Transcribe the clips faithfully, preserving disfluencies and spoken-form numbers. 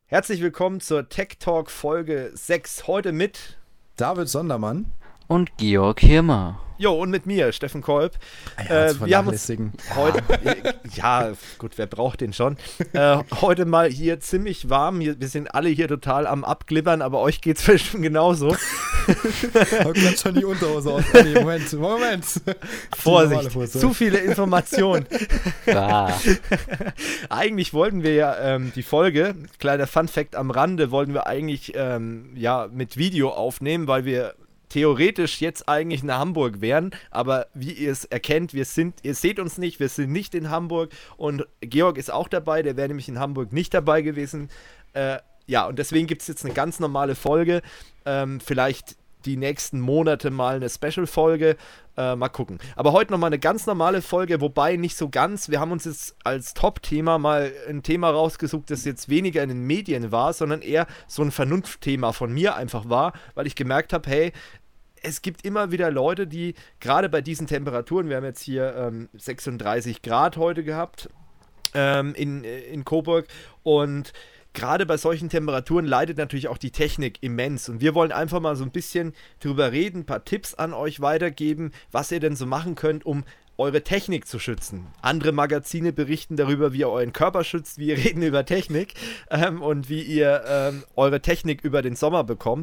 Herzlich willkommen zur Tech Talk Folge sechs. Heute mit David Sondermann und Georg Hirmer. Jo, und mit mir, Steffen Kolb. Ja, äh, wir haben uns heute, ja, gut, wer braucht den schon? äh, heute mal hier ziemlich warm. Wir sind alle hier total am Abglibbern, aber euch geht's bestimmt genauso. Heute kommt schon die Unterhose aus. Nee, Moment, Moment. Vorsicht, zu viele Informationen. Ah. Eigentlich wollten wir ja ähm, die Folge, kleiner Funfact am Rande, wollten wir eigentlich ähm, ja mit Video aufnehmen, weil wir theoretisch jetzt eigentlich in Hamburg wären, aber wie ihr es erkennt, wir sind, ihr seht uns nicht, wir sind nicht in Hamburg und Georg ist auch dabei, der wäre nämlich in Hamburg nicht dabei gewesen. Äh, ja, und deswegen gibt es jetzt eine ganz normale Folge, ähm, vielleicht die nächsten Monate mal eine Special-Folge, äh, mal gucken. Aber heute nochmal eine ganz normale Folge, wobei nicht so ganz, wir haben uns jetzt als Top-Thema mal ein Thema rausgesucht, das jetzt weniger in den Medien war, sondern eher so ein Vernunftthema von mir einfach war, weil ich gemerkt habe, hey, es gibt immer wieder Leute, die gerade bei diesen Temperaturen, wir haben jetzt hier ähm, sechsunddreißig Grad heute gehabt ähm, in, in Coburg und gerade bei solchen Temperaturen leidet natürlich auch die Technik immens und wir wollen einfach mal so ein bisschen drüber reden, ein paar Tipps an euch weitergeben, was ihr denn so machen könnt, um eure Technik zu schützen. Andere Magazine berichten darüber, wie ihr euren Körper schützt, wir reden über Technik ähm, und wie ihr ähm, eure Technik über den Sommer bekommt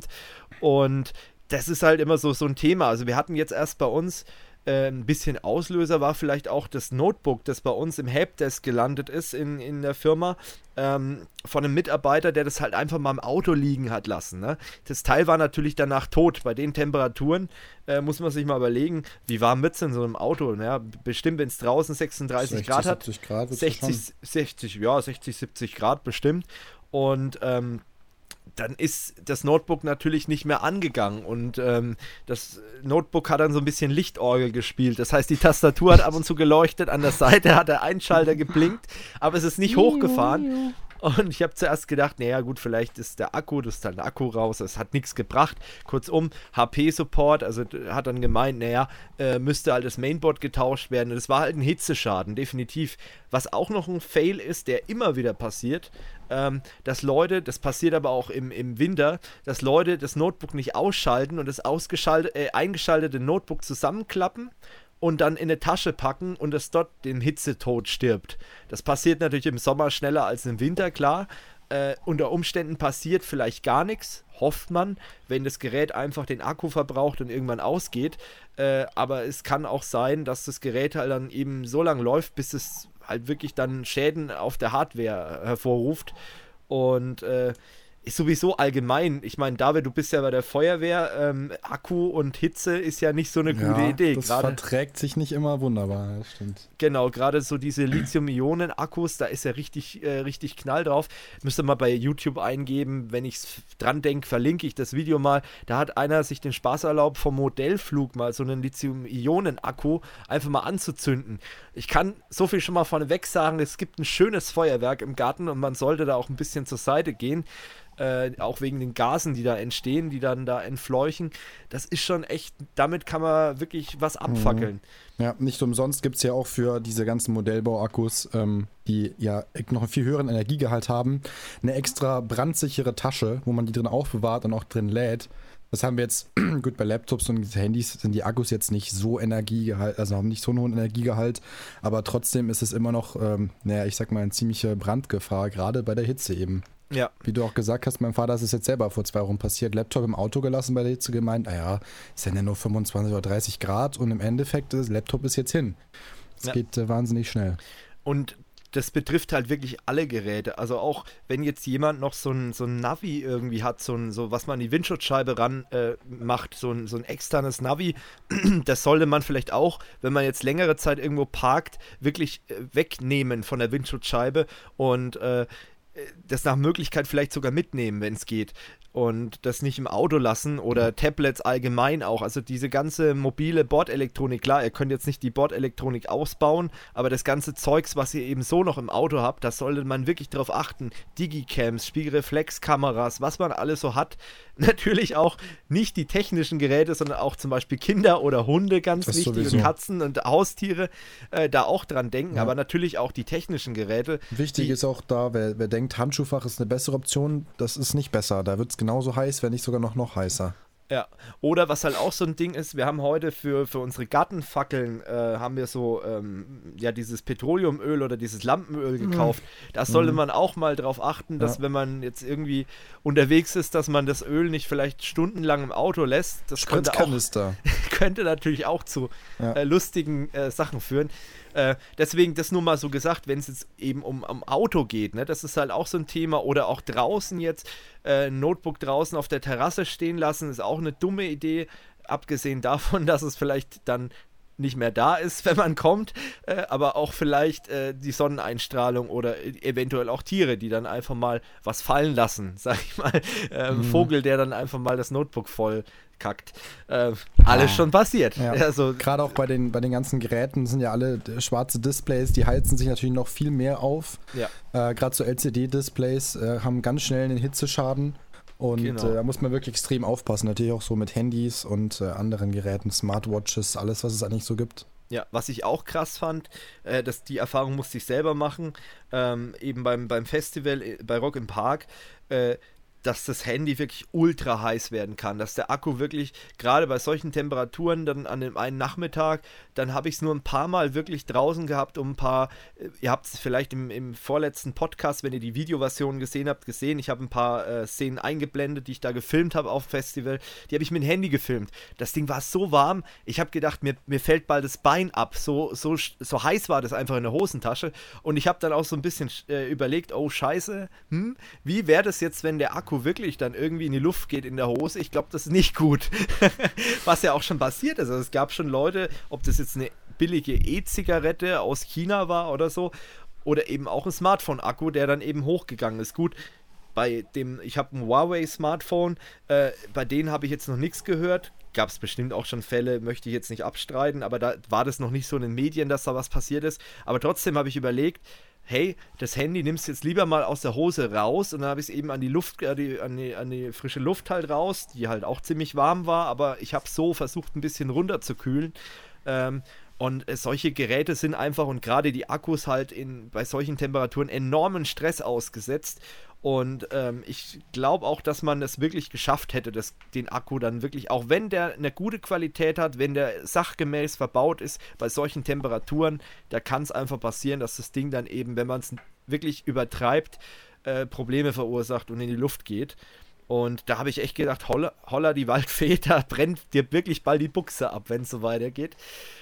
und das ist halt immer so, so ein Thema. Also wir hatten jetzt erst bei uns äh, ein bisschen Auslöser, war vielleicht auch das Notebook, das bei uns im Helpdesk gelandet ist in, in der Firma, ähm, von einem Mitarbeiter, der das halt einfach mal im Auto liegen hat lassen. Ne? Das Teil war natürlich danach tot. Bei den Temperaturen äh, muss man sich mal überlegen, wie warm wird es in so einem Auto? Ne? Bestimmt, wenn es draußen sechsunddreißig sechzig, Grad hat. siebzig Grad sechzig, sechzig, ja, sechzig, siebzig Grad bestimmt. Und ähm, dann ist das Notebook natürlich nicht mehr angegangen und ähm, das Notebook hat dann so ein bisschen Lichtorgel gespielt. Das heißt, die Tastatur hat ab und zu geleuchtet, an der Seite hat der Einschalter geblinkt, aber es ist nicht hochgefahren. Und ich habe zuerst gedacht, naja gut, vielleicht ist der Akku, das ist dann der Akku raus, es hat nichts gebracht. Kurzum, H P-Support, also hat dann gemeint, naja, äh, müsste halt das Mainboard getauscht werden. Und das war halt ein Hitzeschaden, definitiv. Was auch noch ein Fail ist, der immer wieder passiert, ähm, dass Leute, das passiert aber auch im, im Winter, dass Leute das Notebook nicht ausschalten und das ausgeschaltet, äh, eingeschaltete Notebook zusammenklappen und dann in eine Tasche packen und es dort den Hitzetod stirbt. Das passiert natürlich im Sommer schneller als im Winter, klar. Äh, unter Umständen passiert vielleicht gar nichts, hofft man, wenn das Gerät einfach den Akku verbraucht und irgendwann ausgeht. Äh, aber es kann auch sein, dass das Gerät halt dann eben so lange läuft, bis es halt wirklich dann Schäden auf der Hardware hervorruft. Und äh, ist sowieso allgemein, ich meine, David, du bist ja bei der Feuerwehr, ähm, Akku und Hitze ist ja nicht so eine gute ja, Idee. Das grade, verträgt sich nicht immer wunderbar, das stimmt. Genau, gerade so diese Lithium-Ionen-Akkus, da ist ja richtig, äh, richtig Knall drauf. Müsst ihr mal bei YouTube eingeben, wenn ich dran denke, verlinke ich das Video mal. Da hat einer sich den Spaß erlaubt, vom Modellflug mal so einen Lithium-Ionen-Akku einfach mal anzuzünden. Ich kann so viel schon mal vorneweg sagen, es gibt ein schönes Feuerwerk im Garten und man sollte da auch ein bisschen zur Seite gehen. Äh, auch wegen den Gasen, die da entstehen, die dann da entfleuchen. Das ist schon echt, damit kann man wirklich was abfackeln. Ja, nicht umsonst gibt es ja auch für diese ganzen Modellbauakkus, ähm, die ja noch einen viel höheren Energiegehalt haben, eine extra brandsichere Tasche, wo man die drin aufbewahrt und auch drin lädt. Das haben wir jetzt, gut, bei Laptops und Handys sind die Akkus jetzt nicht so Energiegehalt, also haben nicht so einen hohen Energiegehalt, aber trotzdem ist es immer noch, ähm, naja, ich sag mal, eine ziemliche Brandgefahr, gerade bei der Hitze eben. Ja. Wie du auch gesagt hast, mein Vater ist es jetzt selber vor zwei Wochen passiert, Laptop im Auto gelassen bei der Hitze, gemeint, naja, es sind ja nur fünfundzwanzig oder dreißig Grad und im Endeffekt, das Laptop ist jetzt hin. Es ja. geht äh, wahnsinnig schnell. Und das betrifft halt wirklich alle Geräte. Also auch, wenn jetzt jemand noch so ein, so ein Navi irgendwie hat, so, ein, so was man an die Windschutzscheibe ran äh, macht, so ein, so ein externes Navi, das sollte man vielleicht auch, wenn man jetzt längere Zeit irgendwo parkt, wirklich äh, wegnehmen von der Windschutzscheibe und äh, das nach Möglichkeit vielleicht sogar mitnehmen, wenn es geht. Und das nicht im Auto lassen oder Tablets allgemein auch. Also diese ganze mobile Bordelektronik, klar, ihr könnt jetzt nicht die Bordelektronik ausbauen, aber das ganze Zeugs, was ihr eben so noch im Auto habt, da sollte man wirklich drauf achten. Digicams, Spiegelreflexkameras, was man alles so hat. Natürlich auch nicht die technischen Geräte, sondern auch zum Beispiel Kinder oder Hunde, ganz das wichtig, sowieso. und Katzen und Haustiere, äh, da auch dran denken, Ja. aber natürlich auch die technischen Geräte. Wichtig die, ist auch da, wer, wer denkt, denkt, Handschuhfach ist eine bessere Option, das ist nicht besser. Da wird es genauso heiß, wenn nicht sogar noch, noch heißer. Ja, oder was halt auch so ein Ding ist, wir haben heute für, für unsere Gartenfackeln, äh, haben wir so, ähm, ja, dieses Petroleumöl oder dieses Lampenöl gekauft. Mhm. Da sollte man auch mal drauf achten, dass ja. wenn man jetzt irgendwie unterwegs ist, dass man das Öl nicht vielleicht stundenlang im Auto lässt. Das könnte, auch, könnte natürlich auch zu ja. äh, lustigen äh, Sachen führen. Äh, deswegen das nur mal so gesagt, wenn es jetzt eben um, um Auto geht, ne, das ist halt auch so ein Thema. Oder auch draußen jetzt, äh, ein Notebook draußen auf der Terrasse stehen lassen, ist auch eine dumme Idee, abgesehen davon, dass es vielleicht dann nicht mehr da ist, wenn man kommt, äh, aber auch vielleicht äh, die Sonneneinstrahlung oder eventuell auch Tiere, die dann einfach mal was fallen lassen, sag ich mal. Äh, ein mhm. Vogel, der dann einfach mal das Notebook voll kackt. Äh, alles schon passiert. Ja. Also, gerade auch bei den, bei den ganzen Geräten sind ja alle schwarze Displays, die heizen sich natürlich noch viel mehr auf. Ja. Äh, gerade so L C D-Displays äh, haben ganz schnell einen Hitzeschaden. Und genau. äh, da muss man wirklich extrem aufpassen. Natürlich auch so mit Handys und äh, anderen Geräten, Smartwatches, alles, was es eigentlich so gibt. Ja, was ich auch krass fand, äh, dass die Erfahrung musste ich selber machen, ähm, eben beim, beim Festival bei Rock im Park, äh, dass das Handy wirklich ultra heiß werden kann, dass der Akku wirklich, gerade bei solchen Temperaturen, dann an dem einen Nachmittag, dann habe ich es nur ein paar Mal wirklich draußen gehabt, um ein paar, ihr habt es vielleicht im, im vorletzten Podcast, wenn ihr die Videoversion gesehen habt, gesehen, ich habe ein paar äh, Szenen eingeblendet, die ich da gefilmt habe auf dem Festival, die habe ich mit dem Handy gefilmt. Das Ding war so warm, ich habe gedacht, mir, mir fällt bald das Bein ab, so, so, so heiß war das einfach in der Hosentasche und ich habe dann auch so ein bisschen äh, überlegt, oh scheiße, hm, wie wäre das jetzt, wenn der Akku wirklich dann irgendwie in die Luft geht in der Hose? Ich glaube, das ist nicht gut. Was ja auch schon passiert ist. Also es gab schon Leute, ob das jetzt eine billige E-Zigarette aus China war oder so, oder eben auch ein Smartphone-Akku, der dann eben hochgegangen ist. Gut, bei dem, ich habe ein Huawei-Smartphone, äh, bei denen habe ich jetzt noch nichts gehört. Gab es bestimmt auch schon Fälle, möchte ich jetzt nicht abstreiten, aber da war das noch nicht so in den Medien, dass da was passiert ist. Aber trotzdem habe ich überlegt, hey, das Handy nimmst du jetzt lieber mal aus der Hose raus und dann habe ich es eben an die Luft, an die, an, die, an die frische Luft halt raus, die halt auch ziemlich warm war, aber ich habe so versucht, ein bisschen runterzukühlen. Ähm, und äh, solche Geräte sind einfach und gerade die Akkus halt in, bei solchen Temperaturen enormen Stress ausgesetzt. Und ähm, ich glaube auch, dass man es wirklich geschafft hätte, das, den Akku dann wirklich, auch wenn der eine gute Qualität hat, wenn der sachgemäß verbaut ist, bei solchen Temperaturen, da kann es einfach passieren, dass das Ding dann eben, wenn man es wirklich übertreibt, äh, Probleme verursacht und in die Luft geht. Und da habe ich echt gedacht, holla, holla die Waldfee, da brennt dir wirklich bald die Buchse ab, wenn es so weitergeht.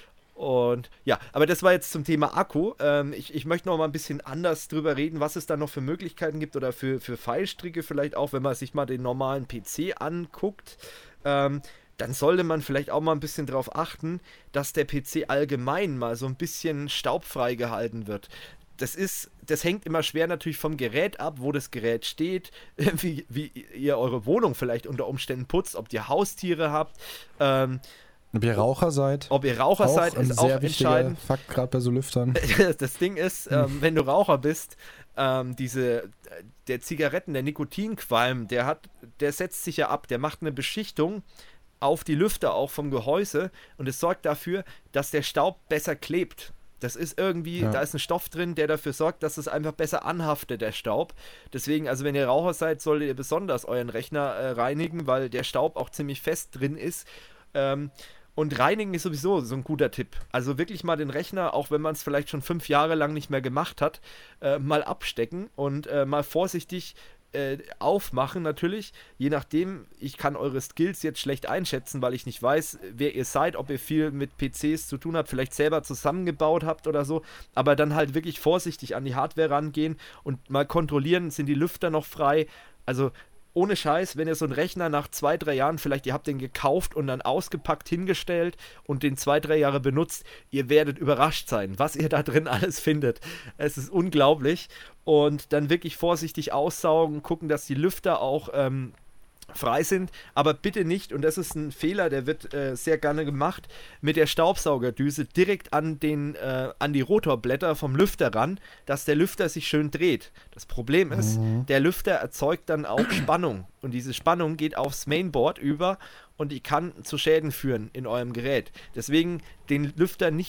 Und ja, aber das war jetzt zum Thema Akku. Ähm, ich, ich möchte noch mal ein bisschen anders drüber reden, was es da noch für Möglichkeiten gibt oder für, für Fallstricke vielleicht auch, wenn man sich mal den normalen P C anguckt. Ähm, dann sollte man vielleicht auch mal ein bisschen darauf achten, dass der P C allgemein mal so ein bisschen staubfrei gehalten wird. Das ist, das hängt immer schwer natürlich vom Gerät ab, wo das Gerät steht, wie, wie ihr eure Wohnung vielleicht unter Umständen putzt, ob ihr Haustiere habt, ähm, Ob ihr Raucher seid. Ob ihr Raucher auch seid, ist auch entscheidend. Fakt, gerade bei so Lüftern. Das Ding ist, ähm, wenn du Raucher bist, ähm, diese, der Zigaretten, der Nikotinqualm, der hat, der setzt sich ja ab, der macht eine Beschichtung auf die Lüfter auch vom Gehäuse und es sorgt dafür, dass der Staub besser klebt. Das ist irgendwie, ja. Da ist ein Stoff drin, der dafür sorgt, dass es einfach besser anhaftet, der Staub. Deswegen, also wenn ihr Raucher seid, solltet ihr besonders euren Rechner äh, reinigen, weil der Staub auch ziemlich fest drin ist. Ähm, Und reinigen ist sowieso so ein guter Tipp. Also wirklich mal den Rechner, auch wenn man es vielleicht schon fünf Jahre lang nicht mehr gemacht hat, äh, mal abstecken und äh, mal vorsichtig äh, aufmachen natürlich. Je nachdem, ich kann eure Skills jetzt schlecht einschätzen, weil ich nicht weiß, wer ihr seid, ob ihr viel mit P Cs zu tun habt, vielleicht selber zusammengebaut habt oder so. Aber dann halt wirklich vorsichtig an die Hardware rangehen und mal kontrollieren, sind die Lüfter noch frei. Also ohne Scheiß, wenn ihr so einen Rechner nach zwei, drei Jahren, vielleicht ihr habt den gekauft und dann ausgepackt hingestellt und den zwei, drei Jahre benutzt, ihr werdet überrascht sein, was ihr da drin alles findet. Es ist unglaublich. Und dann wirklich vorsichtig aussaugen, gucken, dass die Lüfter auch ähm, frei sind, aber bitte nicht, und das ist ein Fehler, der wird äh, sehr gerne gemacht, mit der Staubsaugerdüse direkt an, den, äh, an die Rotorblätter vom Lüfter ran, dass der Lüfter sich schön dreht. Das Problem ist, mhm. der Lüfter erzeugt dann auch Spannung und diese Spannung geht aufs Mainboard über und die kann zu Schäden führen in eurem Gerät. Deswegen den Lüfter nicht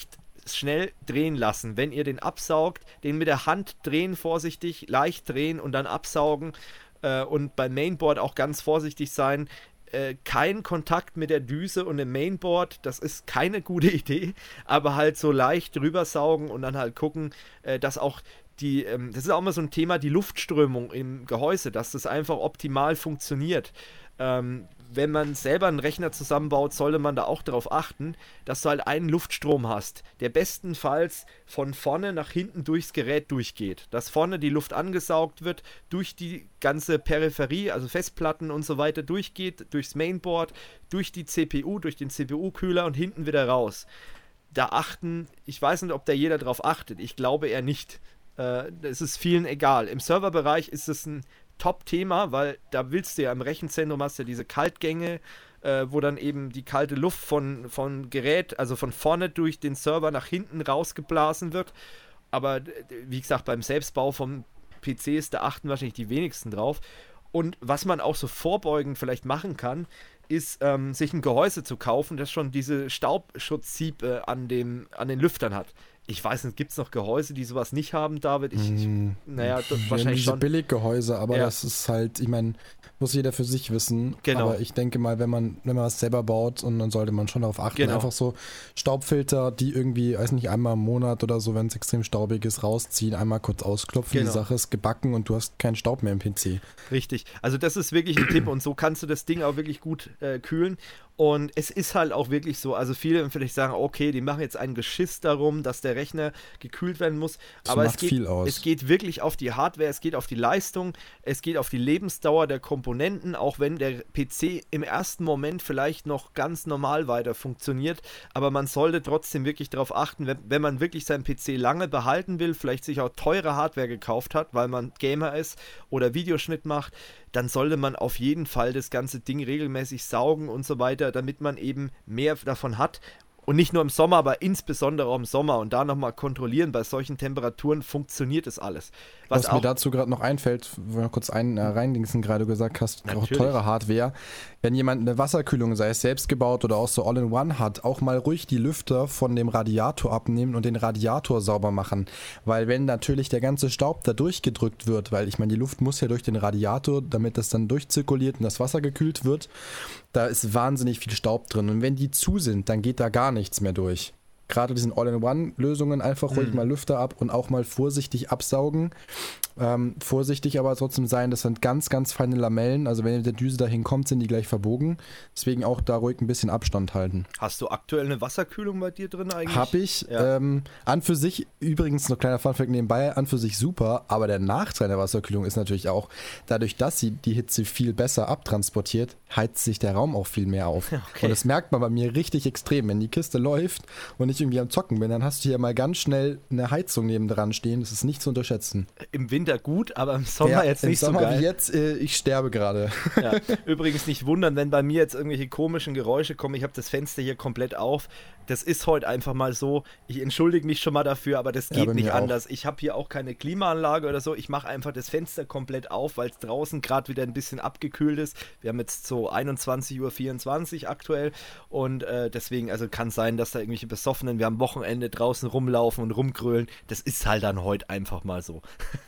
schnell drehen lassen. Wenn ihr den absaugt, den mit der Hand drehen, vorsichtig, leicht drehen und dann absaugen äh, und beim Mainboard auch ganz vorsichtig sein. Äh, kein Kontakt mit der Düse und dem Mainboard, das ist keine gute Idee, aber halt so leicht drüber saugen und dann halt gucken, äh, dass auch die, ähm, das ist auch mal so ein Thema, die Luftströmung im Gehäuse, dass das einfach optimal funktioniert. Ähm, wenn man selber einen Rechner zusammenbaut, sollte man da auch darauf achten, dass du halt einen Luftstrom hast, der bestenfalls von vorne nach hinten durchs Gerät durchgeht. Dass vorne die Luft angesaugt wird, durch die ganze Peripherie, also Festplatten und so weiter durchgeht, durchs Mainboard, durch die C P U, durch den C P U-Kühler und hinten wieder raus. Da achten, ich weiß nicht, ob da jeder drauf achtet, ich glaube eher nicht. Äh, es ist vielen egal. Im Serverbereich ist es ein Top-Thema, weil da willst du ja im Rechenzentrum hast du ja diese Kaltgänge, äh, wo dann eben die kalte Luft von, von Gerät, also von vorne durch den Server nach hinten rausgeblasen wird. Aber wie gesagt, beim Selbstbau vom P Cs, da achten wahrscheinlich die wenigsten drauf. Und was man auch so vorbeugend vielleicht machen kann, ist, ähm, sich ein Gehäuse zu kaufen, das schon diese Staubschutzsiebe an, dem, an den Lüftern hat. Ich weiß nicht, gibt es noch Gehäuse, die sowas nicht haben, David? Ich, ich naja, das Wir wahrscheinlich diese schon. Billiggehäuse, aber Ja. das ist halt, ich meine, muss jeder für sich wissen. Genau. Aber ich denke mal, wenn man, wenn man was selber baut, und dann sollte man schon darauf achten, Genau. einfach so Staubfilter, die irgendwie, weiß nicht, einmal im Monat oder so, wenn es extrem staubig ist, rausziehen, einmal kurz ausklopfen, Genau. die Sache ist gebacken und du hast keinen Staub mehr im P C. Richtig. Also das ist wirklich ein Tipp und so kannst du das Ding auch wirklich gut äh, kühlen. Und es ist halt auch wirklich so, also viele werden vielleicht sagen, okay, die machen jetzt ein Geschiss darum, dass der Rechner gekühlt werden muss. Das aber macht es geht, viel aus. es geht wirklich auf die Hardware, es geht auf die Leistung, es geht auf die Lebensdauer der Komponenten, auch wenn der P C im ersten Moment vielleicht noch ganz normal weiter funktioniert. Aber man sollte trotzdem wirklich darauf achten, wenn, wenn man wirklich seinen P C lange behalten will, vielleicht sich auch teure Hardware gekauft hat, weil man Gamer ist oder Videoschnitt macht, dann sollte man auf jeden Fall das ganze Ding regelmäßig saugen und so weiter, damit man eben mehr davon hat. Und nicht nur im Sommer, aber insbesondere auch im Sommer. Und da nochmal kontrollieren, bei solchen Temperaturen funktioniert das alles. Was, Was auch, mir dazu gerade noch einfällt, wo wir noch kurz ein, äh, reindingsen, gerade du gesagt hast, auch Natürlich. teure Hardware. Wenn jemand eine Wasserkühlung, sei es selbst gebaut oder auch so All-in-One hat, auch mal ruhig die Lüfter von dem Radiator abnehmen und den Radiator sauber machen. Weil wenn natürlich der ganze Staub da durchgedrückt wird, weil ich meine, die Luft muss ja durch den Radiator, damit das dann durchzirkuliert und das Wasser gekühlt wird, da ist wahnsinnig viel Staub drin. Und wenn die zu sind, dann geht da gar nichts mehr durch. Gerade diesen All-in-One-Lösungen einfach ruhig Mhm. mal Lüfter ab und auch mal vorsichtig absaugen. Ähm, vorsichtig aber trotzdem sein, das sind ganz, ganz feine Lamellen. Also wenn ihr mit der Düse dahin kommt, sind die gleich verbogen. Deswegen auch da ruhig ein bisschen Abstand halten. hast du aktuell eine Wasserkühlung bei dir drin eigentlich? Hab ich. Ja. Ähm, an für sich, übrigens noch kleiner Funfact nebenbei, an für sich super, aber der Nachteil der Wasserkühlung ist natürlich auch, dadurch, dass sie die Hitze viel besser abtransportiert, heizt sich der Raum auch viel mehr auf. Okay. Und das merkt man bei mir richtig extrem. Wenn die Kiste läuft und ich irgendwie am Zocken bin, dann hast du hier mal ganz schnell eine Heizung nebendran stehen. Das ist nicht zu unterschätzen. Im Winter gut, aber im Sommer Ja, jetzt im nicht Sommer so geil. wie jetzt, äh, ich sterbe gerade. Ja. Übrigens nicht wundern, wenn bei mir jetzt irgendwelche komischen Geräusche kommen. Ich habe das Fenster hier komplett auf. Das ist heute einfach mal so. Ich entschuldige mich schon mal dafür, aber das Ja, geht bei nicht mir auch. anders. Ich habe hier auch keine Klimaanlage oder so. Ich mache einfach das Fenster komplett auf, weil es draußen gerade wieder ein bisschen abgekühlt ist. Wir haben jetzt so einundzwanzig Uhr vierundzwanzig aktuell und äh, deswegen, also kann sein, dass da irgendwelche Besoffenen, wir am Wochenende draußen rumlaufen und rumgrölen. Das ist halt dann heute einfach mal so.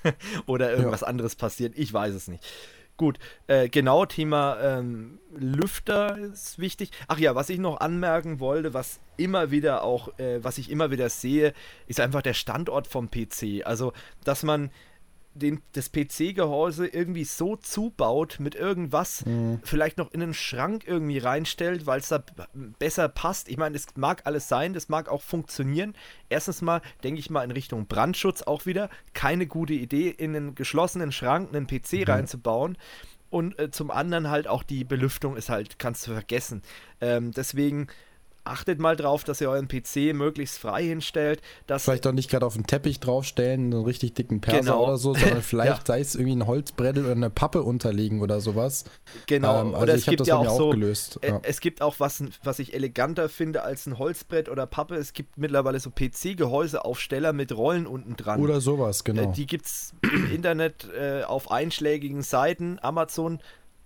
Oder irgendwas anderes passiert. Ich weiß es nicht. Gut, äh, genau, Thema ähm, Lüfter ist wichtig. Ach ja, was ich noch anmerken wollte, was immer wieder auch, äh, was ich immer wieder sehe, ist einfach der Standort vom P C. Also, dass man den, das P C-Gehäuse irgendwie so zubaut mit irgendwas, Mhm. vielleicht noch in einen Schrank irgendwie reinstellt, weil es da b- besser passt. Ich meine, das mag alles sein, das mag auch funktionieren. Erstens mal denke ich mal in Richtung Brandschutz auch wieder. Keine gute Idee, in einen geschlossenen Schrank einen P C Mhm. reinzubauen. Und äh, zum anderen halt auch die Belüftung ist halt, kannst du vergessen. Ähm, deswegen achtet mal drauf, dass ihr euren P C möglichst frei hinstellt. Dass Vielleicht doch nicht gerade auf den Teppich draufstellen, einen richtig dicken Perser Genau. oder so, sondern vielleicht Ja. sei es irgendwie ein Holzbrettel oder eine Pappe unterlegen oder sowas. Genau, Ähm, also oder ich es habe gibt das ja bei mir auch auch so, gelöst. äh, Ja. es gibt auch was, was ich eleganter finde als ein Holzbrett oder Pappe. Es gibt mittlerweile so P C-Gehäuseaufsteller mit Rollen unten dran. Oder sowas, genau. Äh, die gibt es im Internet äh, auf einschlägigen Seiten, Amazon.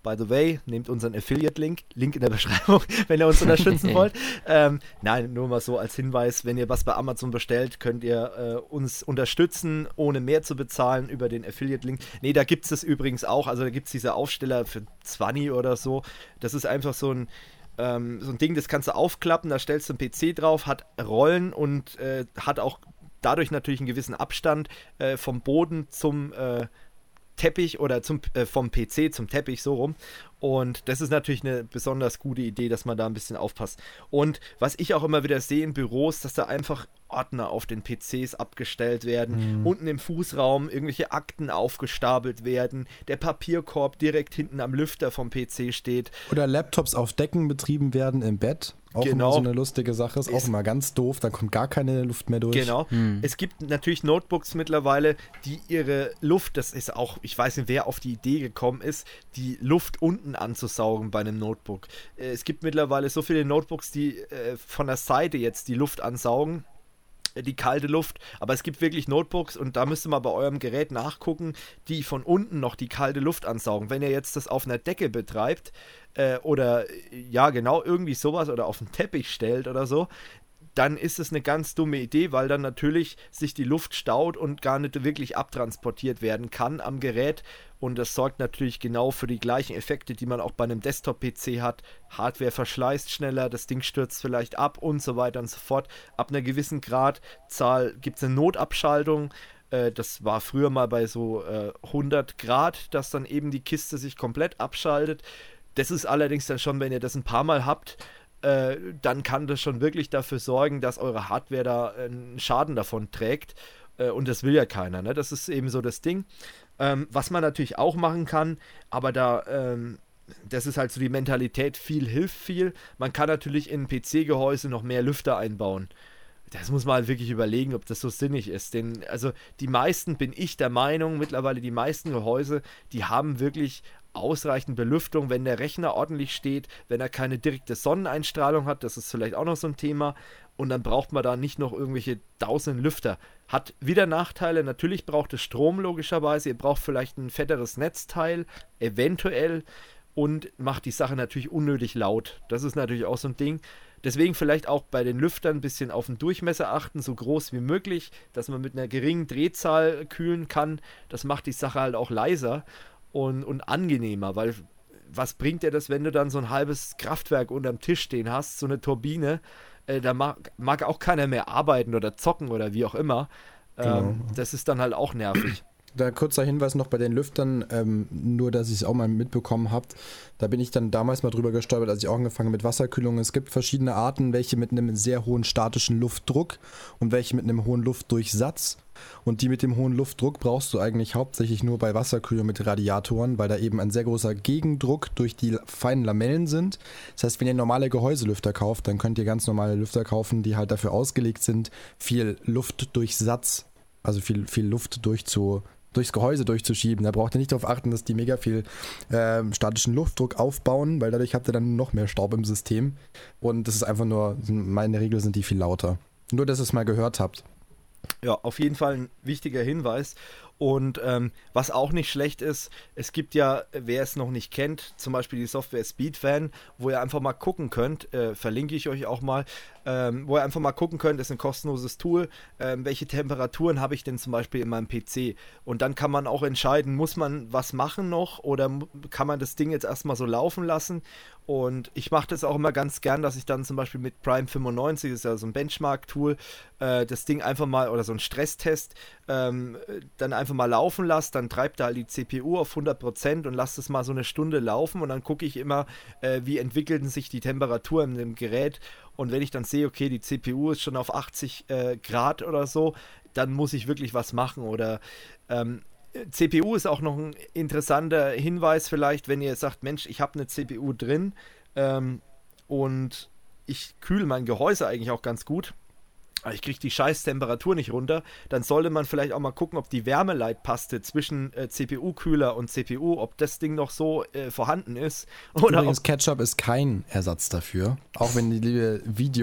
by the way, nehmt unseren Affiliate-Link, Link in der Beschreibung, wenn ihr uns unterstützen wollt. Ähm, nein, nur mal so als Hinweis, wenn ihr was bei Amazon bestellt, könnt ihr äh, uns unterstützen, ohne mehr zu bezahlen über den Affiliate-Link. Nee, da gibt es das übrigens auch, also da gibt es diese Aufsteller für zwanzig oder so. Das ist einfach so ein ähm, so ein Ding, das kannst du aufklappen, da stellst du einen P C drauf, hat Rollen und äh, hat auch dadurch natürlich einen gewissen Abstand äh, vom Boden zum äh, Teppich oder zum, äh, vom P C zum Teppich, so rum. Und das ist natürlich eine besonders gute Idee, dass man da ein bisschen aufpasst. Und was ich auch immer wieder sehe in Büros, dass da einfach Ordner auf den P Cs abgestellt werden, mhm. unten im Fußraum irgendwelche Akten aufgestapelt werden, der Papierkorb direkt hinten am Lüfter vom P C steht. Oder Laptops auf Decken betrieben werden im Bett. Auch genau. immer so eine lustige Sache, ist auch immer ganz doof, da kommt gar keine Luft mehr durch. Genau. Hm. Es gibt natürlich Notebooks mittlerweile, die ihre Luft, das ist auch, ich weiß nicht, wer auf die Idee gekommen ist, die Luft unten anzusaugen bei einem Notebook. Es gibt mittlerweile so viele Notebooks, die äh, von der Seite jetzt die Luft ansaugen, die kalte Luft, aber es gibt wirklich Notebooks und da müsst ihr mal bei eurem Gerät nachgucken, die von unten noch die kalte Luft ansaugen. Wenn ihr jetzt das auf einer Decke betreibt äh, oder ja genau irgendwie sowas oder auf den Teppich stellt oder so, dann ist es eine ganz dumme Idee, weil dann natürlich sich die Luft staut und gar nicht wirklich abtransportiert werden kann am Gerät. Und das sorgt natürlich genau für die gleichen Effekte, die man auch bei einem Desktop-P C hat. Hardware verschleißt schneller, das Ding stürzt vielleicht ab und so weiter und so fort. Ab einer gewissen Gradzahl gibt es eine Notabschaltung. Äh, das war früher mal bei so äh, hundert Grad, dass dann eben die Kiste sich komplett abschaltet. Das ist allerdings dann schon, wenn ihr das ein paar Mal habt, äh, dann kann das schon wirklich dafür sorgen, dass eure Hardware da einen Schaden davon trägt. Äh, und das will ja keiner, ne? Das ist eben so das Ding. Ähm, was man natürlich auch machen kann, aber da, ähm, das ist halt so die Mentalität, viel hilft viel. Man kann natürlich in ein P C-Gehäuse noch mehr Lüfter einbauen. Das muss man halt wirklich überlegen, ob das so sinnig ist. Denn, also die meisten, bin ich der Meinung, mittlerweile die meisten Gehäuse, die haben wirklich ausreichend Belüftung, wenn der Rechner ordentlich steht, wenn er keine direkte Sonneneinstrahlung hat, das ist vielleicht auch noch so ein Thema. Und dann braucht man da nicht noch irgendwelche tausend Lüfter. Hat wieder Nachteile, natürlich braucht es Strom logischerweise, ihr braucht vielleicht ein fetteres Netzteil, eventuell, und macht die Sache natürlich unnötig laut. Das ist natürlich auch so ein Ding. Deswegen vielleicht auch bei den Lüftern ein bisschen auf den Durchmesser achten, so groß wie möglich, dass man mit einer geringen Drehzahl kühlen kann. Das macht die Sache halt auch leiser und, und angenehmer, weil was bringt dir das, wenn du dann so ein halbes Kraftwerk unterm Tisch stehen hast, so eine Turbine, äh, da mag, mag auch keiner mehr arbeiten oder zocken oder wie auch immer. Ähm, genau. Das ist dann halt auch nervig. Da kurzer Hinweis noch bei den Lüftern, ähm, nur dass ihr es auch mal mitbekommen habt. Da bin ich dann damals mal drüber gestolpert, als ich auch angefangen habe mit Wasserkühlung. Es gibt verschiedene Arten, welche mit einem sehr hohen statischen Luftdruck und welche mit einem hohen Luftdurchsatz. Und die mit dem hohen Luftdruck brauchst du eigentlich hauptsächlich nur bei Wasserkühlung mit Radiatoren, weil da eben ein sehr großer Gegendruck durch die feinen Lamellen sind. Das heißt, wenn ihr normale Gehäuselüfter kauft, dann könnt ihr ganz normale Lüfter kaufen, die halt dafür ausgelegt sind, viel Luftdurchsatz, also viel, viel Luft durchzu durchs Gehäuse durchzuschieben. Da braucht ihr nicht darauf achten, dass die mega viel äh, statischen Luftdruck aufbauen, weil dadurch habt ihr dann noch mehr Staub im System. Und das ist einfach nur, in der Regel sind die viel lauter. Nur, dass ihr es mal gehört habt. Ja, auf jeden Fall ein wichtiger Hinweis. Und ähm, was auch nicht schlecht ist, es gibt ja, wer es noch nicht kennt, zum Beispiel die Software Speedfan, wo ihr einfach mal gucken könnt, äh, verlinke ich euch auch mal, ähm, wo ihr einfach mal gucken könnt, das ist ein kostenloses Tool, ähm, welche Temperaturen habe ich denn zum Beispiel in meinem P C. Und dann kann man auch entscheiden, muss man was machen noch oder kann man das Ding jetzt erstmal so laufen lassen. Und ich mache das auch immer ganz gern, dass ich dann zum Beispiel mit Prime fünfundneunzig, das ist ja so ein Benchmark-Tool, äh, das Ding einfach mal, oder so ein Stresstest, ähm, dann einfach mal laufen lasse, dann treibt da halt die C P U auf hundert Prozent und lasst es mal so eine Stunde laufen und dann gucke ich immer, äh, wie entwickelten sich die Temperaturen in dem Gerät, und wenn ich dann sehe, okay, die C P U ist schon auf achtzig äh, Grad oder so, dann muss ich wirklich was machen. Oder ähm, C P U ist auch noch ein interessanter Hinweis vielleicht, wenn ihr sagt, Mensch, ich habe eine C P U drin ähm, und ich kühle mein Gehäuse eigentlich auch ganz gut, aber ich kriege die scheiß Temperatur nicht runter, dann sollte man vielleicht auch mal gucken, ob die Wärmeleitpaste zwischen äh, C P U-Kühler und C P U, ob das Ding noch so äh, vorhanden ist. Oder Übrigens, Ketchup ist kein Ersatz dafür. Auch wenn die liebe Video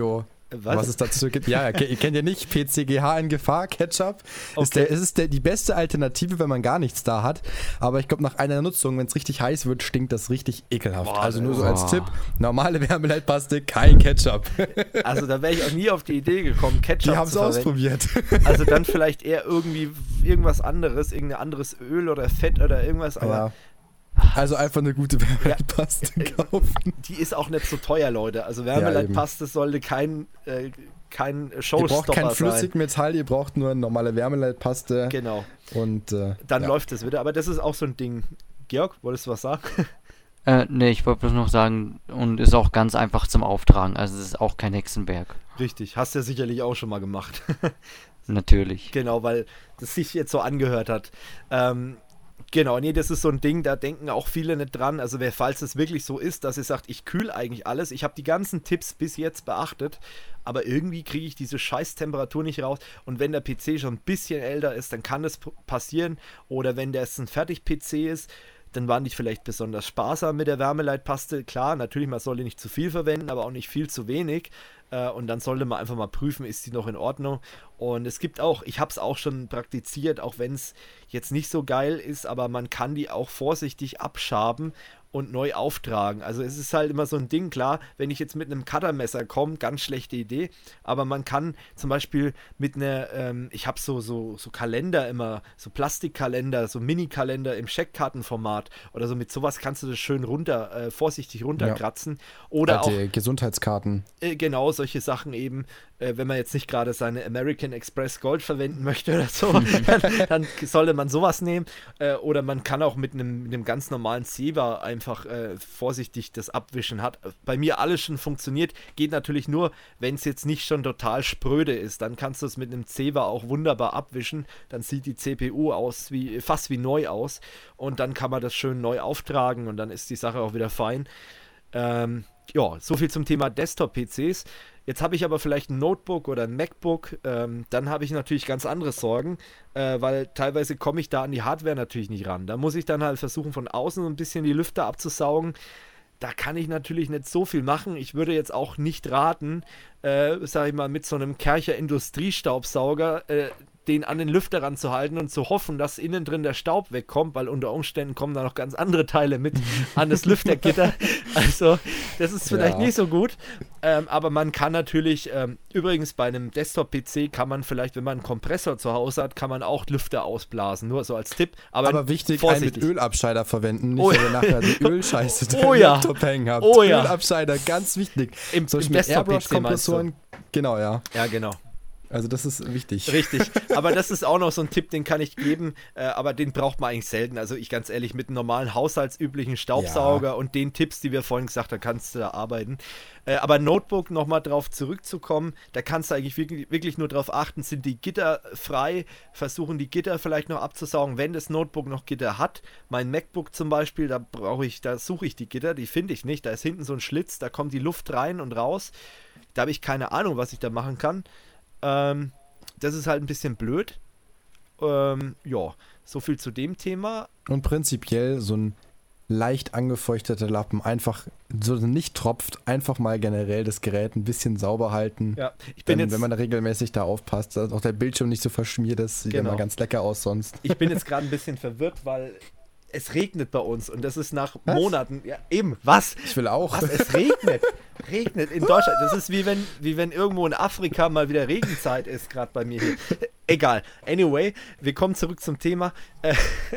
Was? Was es dazu gibt. Ja, ihr kennt ja nicht P C G H in Gefahr, Ketchup. Okay. Ist der, es ist der, die beste Alternative, wenn man gar nichts da hat. Aber ich glaube, nach einer Nutzung, wenn es richtig heiß wird, stinkt das richtig ekelhaft. Boah, also nur so boah. als Tipp, normale Wärmeleitpaste, kein Ketchup. Also da wäre ich auch nie auf die Idee gekommen, Ketchup Die haben es zu verwenden. ausprobiert. Also dann vielleicht eher irgendwie irgendwas anderes, irgendein anderes Öl oder Fett oder irgendwas, aber Ja. Also einfach eine gute Wärmeleitpaste kaufen. die ist auch nicht so teuer, Leute. Also Ja, Wärmeleitpaste sollte kein, äh, kein Ihr Showstopper braucht kein sein. Flüssigmetall, ihr braucht nur eine normale Wärmeleitpaste. Genau, Und äh, dann ja. läuft es wieder. Aber das ist auch so ein Ding. Georg, wolltest du was sagen? Äh, nee, ich wollte bloß noch sagen, und ist auch ganz einfach zum Auftragen. Also es ist auch kein Hexenwerk. Richtig, hast du ja sicherlich auch schon mal gemacht. Natürlich. Genau, weil das sich jetzt so angehört hat. Ähm, genau, nee, das ist so ein Ding, da denken auch viele nicht dran. Also wer, falls es wirklich so ist, dass ihr sagt, ich kühl eigentlich alles, ich habe die ganzen Tipps bis jetzt beachtet, aber irgendwie kriege ich diese scheiß Temperatur nicht raus. Und wenn der P C schon ein bisschen älter ist, dann kann das p- passieren. Oder wenn das ein Fertig-P C ist, dann waren die vielleicht besonders sparsam mit der Wärmeleitpaste. Klar, natürlich, man sollte nicht zu viel verwenden, aber auch nicht viel zu wenig. Äh, und dann sollte man einfach mal prüfen, ist die noch in Ordnung. Und es gibt auch, ich habe es auch schon praktiziert, auch wenn es jetzt nicht so geil ist, aber man kann die auch vorsichtig abschaben und neu auftragen. Also es ist halt immer so ein Ding, klar, wenn ich jetzt mit einem Cuttermesser komme, ganz schlechte Idee, aber man kann zum Beispiel mit einer, ähm, ich habe so, so, so Kalender immer, so Plastikkalender, so Mini-Kalender im Scheckkartenformat oder so, mit sowas kannst du das schön runter, äh, vorsichtig runterkratzen. Oder auch, die Gesundheitskarten. äh, genau, solche Sachen eben, äh, wenn man jetzt nicht gerade seine American Express Gold verwenden möchte oder so, dann, dann sollte man sowas nehmen. Äh, oder man kann auch mit einem, mit einem ganz normalen Zewa einfach äh, vorsichtig das abwischen. Hat bei mir alles schon funktioniert. Geht natürlich nur, wenn es jetzt nicht schon total spröde ist. Dann kannst du es mit einem Zewa auch wunderbar abwischen. Dann sieht die C P U aus wie, fast wie neu aus. Und dann kann man das schön neu auftragen und dann ist die Sache auch wieder fein. Ähm, ja, so viel zum Thema Desktop-P Cs. Jetzt habe ich aber vielleicht ein Notebook oder ein MacBook, ähm, dann habe ich natürlich ganz andere Sorgen, äh, weil teilweise komme ich da an die Hardware natürlich nicht ran. Da muss ich dann halt versuchen, von außen so ein bisschen die Lüfter abzusaugen. Da kann ich natürlich nicht so viel machen. Ich würde jetzt auch nicht raten, äh, sage ich mal, mit so einem Kärcher Industriestaubsauger äh, den an den Lüfter ranzuhalten und zu hoffen, dass innen drin der Staub wegkommt, weil unter Umständen kommen da noch ganz andere Teile mit an das Lüftergitter. Also das ist vielleicht Ja. nicht so gut, ähm, aber man kann natürlich, ähm, übrigens bei einem Desktop-P C kann man vielleicht, wenn man einen Kompressor zu Hause hat, kann man auch Lüfter ausblasen, nur so als Tipp. Aber, Aber wichtig, einen mit vorsichtig. Ölabscheider verwenden, nicht, Oh wenn ihr nachher die Ölscheiße Oh im ja. Laptop hängen habt. Oh ja. Ölabscheider, ganz wichtig. Im, Zum im Beispiel mit Desktop-P C meinst du? Airbrush-Kompressoren, genau, ja. Ja, genau. Also das ist wichtig. Richtig, aber das ist auch noch so ein Tipp, den kann ich geben, äh, aber den braucht man eigentlich selten. Also ich ganz ehrlich, mit einem normalen haushaltsüblichen Staubsauger Ja. und den Tipps, die wir vorhin gesagt haben, kannst du da arbeiten. Äh, aber Notebook, nochmal drauf zurückzukommen, da kannst du eigentlich wirklich, wirklich nur darauf achten, sind die Gitter frei, versuchen die Gitter vielleicht noch abzusaugen, wenn das Notebook noch Gitter hat. Mein MacBook zum Beispiel, da brauche ich, da suche ich die Gitter, die finde ich nicht. Da ist hinten so ein Schlitz, da kommt die Luft rein und raus. Da habe ich keine Ahnung, was ich da machen kann. Ähm, das ist halt ein bisschen blöd. Ähm, ja, so viel zu dem Thema. Und prinzipiell so ein leicht angefeuchteter Lappen, einfach so nicht tropft, einfach mal generell das Gerät ein bisschen sauber halten. Ja, ich bin Dann, jetzt, wenn man da regelmäßig da aufpasst, dass auch der Bildschirm nicht so verschmiert ist, sieht Genau. immer ganz lecker aus sonst. ich bin jetzt gerade ein bisschen verwirrt, weil es regnet bei uns und das ist nach Was? Monaten. Ja, eben, was? Ich will auch. Was? Es regnet. Regnet in Deutschland. Das ist wie wenn, wie wenn irgendwo in Afrika mal wieder Regenzeit ist, gerade bei mir hier. Egal. Anyway, wir kommen zurück zum Thema. Äh,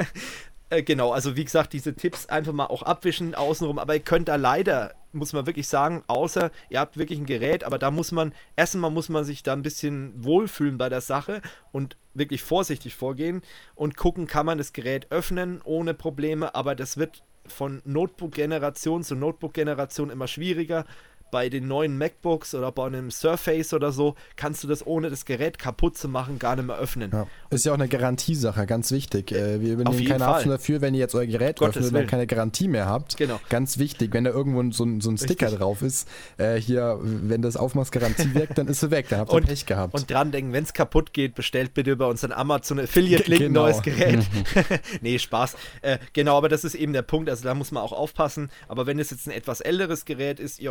äh, genau, also wie gesagt, diese Tipps einfach mal auch abwischen außenrum, aber ihr könnt da leider, muss man wirklich sagen, außer ihr habt wirklich ein Gerät, aber da muss man, erstmal muss man sich da ein bisschen wohlfühlen bei der Sache und wirklich vorsichtig vorgehen und gucken, kann man das Gerät öffnen ohne Probleme, aber das wird von Notebook-Generation zu Notebook-Generation immer schwieriger. Bei den neuen MacBooks oder bei einem Surface oder so kannst du das ohne das Gerät kaputt zu machen gar nicht mehr öffnen. Ja. Ist ja auch eine Garantiesache, ganz wichtig. Äh, wir Auf übernehmen jeden keine Fall. Haftung dafür, wenn ihr jetzt euer Gerät Gottes öffnet und Willen. dann keine Garantie mehr habt. Genau. Ganz wichtig, wenn da irgendwo so ein, so ein Sticker Richtig. drauf ist, äh, hier, wenn das Aufmaßgarantie wirkt, dann ist sie weg, dann habt ihr Und- Pech gehabt. Und dran denken, wenn es kaputt geht, bestellt bitte über unseren Amazon Affiliate-Link ein Genau. neues Gerät. Nee, Spaß. Äh, genau, aber das ist eben der Punkt, also da muss man auch aufpassen. Aber wenn es jetzt ein etwas älteres Gerät ist, ihr euch auskennt,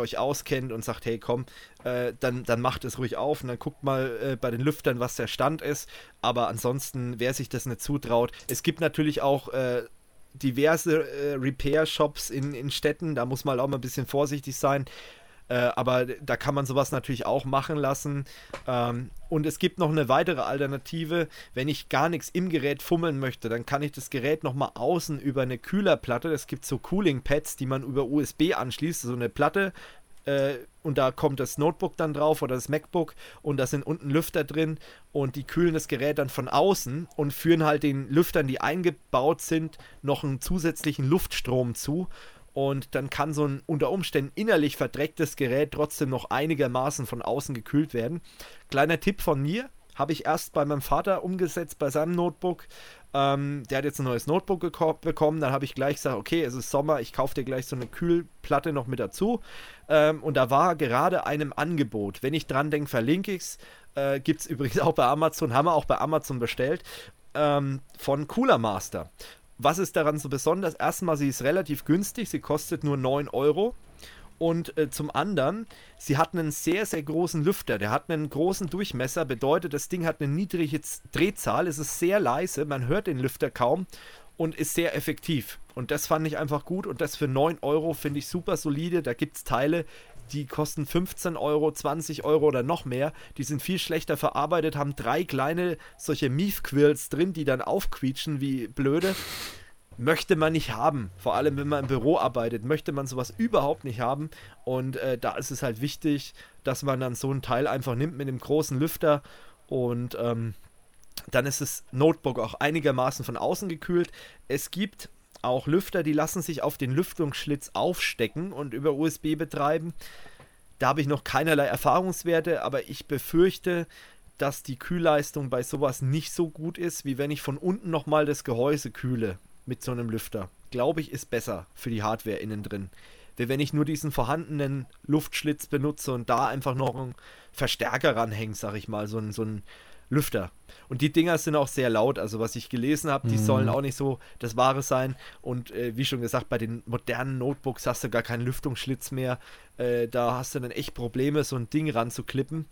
auskennt und sagt, hey komm, äh, dann, dann macht es ruhig auf und dann guckt mal äh, bei den Lüftern, was der Stand ist. Aber ansonsten, wer sich das nicht zutraut, es gibt natürlich auch äh, diverse äh, Repair-Shops in, in Städten, da muss man auch mal ein bisschen vorsichtig sein. Äh, aber da kann man sowas natürlich auch machen lassen. Ähm, und es gibt noch eine weitere Alternative. Wenn ich gar nichts im Gerät fummeln möchte, dann kann ich das Gerät nochmal außen über eine Kühlerplatte, es gibt so Cooling-Pads, die man über U S B anschließt, so eine Platte, äh, und da kommt das Notebook dann drauf oder das MacBook und da sind unten Lüfter drin und die kühlen das Gerät dann von außen und führen halt den Lüftern, die eingebaut sind, noch einen zusätzlichen Luftstrom zu. Und dann kann so ein unter Umständen innerlich verdrecktes Gerät trotzdem noch einigermaßen von außen gekühlt werden. Kleiner Tipp von mir, habe ich erst bei meinem Vater umgesetzt, bei seinem Notebook. Ähm, der hat jetzt ein neues Notebook geko- bekommen. Dann habe ich gleich gesagt, okay, es ist Sommer, ich kaufe dir gleich so eine Kühlplatte noch mit dazu. Ähm, und da war gerade einem Angebot. Wenn ich dran denke, verlinke ich es. Äh, gibt es übrigens auch bei Amazon, haben wir auch bei Amazon bestellt, ähm, von Cooler Master. Was ist daran so besonders? Erstmal, sie ist relativ günstig, sie kostet nur neun Euro. Und äh, zum anderen, sie hat einen sehr, sehr großen Lüfter. Der hat einen großen Durchmesser, bedeutet, das Ding hat eine niedrige Drehzahl, es ist sehr leise, man hört den Lüfter kaum und ist sehr effektiv. Und das fand ich einfach gut und das für neun Euro finde ich super solide. Da gibt es Teile, die kosten fünfzehn Euro, zwanzig Euro oder noch mehr. Die sind viel schlechter verarbeitet, haben drei kleine solche Mief-Quills drin, die dann aufquietschen wie blöde. Möchte man nicht haben. Vor allem, wenn man im Büro arbeitet, möchte man sowas überhaupt nicht haben. Und äh, da ist es halt wichtig, dass man dann so ein Teil einfach nimmt mit einem großen Lüfter und ähm, dann ist das Notebook auch einigermaßen von außen gekühlt. Es gibt auch Lüfter, die lassen sich auf den Lüftungsschlitz aufstecken und über U S B betreiben. Da habe ich noch keinerlei Erfahrungswerte, aber ich befürchte, dass die Kühlleistung bei sowas nicht so gut ist, wie wenn ich von unten nochmal das Gehäuse kühle mit so einem Lüfter. Glaube ich, ist besser für die Hardware innen drin. Wie wenn ich nur diesen vorhandenen Luftschlitz benutze und da einfach noch einen Verstärker ranhänge, sag ich mal, so ein, so ein Lüfter. Und die Dinger sind auch sehr laut, also was ich gelesen habe, die mhm. sollen auch nicht so das Wahre sein. Und äh, wie schon gesagt, bei den modernen Notebooks hast du gar keinen Lüftungsschlitz mehr. Äh, da hast du dann echt Probleme, so ein Ding ranzuklippen.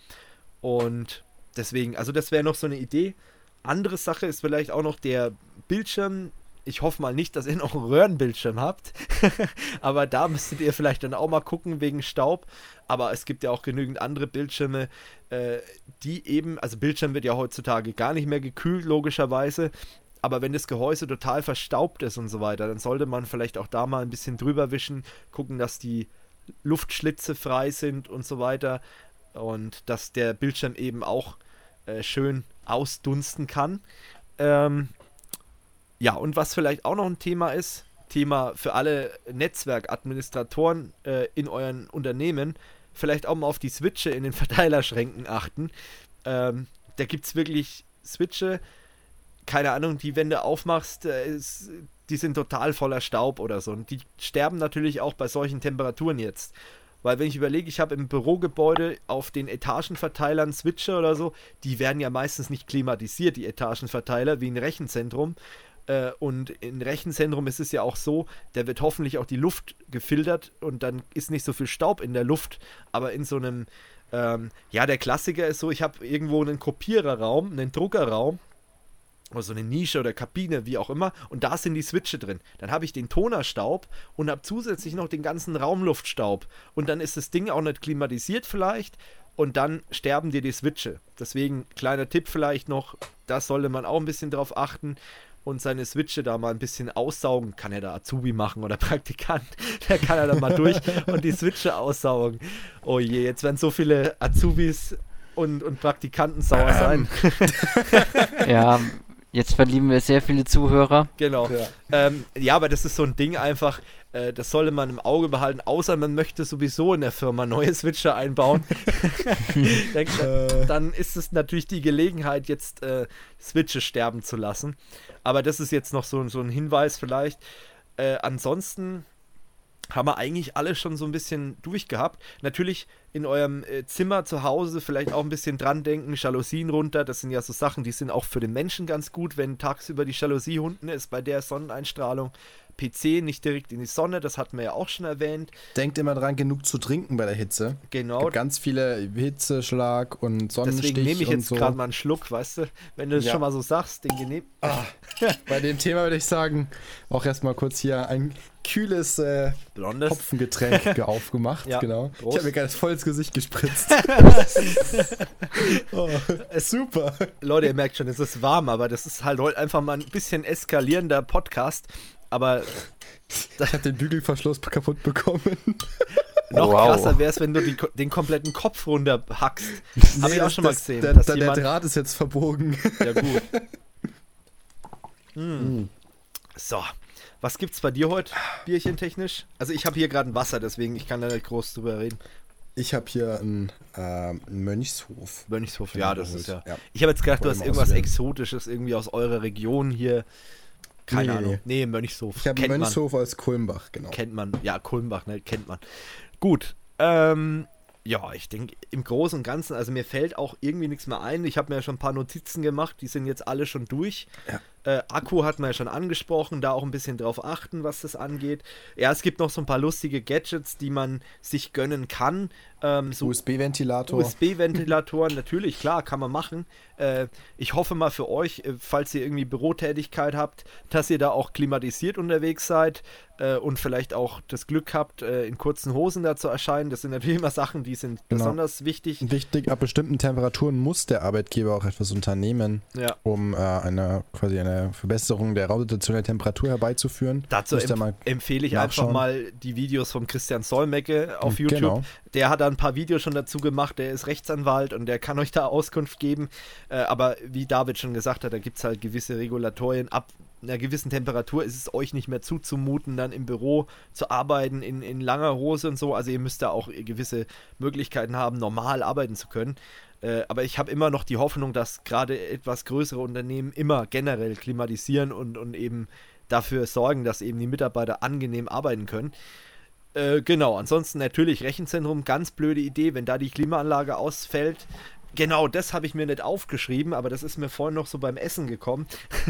Und deswegen, also das wäre noch so eine Idee. Andere Sache ist vielleicht auch noch der Bildschirm. Ich hoffe mal nicht, dass ihr noch einen Röhrenbildschirm habt, aber da müsstet ihr vielleicht dann auch mal gucken wegen Staub. Aber es gibt ja auch genügend andere Bildschirme, äh, die eben, also Bildschirm wird ja heutzutage gar nicht mehr gekühlt, logischerweise. Aber wenn das Gehäuse total verstaubt ist und so weiter, dann sollte man vielleicht auch da mal ein bisschen drüber wischen, gucken, dass die Luftschlitze frei sind und so weiter und dass der Bildschirm eben auch äh, schön ausdunsten kann. Ähm, Ja, und was vielleicht auch noch ein Thema ist, Thema für alle Netzwerkadministratoren äh, in euren Unternehmen, vielleicht auch mal auf die Switche in den Verteilerschränken achten. Ähm, da gibt es wirklich Switche, keine Ahnung, die, wenn du aufmachst, äh, ist, die sind total voller Staub oder so. Und die sterben natürlich auch bei solchen Temperaturen jetzt. Weil wenn ich überlege, ich habe im Bürogebäude auf den Etagenverteilern Switche oder so, die werden ja meistens nicht klimatisiert, die Etagenverteiler, wie ein Rechenzentrum. Und im Rechenzentrum ist es ja auch so, da wird hoffentlich auch die Luft gefiltert und dann ist nicht so viel Staub in der Luft. Aber in so einem, ähm, ja, der Klassiker ist so, ich habe irgendwo einen Kopiererraum, einen Druckerraum, oder so eine Nische oder Kabine, wie auch immer, und da sind die Switche drin. Dann habe ich den Tonerstaub und habe zusätzlich noch den ganzen Raumluftstaub. Und dann ist das Ding auch nicht klimatisiert vielleicht und dann sterben dir die Switche. Deswegen, kleiner Tipp vielleicht noch, da sollte man auch ein bisschen drauf achten. Und seine Switche da mal ein bisschen aussaugen. Kann er da Azubi machen oder Praktikant. Der kann er da mal durch und die Switche aussaugen. Oh je, jetzt werden so viele Azubis und, und Praktikanten sauer sein. Ja, jetzt verlieren wir sehr viele Zuhörer. Genau. Ja, ähm, ja, aber das ist so ein Ding einfach, äh, das sollte man im Auge behalten, außer man möchte sowieso in der Firma neue Switcher einbauen. dann, dann ist es natürlich die Gelegenheit, jetzt äh, Switche sterben zu lassen. Aber das ist jetzt noch so, so ein Hinweis vielleicht. Äh, ansonsten haben wir eigentlich alle schon so ein bisschen durchgehabt. Natürlich in eurem äh, Zimmer zu Hause vielleicht auch ein bisschen dran denken, Jalousien runter, das sind ja so Sachen, die sind auch für den Menschen ganz gut, wenn tagsüber die Jalousie unten ist bei der Sonneneinstrahlung. P C nicht direkt in die Sonne, das hatten wir ja auch schon erwähnt. Denkt immer dran, genug zu trinken bei der Hitze. Genau. Es gibt ganz viele Hitzeschlag und Sonnenstich. Deswegen nehme ich jetzt so. gerade mal einen Schluck, weißt du, wenn du es Ja. schon mal so sagst, den genehm. Ah, bei dem Thema würde ich sagen, auch erstmal kurz hier ein kühles äh, Blondes. Hopfengetränk aufgemacht. Ja, Genau. Prost. Ich habe mir gerade voll ins Gesicht gespritzt. oh, super. Leute, ihr merkt schon, es ist warm, aber das ist halt heute einfach mal ein bisschen eskalierender Podcast. Aber Ich habe den Bügelverschluss kaputt bekommen. noch Wow. krasser wäre es, wenn du die, den kompletten Kopf runterhackst. Habe ich auch das- schon mal das- gesehen. Der, dass der, der jemand, Draht ist jetzt verbogen. ja, gut. Mm. So, was gibt's bei dir heute, bierchentechnisch? Also ich habe hier gerade ein Wasser, deswegen ich kann da nicht groß drüber reden. Ich habe hier einen ähm, Mönchshof. Mönchshof, Genau, ja, das ist ja. geholt. Ja. Ich habe jetzt gedacht, du Wollen hast wir irgendwas auswählen. Exotisches irgendwie aus eurer Region hier. Keine Nee, Ahnung. nee. Nee, Mönchshof. Ich habe Kennt einen man. Mönchshof aus Kulmbach, genau. Kennt man. Ja, Kulmbach, ne, kennt man. Gut. Ähm, ja, ich denke, im Großen und Ganzen, also mir fällt auch irgendwie nichts mehr ein. Ich habe mir ja schon ein paar Notizen gemacht, die sind jetzt alle schon durch. Ja. Äh, Akku hat man ja schon angesprochen, da auch ein bisschen drauf achten, was das angeht. Ja, es gibt noch so ein paar lustige Gadgets, die man sich gönnen kann. Ähm, so U S B-Ventilator. U S B-Ventilatoren, natürlich, klar, kann man machen. Äh, ich hoffe mal für euch, äh, falls ihr irgendwie Bürotätigkeit habt, dass ihr da auch klimatisiert unterwegs seid äh, und vielleicht auch das Glück habt, äh, in kurzen Hosen da zu erscheinen. Das sind natürlich immer Sachen, die sind Genau. besonders wichtig. Wichtig, ab bestimmten Temperaturen muss der Arbeitgeber auch etwas unternehmen, Ja. um äh, eine quasi eine Verbesserung der Raumsituation der Temperatur herbeizuführen. Dazu Müsst ihr empf mal empfehle ich einfach nachschauen. mal die Videos von Christian Solmecke auf YouTube. Genau. Der hat da ein paar Videos schon dazu gemacht, der ist Rechtsanwalt und der kann euch da Auskunft geben. Äh, aber wie David schon gesagt hat, da gibt es halt gewisse Regulatorien. Ab einer gewissen Temperatur ist es euch nicht mehr zuzumuten, dann im Büro zu arbeiten, in, in langer Hose und so. Also ihr müsst da auch gewisse Möglichkeiten haben, normal arbeiten zu können. Äh, aber ich habe immer noch die Hoffnung, dass gerade etwas größere Unternehmen immer generell klimatisieren und, und eben dafür sorgen, dass eben die Mitarbeiter angenehm arbeiten können. Äh, genau, ansonsten natürlich Rechenzentrum, ganz blöde Idee, wenn da die Klimaanlage ausfällt. Genau, das habe ich mir nicht aufgeschrieben, aber das ist mir vorhin noch so beim Essen gekommen.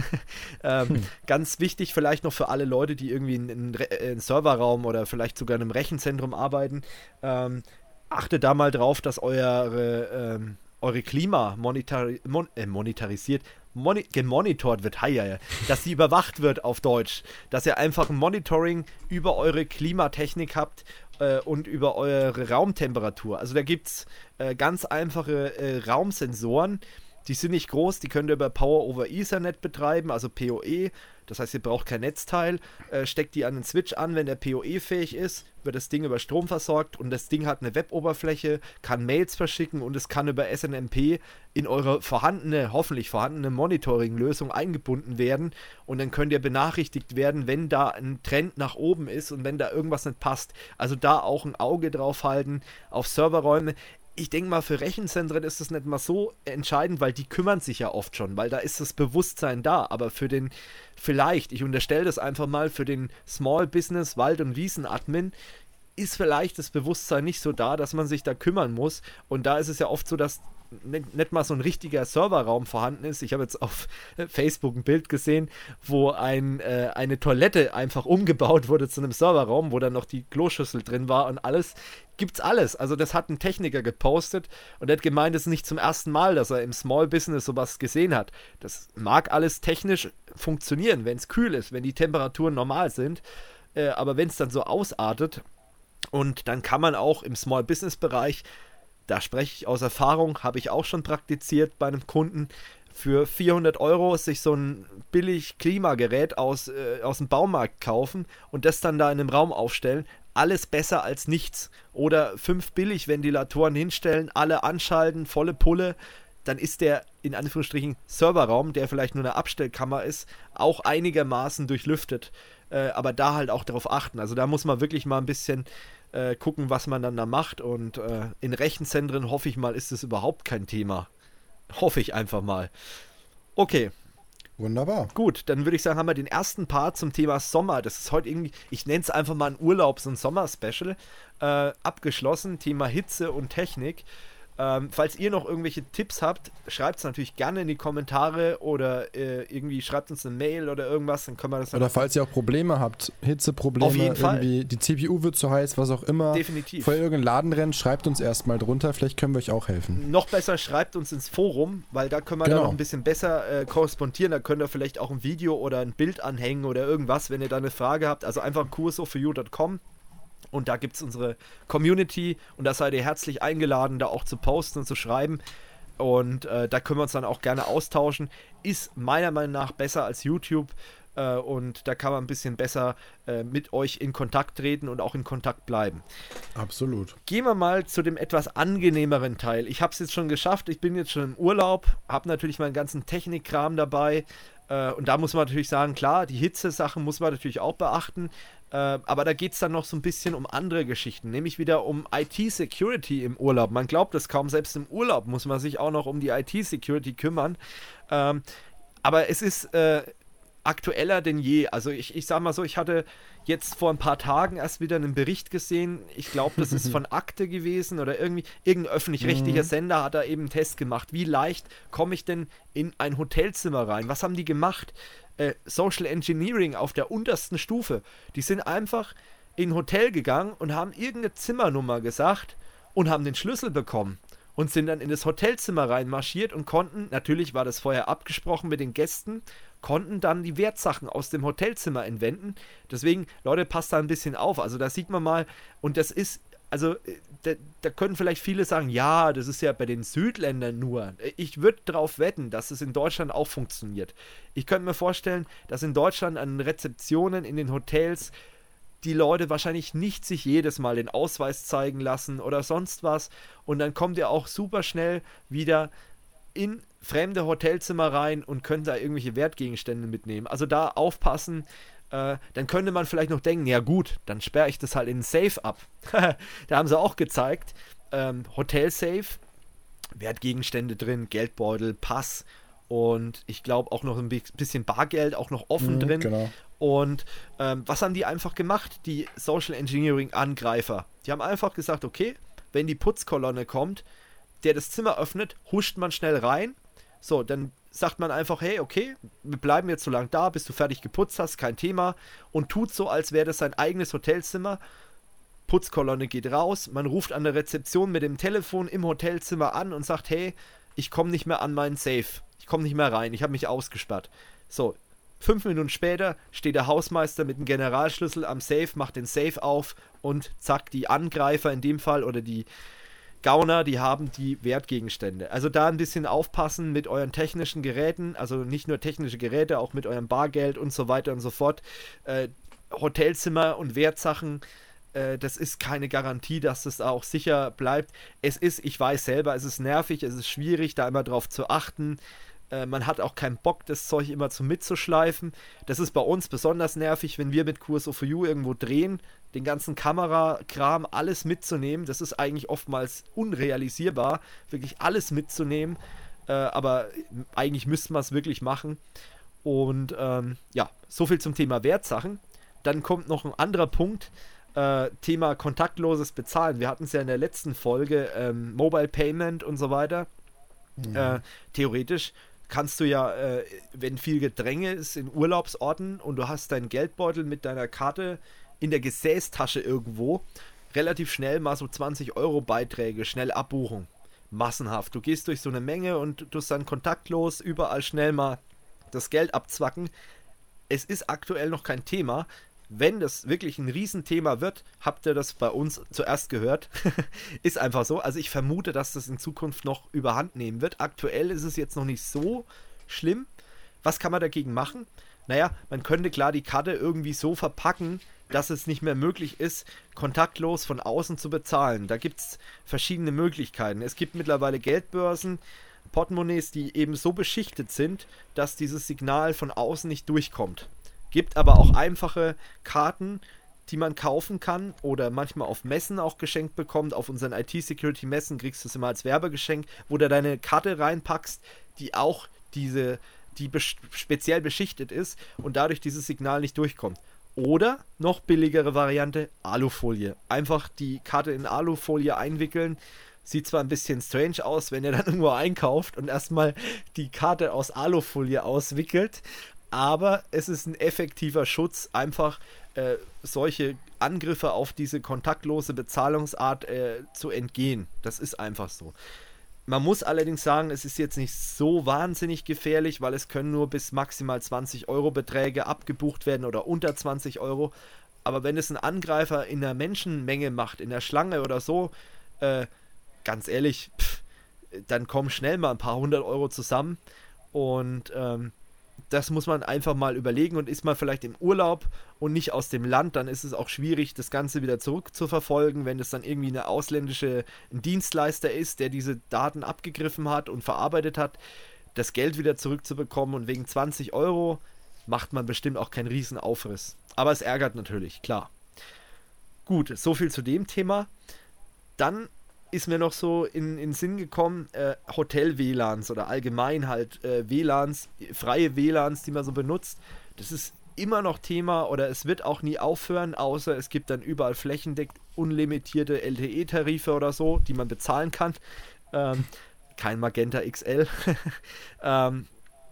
ähm, hm. Ganz wichtig vielleicht noch für alle Leute, die irgendwie in einem Re- Serverraum oder vielleicht sogar in einem Rechenzentrum arbeiten. Ähm, achtet da mal drauf, dass eure, ähm, eure Klima monetari- mon- äh, monetarisiert, moni- gemonitort wird, hei, hei, dass sie überwacht wird auf Deutsch. Dass ihr einfach ein Monitoring über eure Klimatechnik habt äh, und über eure Raumtemperatur. Also da gibt es äh, ganz einfache äh, Raumsensoren. Die sind nicht groß, die könnt ihr über Power over Ethernet betreiben, also P O E. Das heißt, ihr braucht kein Netzteil. Äh, steckt die an den Switch an, wenn der P O E-fähig ist, wird das Ding über Strom versorgt und das Ding hat eine Web-Oberfläche, kann Mails verschicken und es kann über S N M P in eure vorhandene, hoffentlich vorhandene Monitoring-Lösung eingebunden werden und dann könnt ihr benachrichtigt werden, wenn da ein Trend nach oben ist und wenn da irgendwas nicht passt. Also da auch ein Auge drauf halten auf Serverräume. Ich denke mal, für Rechenzentren ist das nicht mal so entscheidend, weil die kümmern sich ja oft schon, weil da ist das Bewusstsein da. Aber für den, vielleicht, ich unterstelle das einfach mal, für den Small Business Wald- und Wiesen-Admin ist vielleicht das Bewusstsein nicht so da, dass man sich da kümmern muss. Und da ist es ja oft so, dass nicht, nicht mal so ein richtiger Serverraum vorhanden ist. Ich habe jetzt auf Facebook ein Bild gesehen, wo ein, äh, eine Toilette einfach umgebaut wurde zu einem Serverraum, wo dann noch die Kloschüssel drin war und alles. Gibt's alles. Also das hat ein Techniker gepostet und er hat gemeint, es ist nicht zum ersten Mal, dass er im Small Business sowas gesehen hat. Das mag alles technisch funktionieren, wenn es kühl ist, wenn die Temperaturen normal sind. Äh, aber wenn es dann so ausartet und dann kann man auch im Small Business Bereich, da spreche ich aus Erfahrung, habe ich auch schon praktiziert bei einem Kunden, für vierhundert Euro sich so ein billig Klimagerät aus, äh, aus dem Baumarkt kaufen und das dann da in einem Raum aufstellen. Alles besser als nichts. Oder fünf Billigventilatoren hinstellen, alle anschalten, volle Pulle. Dann ist der, in Anführungsstrichen, Serverraum, der vielleicht nur eine Abstellkammer ist, auch einigermaßen durchlüftet. Äh, aber da halt auch darauf achten. Also da muss man wirklich mal ein bisschen äh, gucken, was man dann da macht. Und äh, in Rechenzentren, hoffe ich mal, ist es überhaupt kein Thema. Hoffe ich einfach mal. Okay. Wunderbar. Gut, dann würde ich sagen, haben wir den ersten Part zum Thema Sommer. Das ist heute irgendwie, ich nenne es einfach mal ein Urlaubs- und Sommer-Special, äh, abgeschlossen. Thema Hitze und Technik. Ähm, falls ihr noch irgendwelche Tipps habt, schreibt es natürlich gerne in die Kommentare oder äh, irgendwie schreibt uns eine Mail oder irgendwas, dann können wir das dann. Oder falls ihr auch Probleme habt, Hitzeprobleme, Auf jeden Fall. irgendwie die C P U wird zu heiß, was auch immer. Definitiv. Vor irgendeinem Laden rennt, schreibt uns erstmal drunter, vielleicht können wir euch auch helfen. Noch besser, schreibt uns ins Forum, weil da können wir Genau. dann noch ein bisschen besser äh, korrespondieren. Da könnt ihr vielleicht auch ein Video oder ein Bild anhängen oder irgendwas, wenn ihr da eine Frage habt. Also einfach kurso for you dot com. Und da gibt es unsere Community und da seid ihr herzlich eingeladen, da auch zu posten und zu schreiben. Und äh, da können wir uns dann auch gerne austauschen. Ist meiner Meinung nach besser als YouTube. Äh, und da kann man ein bisschen besser äh, mit euch in Kontakt treten und auch in Kontakt bleiben. Absolut. Gehen wir mal zu dem etwas angenehmeren Teil. Ich habe es jetzt schon geschafft. Ich bin jetzt schon im Urlaub. Habe natürlich meinen ganzen Technikkram dabei. Äh, und da muss man natürlich sagen, klar, die Hitze-Sachen muss man natürlich auch beachten. Äh, aber da geht es dann noch so ein bisschen um andere Geschichten, nämlich wieder um I T-Security im Urlaub. Man glaubt es kaum, selbst im Urlaub muss man sich auch noch um die I T-Security kümmern. Ähm, aber es ist äh, aktueller denn je. Also ich, ich sag mal so, ich hatte jetzt vor ein paar Tagen erst wieder einen Bericht gesehen. Ich glaube, das ist von Akte gewesen oder irgendwie irgendein öffentlich-rechtlicher Mhm. Sender hat da eben einen Test gemacht. Wie leicht komme ich denn in ein Hotelzimmer rein? Was haben die gemacht? Äh, Social Engineering auf der untersten Stufe. Die sind einfach in ein Hotel gegangen und haben irgendeine Zimmernummer gesagt und haben den Schlüssel bekommen und sind dann in das Hotelzimmer reinmarschiert und konnten, natürlich war das vorher abgesprochen mit den Gästen, konnten dann die Wertsachen aus dem Hotelzimmer entwenden. Deswegen, Leute, passt da ein bisschen auf. Also da sieht man mal, und das ist, also äh, da, da können vielleicht viele sagen, ja, das ist ja bei den Südländern nur. Ich würde darauf wetten, dass es in Deutschland auch funktioniert. Ich könnte mir vorstellen, dass in Deutschland an Rezeptionen in den Hotels die Leute wahrscheinlich nicht sich jedes Mal den Ausweis zeigen lassen oder sonst was. Und dann kommt ihr auch super schnell wieder in fremde Hotelzimmer rein und könnt da irgendwelche Wertgegenstände mitnehmen. Also da aufpassen. Äh, dann könnte man vielleicht noch denken, ja gut, dann sperre ich das halt in ein Safe ab. Da haben sie auch gezeigt, ähm, Hotel-Safe, Wertgegenstände drin, Geldbeutel, Pass und ich glaube auch noch ein bisschen Bargeld, auch noch offen Mhm, drin. genau. Und ähm, was haben die einfach gemacht, die Social Engineering-Angreifer? Die haben einfach gesagt, okay, wenn die Putzkolonne kommt, der das Zimmer öffnet, huscht man schnell rein. So, dann sagt man einfach, hey, okay, wir bleiben jetzt so lange da, bis du fertig geputzt hast, kein Thema. Und tut so, als wäre das sein eigenes Hotelzimmer. Putzkolonne geht raus, man ruft an der Rezeption mit dem Telefon im Hotelzimmer an und sagt, hey, ich komme nicht mehr an meinen Safe. Ich komme nicht mehr rein, ich habe mich ausgesperrt. So, fünf Minuten später steht der Hausmeister mit dem Generalschlüssel am Safe, macht den Safe auf und zack, die Angreifer in dem Fall oder die Gauner, die haben die Wertgegenstände. Also da ein bisschen aufpassen mit euren technischen Geräten, also nicht nur technische Geräte, auch mit eurem Bargeld und so weiter und so fort. Äh, Hotelzimmer und Wertsachen, äh, das ist keine Garantie, dass das auch sicher bleibt. Es ist, ich weiß selber, es ist nervig, es ist schwierig, da immer drauf zu achten. Äh, man hat auch keinen Bock, das Zeug immer zu mitzuschleifen. Das ist bei uns besonders nervig, wenn wir mit Kurso for You irgendwo drehen, den ganzen Kamerakram, alles mitzunehmen. Das ist eigentlich oftmals unrealisierbar, wirklich alles mitzunehmen. Äh, aber eigentlich müsste man es wirklich machen. Und ähm, ja, so viel zum Thema Wertsachen. Dann kommt noch ein anderer Punkt, äh, Thema kontaktloses Bezahlen. Wir hatten es ja in der letzten Folge, ähm, Mobile Payment und so weiter. Mhm. Äh, theoretisch kannst du ja, äh, wenn viel Gedränge ist in Urlaubsorten und du hast deinen Geldbeutel mit deiner Karte in der Gesäßtasche irgendwo, relativ schnell mal so zwanzig Euro Beiträge, schnell abbuchen. Massenhaft. Du gehst durch so eine Menge und du hast dann kontaktlos überall schnell mal das Geld abzwacken. Es ist aktuell noch kein Thema. Wenn das wirklich ein Riesenthema wird, habt ihr das bei uns zuerst gehört. Ist einfach so. Also ich vermute, dass das in Zukunft noch überhand nehmen wird. Aktuell ist es jetzt noch nicht so schlimm. Was kann man dagegen machen? Naja, man könnte klar die Karte irgendwie so verpacken, dass es nicht mehr möglich ist, kontaktlos von außen zu bezahlen. Da gibt es verschiedene Möglichkeiten. Es gibt mittlerweile Geldbörsen, Portemonnaies, die eben so beschichtet sind, dass dieses Signal von außen nicht durchkommt. Gibt aber auch einfache Karten, die man kaufen kann oder manchmal auf Messen auch geschenkt bekommt. Auf unseren I T-Security-Messen kriegst du es immer als Werbegeschenk, wo du deine Karte reinpackst, die auch diese, die bes- speziell beschichtet ist und dadurch dieses Signal nicht durchkommt. Oder, noch billigere Variante, Alufolie. Einfach die Karte in Alufolie einwickeln, Sieht zwar ein bisschen strange aus, wenn ihr dann irgendwo einkauft und erstmal die Karte aus Alufolie auswickelt, aber es ist ein effektiver Schutz, einfach äh, solche Angriffe auf diese kontaktlose Bezahlungsart äh, zu entgehen. Das ist einfach so. Man muss allerdings sagen, es ist jetzt nicht so wahnsinnig gefährlich, weil es können nur bis maximal zwanzig Euro Beträge abgebucht werden oder unter zwanzig Euro. Aber wenn es ein Angreifer in der Menschenmenge macht, in der Schlange oder so, äh, ganz ehrlich, pff, dann kommen schnell mal ein paar hundert Euro zusammen. Und ähm, das muss man einfach mal überlegen, und ist man vielleicht im Urlaub und nicht aus dem Land, dann ist es auch schwierig, das Ganze wieder zurückzuverfolgen, wenn es dann irgendwie eine ausländische ein Dienstleister ist, der diese Daten abgegriffen hat und verarbeitet hat, das Geld wieder zurückzubekommen, und wegen zwanzig Euro macht man bestimmt auch keinen riesen Aufriss. Aber es ärgert natürlich, klar. Gut, so viel zu dem Thema. Dann ist mir noch so in den Sinn gekommen, äh, Hotel-W L A Ns oder allgemein halt äh, W L A Ns, freie W L A Ns, die man so benutzt. Das ist immer noch Thema, oder es wird auch nie aufhören, außer es gibt dann überall flächendeckend unlimitierte L T E-Tarife oder so, die man bezahlen kann. Ähm, kein Magenta X L. ähm,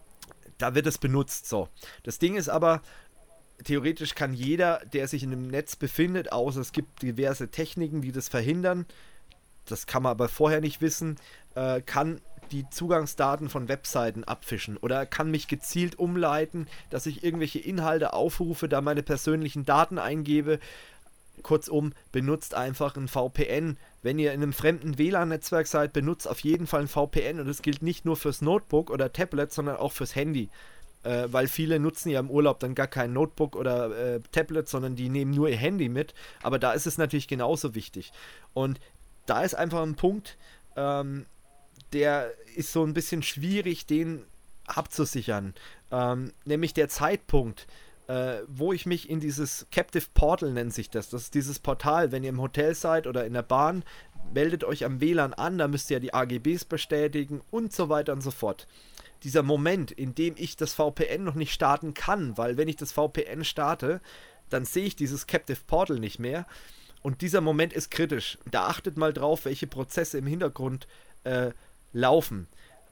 da wird es benutzt, so. Das Ding ist aber, theoretisch kann jeder, der sich in einem Netz befindet, außer es gibt diverse Techniken, die das verhindern, das kann man aber vorher nicht wissen, äh, kann die Zugangsdaten von Webseiten abfischen oder kann mich gezielt umleiten, dass ich irgendwelche Inhalte aufrufe, da meine persönlichen Daten eingebe. Kurzum, benutzt einfach ein V P N. Wenn ihr in einem fremden W L A N-Netzwerk seid, benutzt auf jeden Fall ein V P N, und das gilt nicht nur fürs Notebook oder Tablet, sondern auch fürs Handy. Äh, weil viele nutzen ja im Urlaub dann gar kein Notebook oder äh, Tablet, sondern die nehmen nur ihr Handy mit. Aber da ist es natürlich genauso wichtig. Und da ist einfach ein Punkt, ähm, der ist so ein bisschen schwierig, den abzusichern. Ähm, nämlich der Zeitpunkt, äh, wo ich mich in dieses Captive Portal, nennt sich das, das ist dieses Portal, wenn ihr im Hotel seid oder in der Bahn, meldet euch am W L A N an, da müsst ihr ja die A G Bs bestätigen und so weiter und so fort. Dieser Moment, in dem ich das V P N noch nicht starten kann, weil wenn ich das V P N starte, dann sehe ich dieses Captive Portal nicht mehr. Und dieser Moment ist kritisch. Da achtet mal drauf, welche Prozesse im Hintergrund äh, laufen.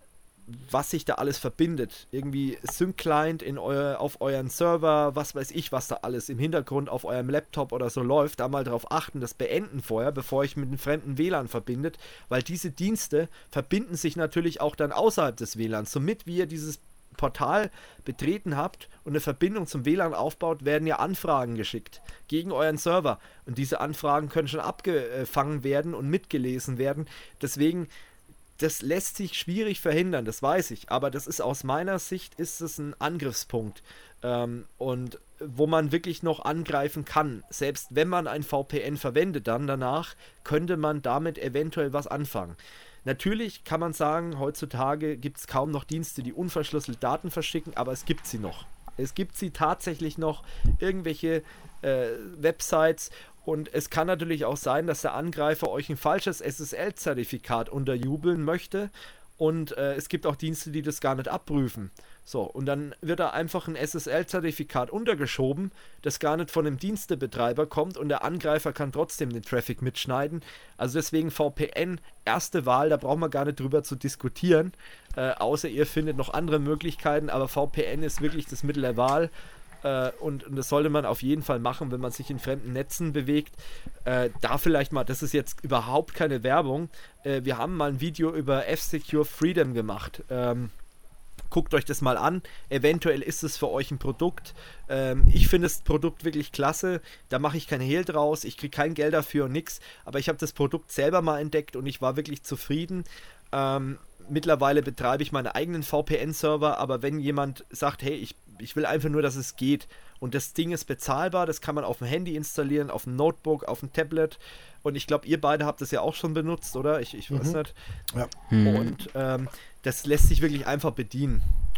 Was sich da alles verbindet. Irgendwie Sync-Client in euer, auf euren Server, was weiß ich, was da alles im Hintergrund auf eurem Laptop oder so läuft. Da mal drauf achten, das beenden vorher, bevor ich mit einem fremden W L A N verbindet. Weil diese Dienste verbinden sich natürlich auch dann außerhalb des W L A Ns. Somit, wie ihr dieses Portal betreten habt und eine Verbindung zum W L A N aufbaut, werden ja Anfragen geschickt gegen euren Server, und diese Anfragen können schon abgefangen werden und mitgelesen werden. Deswegen, das lässt sich schwierig verhindern, das weiß ich, aber das ist aus meiner Sicht ist es ein Angriffspunkt, ähm, und wo man wirklich noch angreifen kann. Selbst wenn man ein V P N verwendet, dann danach könnte man damit eventuell was anfangen. Natürlich kann man sagen, heutzutage gibt es kaum noch Dienste, die unverschlüsselt Daten verschicken, aber es gibt sie noch. Es gibt sie tatsächlich noch, irgendwelche äh, Websites, und es kann natürlich auch sein, dass der Angreifer euch ein falsches S S L-Zertifikat unterjubeln möchte, und äh, es gibt auch Dienste, die das gar nicht abprüfen. So, und dann wird da einfach ein S S L-Zertifikat untergeschoben, das gar nicht von dem Dienstebetreiber kommt, und der Angreifer kann trotzdem den Traffic mitschneiden. Also deswegen V P N, erste Wahl, da braucht man gar nicht drüber zu diskutieren, äh, außer ihr findet noch andere Möglichkeiten, aber V P N ist wirklich das Mittel der Wahl. Äh, und, und das sollte man auf jeden Fall machen, wenn man sich in fremden Netzen bewegt. Äh, da vielleicht mal, das ist jetzt überhaupt keine Werbung, äh, wir haben mal ein Video über F-Secure Freedom gemacht. Ähm, guckt euch das mal an, eventuell ist es für euch ein Produkt. Ähm, ich finde das Produkt wirklich klasse, da mache ich kein Hehl draus, ich kriege kein Geld dafür und nix, aber ich habe das Produkt selber mal entdeckt und ich war wirklich zufrieden. Ähm, mittlerweile betreibe ich meine eigenen V P N-Server, aber wenn jemand sagt, hey, ich, ich will einfach nur, dass es geht, und das Ding ist bezahlbar, das kann man auf dem Handy installieren, auf dem Notebook, auf dem Tablet, und ich glaube, ihr beide habt das ja auch schon benutzt, oder? Ich, ich weiß Mhm. nicht. Ja. Hm. Und ähm, das lässt sich wirklich einfach bedienen.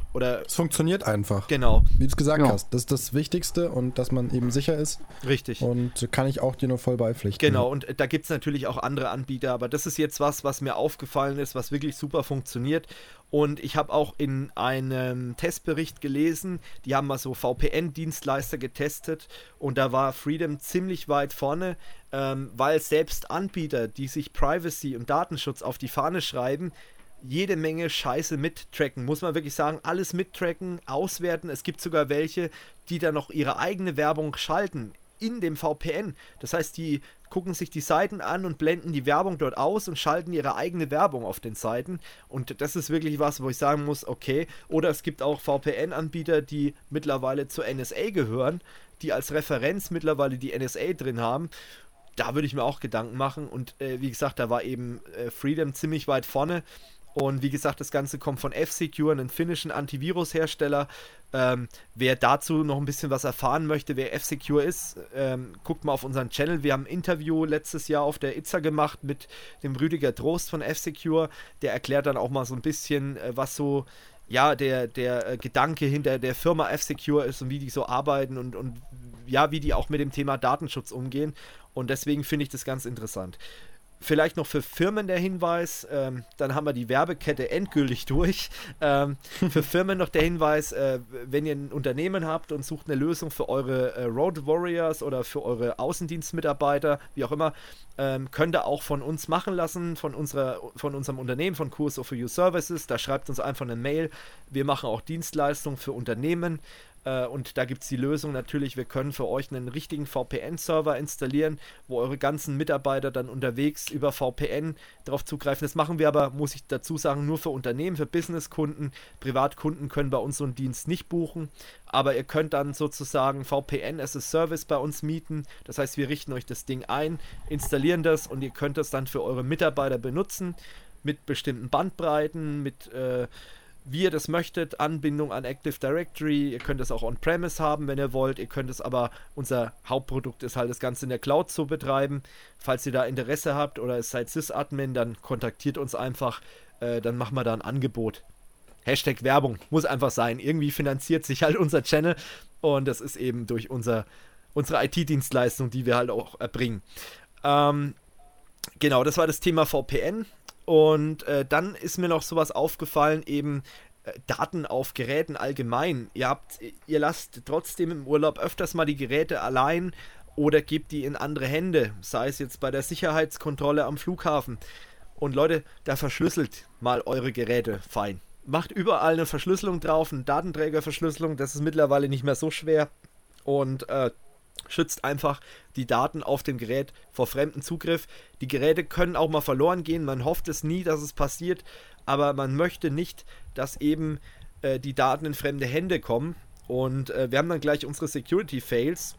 Oder Es funktioniert einfach. genau, Wie du es gesagt Ja. hast. Das ist das Wichtigste und dass man eben sicher ist. richtig. Und kann ich auch dir nur voll beipflichten. Genau, und da gibt es natürlich auch andere Anbieter, aber das ist jetzt was, was mir aufgefallen ist, was wirklich super funktioniert. Und ich habe auch in einem Testbericht gelesen, die haben mal so V P N-Dienstleister getestet und da war Freedom ziemlich weit vorne, ähm, weil selbst Anbieter, die sich Privacy und Datenschutz auf die Fahne schreiben, jede Menge Scheiße mittracken, muss man wirklich sagen, alles mittracken, auswerten. Es gibt sogar welche, die dann noch ihre eigene Werbung schalten in dem V P N. Das heißt, die gucken sich die Seiten an und blenden die Werbung dort aus und schalten ihre eigene Werbung auf den Seiten. Und das ist wirklich was, wo ich sagen muss, okay. Oder es gibt auch V P N-Anbieter, die mittlerweile zur N S A gehören, die als Referenz mittlerweile die N S A drin haben. Da würde ich mir auch Gedanken machen. Und äh, wie gesagt, da war eben äh, Freedom ziemlich weit vorne. Und wie gesagt, das Ganze kommt von F-Secure, einem finnischen Antivirus-Hersteller. Ähm, wer dazu noch ein bisschen was erfahren möchte, wer F-Secure ist, ähm, guckt mal auf unseren Channel. Wir haben ein Interview letztes Jahr auf der I Z Z A gemacht mit dem Rüdiger Drost von F-Secure. Der erklärt dann auch mal so ein bisschen, äh, was so ja, der, der äh, Gedanke hinter der Firma F-Secure ist und wie die so arbeiten und, und ja, wie die auch mit dem Thema Datenschutz umgehen. Und deswegen finde ich das ganz interessant. Vielleicht noch für Firmen der Hinweis, ähm, dann haben wir die Werbekette endgültig durch. Ähm, für Firmen noch der Hinweis, äh, wenn ihr ein Unternehmen habt und sucht eine Lösung für eure äh, Road Warriors oder für eure Außendienstmitarbeiter, wie auch immer, ähm, könnt ihr auch von uns machen lassen, von, unserer, von unserem Unternehmen, von Q S O for You Services. Da schreibt uns einfach eine Mail. Wir machen auch Dienstleistungen für Unternehmen. Und da gibt es die Lösung natürlich, wir können für euch einen richtigen V P N-Server installieren, wo eure ganzen Mitarbeiter dann unterwegs über V P N darauf zugreifen. Das machen wir aber, muss ich dazu sagen, nur für Unternehmen, für Businesskunden. Privatkunden können bei uns so einen Dienst nicht buchen, aber ihr könnt dann sozusagen V P N as a Service bei uns mieten. Das heißt, wir richten euch das Ding ein, installieren das und ihr könnt das dann für eure Mitarbeiter benutzen, mit bestimmten Bandbreiten, mit äh, wie ihr das möchtet, Anbindung an Active Directory, ihr könnt es auch on-premise haben, wenn ihr wollt, ihr könnt es aber, unser Hauptprodukt ist halt das Ganze in der Cloud zu betreiben. Falls ihr da Interesse habt oder es seid Sys-Admin, dann kontaktiert uns einfach, äh, dann machen wir da ein Angebot. Hashtag Werbung, muss einfach sein, irgendwie finanziert sich halt unser Channel und das ist eben durch unser, unsere I T-Dienstleistung, die wir halt auch erbringen. Ähm, genau, das war das Thema V P N. Und äh, dann ist mir noch sowas aufgefallen, eben äh, Daten auf Geräten allgemein. Ihr habt, ihr lasst trotzdem im Urlaub öfters mal die Geräte allein oder gebt die in andere Hände, sei es jetzt bei der Sicherheitskontrolle am Flughafen. Und Leute, da verschlüsselt mal eure Geräte fein. Macht überall eine Verschlüsselung drauf, eine Datenträgerverschlüsselung, das ist mittlerweile nicht mehr so schwer. Und äh, schützt einfach die Daten auf dem Gerät vor fremdem Zugriff. Die Geräte können auch mal verloren gehen, man hofft es nie, dass es passiert, aber man möchte nicht, dass eben äh, die Daten in fremde Hände kommen. Und äh, wir haben dann gleich unsere Security-Fails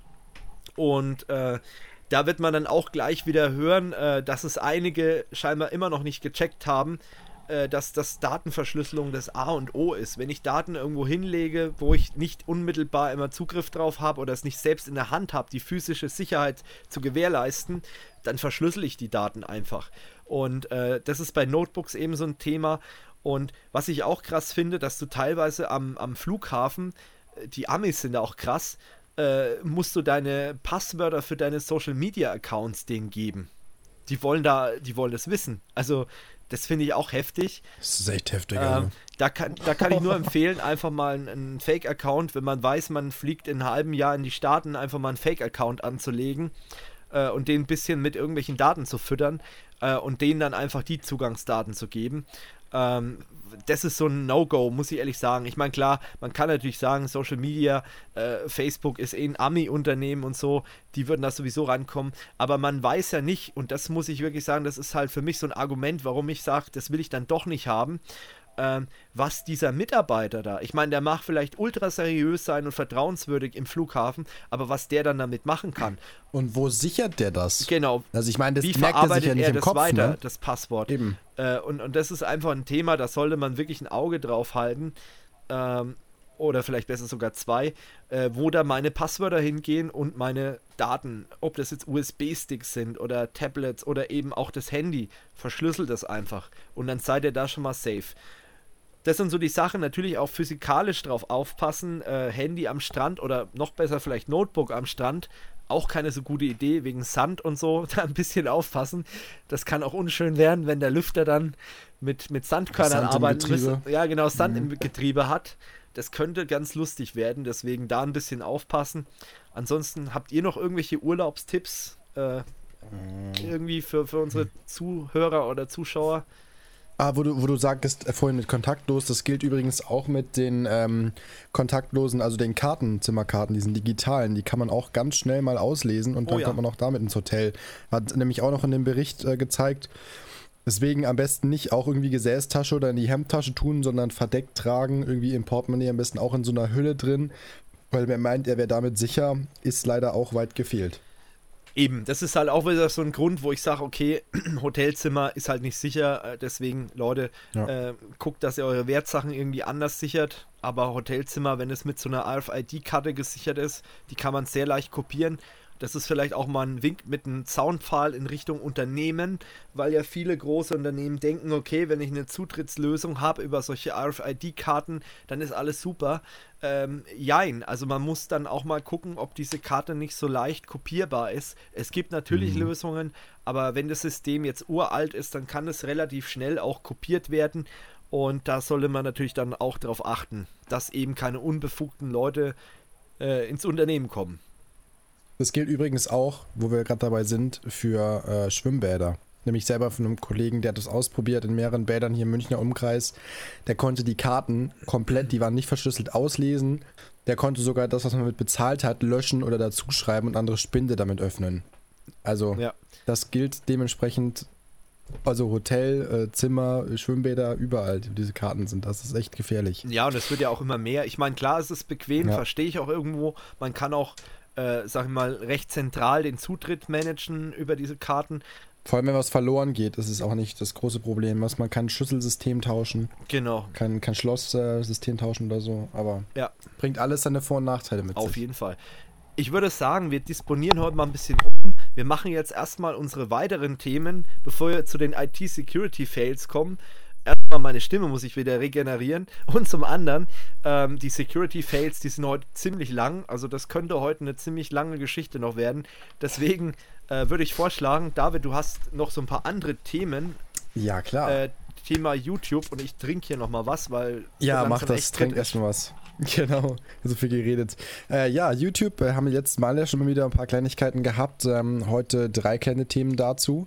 und äh, da wird man dann auch gleich wieder hören, äh, dass es einige scheinbar immer noch nicht gecheckt haben, dass das Datenverschlüsselung das A und O ist. Wenn ich Daten irgendwo hinlege, wo ich nicht unmittelbar immer Zugriff drauf habe oder es nicht selbst in der Hand habe, die physische Sicherheit zu gewährleisten, dann verschlüssel ich die Daten einfach. Und äh, das ist bei Notebooks eben so ein Thema. Und was ich auch krass finde, dass du teilweise am, am Flughafen, die Amis sind da auch krass, äh, musst du deine Passwörter für deine Social-Media-Accounts denen geben. Die wollen da, die wollen das wissen. Also das finde ich auch heftig. Das ist echt heftig. Ähm, da, kann, da kann ich nur empfehlen, einfach mal einen, einen Fake-Account, wenn man weiß, man fliegt in einem halben Jahr in die Staaten, einfach mal einen Fake-Account anzulegen äh, und den ein bisschen mit irgendwelchen Daten zu füttern äh, und denen dann einfach die Zugangsdaten zu geben. Ähm, das ist so ein No-Go, muss ich ehrlich sagen. Ich meine, klar, man kann natürlich sagen, Social Media, äh, Facebook ist eh ein Ami-Unternehmen und so, die würden da sowieso rankommen, aber man weiß ja nicht, und das muss ich wirklich sagen, das ist halt für mich so ein Argument, warum ich sage, das will ich dann doch nicht haben, ähm, was dieser Mitarbeiter da, ich meine, der mag vielleicht ultra seriös sein und vertrauenswürdig im Flughafen, aber was der dann damit machen kann. Und wo sichert der das? Genau. Also ich meine, das Wie merkt er sich verarbeitet ja nicht er im das Kopf, weiter, ne? das Passwort. Eben. Äh, und, und das ist einfach ein Thema, da sollte man wirklich ein Auge drauf halten, ähm, oder vielleicht besser sogar zwei, äh, wo da meine Passwörter hingehen und meine Daten, ob das jetzt U S B-Sticks sind oder Tablets oder eben auch das Handy, verschlüsselt das einfach und dann seid ihr da schon mal safe. das sind so die Sachen, natürlich auch physikalisch drauf aufpassen, äh, Handy am Strand oder noch besser vielleicht Notebook am Strand, auch keine so gute Idee, wegen Sand und so, da ein bisschen aufpassen. Das kann auch unschön werden, wenn der Lüfter dann mit, mit Sandkörnern Sand im arbeiten Getriebe. müsste. Ja, genau, Sand Mhm. im Getriebe hat. Das könnte ganz lustig werden, deswegen da ein bisschen aufpassen. Ansonsten habt ihr noch irgendwelche Urlaubstipps äh, irgendwie für, für unsere Zuhörer oder Zuschauer? Ah, wo du, wo du sagtest, äh, vorhin mit kontaktlos, das gilt übrigens auch mit den ähm, kontaktlosen, also den Karten, Zimmerkarten, diesen digitalen, die kann man auch ganz schnell mal auslesen und Oh dann ja. kommt man auch damit ins Hotel. Hat nämlich auch noch in dem Bericht äh, gezeigt. Deswegen am besten nicht auch irgendwie Gesäßtasche oder in die Hemdtasche tun, sondern verdeckt tragen, irgendwie im Portemonnaie, am besten auch in so einer Hülle drin, weil wer meint, er wäre damit sicher, ist leider auch weit gefehlt. Eben, das ist halt auch wieder so ein Grund, wo ich sage, okay, Hotelzimmer ist halt nicht sicher, äh, deswegen, Leute, Ja. äh, guckt, dass ihr eure Wertsachen irgendwie anders sichert, aber Hotelzimmer, wenn es mit so einer R F I D-Karte gesichert ist, die kann man sehr leicht kopieren. Das ist vielleicht auch mal ein Wink mit einem Zaunpfahl in Richtung Unternehmen, weil ja viele große Unternehmen denken, okay, wenn ich eine Zutrittslösung habe über solche R F I D-Karten, dann ist alles super. Ähm, jein, also man muss dann auch mal gucken, ob diese Karte nicht so leicht kopierbar ist. Es gibt natürlich Mhm. Lösungen, aber wenn das System jetzt uralt ist, dann kann es relativ schnell auch kopiert werden und da sollte man natürlich dann auch darauf achten, dass eben keine unbefugten Leute äh, ins Unternehmen kommen. Das gilt übrigens auch, wo wir gerade dabei sind, für äh, Schwimmbäder. Nämlich selber von einem Kollegen, der hat das ausprobiert in mehreren Bädern hier im Münchner Umkreis. Der konnte die Karten komplett, die waren nicht verschlüsselt, auslesen. Der konnte sogar das, was man mit bezahlt hat, löschen oder dazuschreiben und andere Spinde damit öffnen. Also Ja. das gilt dementsprechend, also Hotel, äh, Zimmer, Schwimmbäder, überall, die diese Karten sind. Das ist echt gefährlich. Ja, und es wird ja auch immer mehr. Ich meine, klar, es ist bequem, Ja. verstehe ich auch irgendwo. Man kann auch, äh, sag ich mal, recht zentral den Zutritt managen über diese Karten. Vor allem, wenn was verloren geht, ist es auch nicht das große Problem. Was, man kann Schlüsselsystem tauschen, Genau, kann, kann Schlosssystem tauschen oder so, aber ja, bringt alles seine Vor- und Nachteile mit auf sich. jeden Fall. Ich würde sagen, wir disponieren heute mal ein bisschen um. Wir machen jetzt erstmal unsere weiteren Themen, bevor wir zu den I T-Security-Fails kommen. Erstmal meine Stimme muss ich wieder regenerieren und zum anderen, ähm, die Security-Fails, die sind heute ziemlich lang, also das könnte heute eine ziemlich lange Geschichte noch werden. Deswegen äh, würde ich vorschlagen, David, du hast noch so ein paar andere Themen, Ja, klar. äh, Thema YouTube und ich trinke hier nochmal was, weil es ja, wird mach langsam das, echt trink kritisch. erstmal was. Genau, so viel geredet. Äh, ja, YouTube äh, haben wir letztes Mal ja schon mal wieder ein paar Kleinigkeiten gehabt. Ähm, heute drei kleine Themen dazu.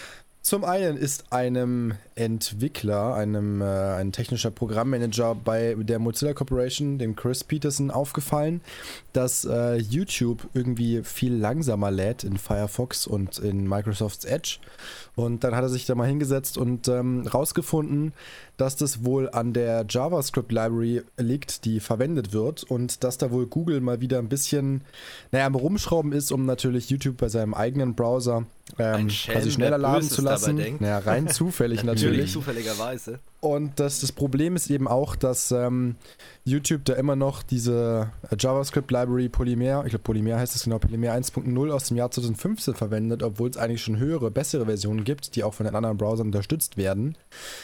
Zum einen ist einem Entwickler, einem äh, ein technischer Programmmanager bei der Mozilla Corporation, dem Chris Peterson, aufgefallen, dass äh, YouTube irgendwie viel langsamer lädt in Firefox und in Microsoft's Edge. Und dann hat er sich da mal hingesetzt und ähm, rausgefunden, dass das wohl an der JavaScript-Library liegt, die verwendet wird und dass da wohl Google mal wieder ein bisschen, naja, am Rumschrauben ist, um natürlich YouTube bei seinem eigenen Browser ähm, Ein Schelm, quasi schneller wer laden Böses zu lassen. dabei denkt. Naja, rein zufällig Natürlich, natürlich. zufälligerweise. Und das, das Problem ist eben auch, dass ähm, YouTube da immer noch diese äh, JavaScript-Library Polymer, ich glaube Polymer heißt es genau, Polymer eins Punkt null aus dem Jahr zwanzig fünfzehn verwendet, obwohl es eigentlich schon höhere, bessere Versionen gibt, die auch von den anderen Browsern unterstützt werden.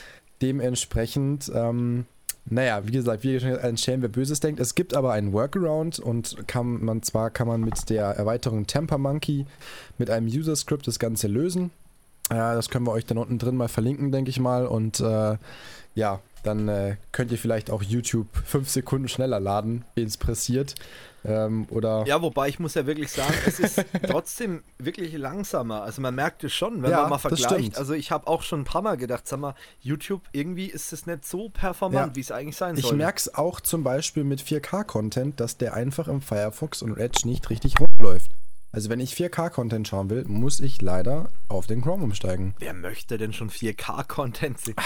Dementsprechend, ähm, naja, wie gesagt, wie schon ein Schelm, wer Böses denkt. Es gibt aber einen Workaround und kann man zwar kann man mit der Erweiterung Tempermonkey mit einem User-Script das Ganze lösen. Äh, das können wir euch dann unten drin mal verlinken, denke ich mal. Und äh, ja, dann äh, könnt ihr vielleicht auch YouTube fünf Sekunden schneller laden, wen es pressiert. Ähm, oder Ja, wobei ich muss ja wirklich sagen, es ist trotzdem wirklich langsamer. Also man merkt es schon, wenn Ja, man mal das vergleicht. stimmt. Also ich habe auch schon ein paar Mal gedacht, sag mal, YouTube, irgendwie ist es nicht so performant, Ja. wie es eigentlich sein ich soll. merke es auch zum Beispiel mit vier K-Content, dass der einfach im Firefox und Edge nicht richtig rumläuft. Also wenn ich vier K-Content schauen will, muss ich leider auf den Chrome umsteigen. Wer möchte denn schon vier K-Content sehen?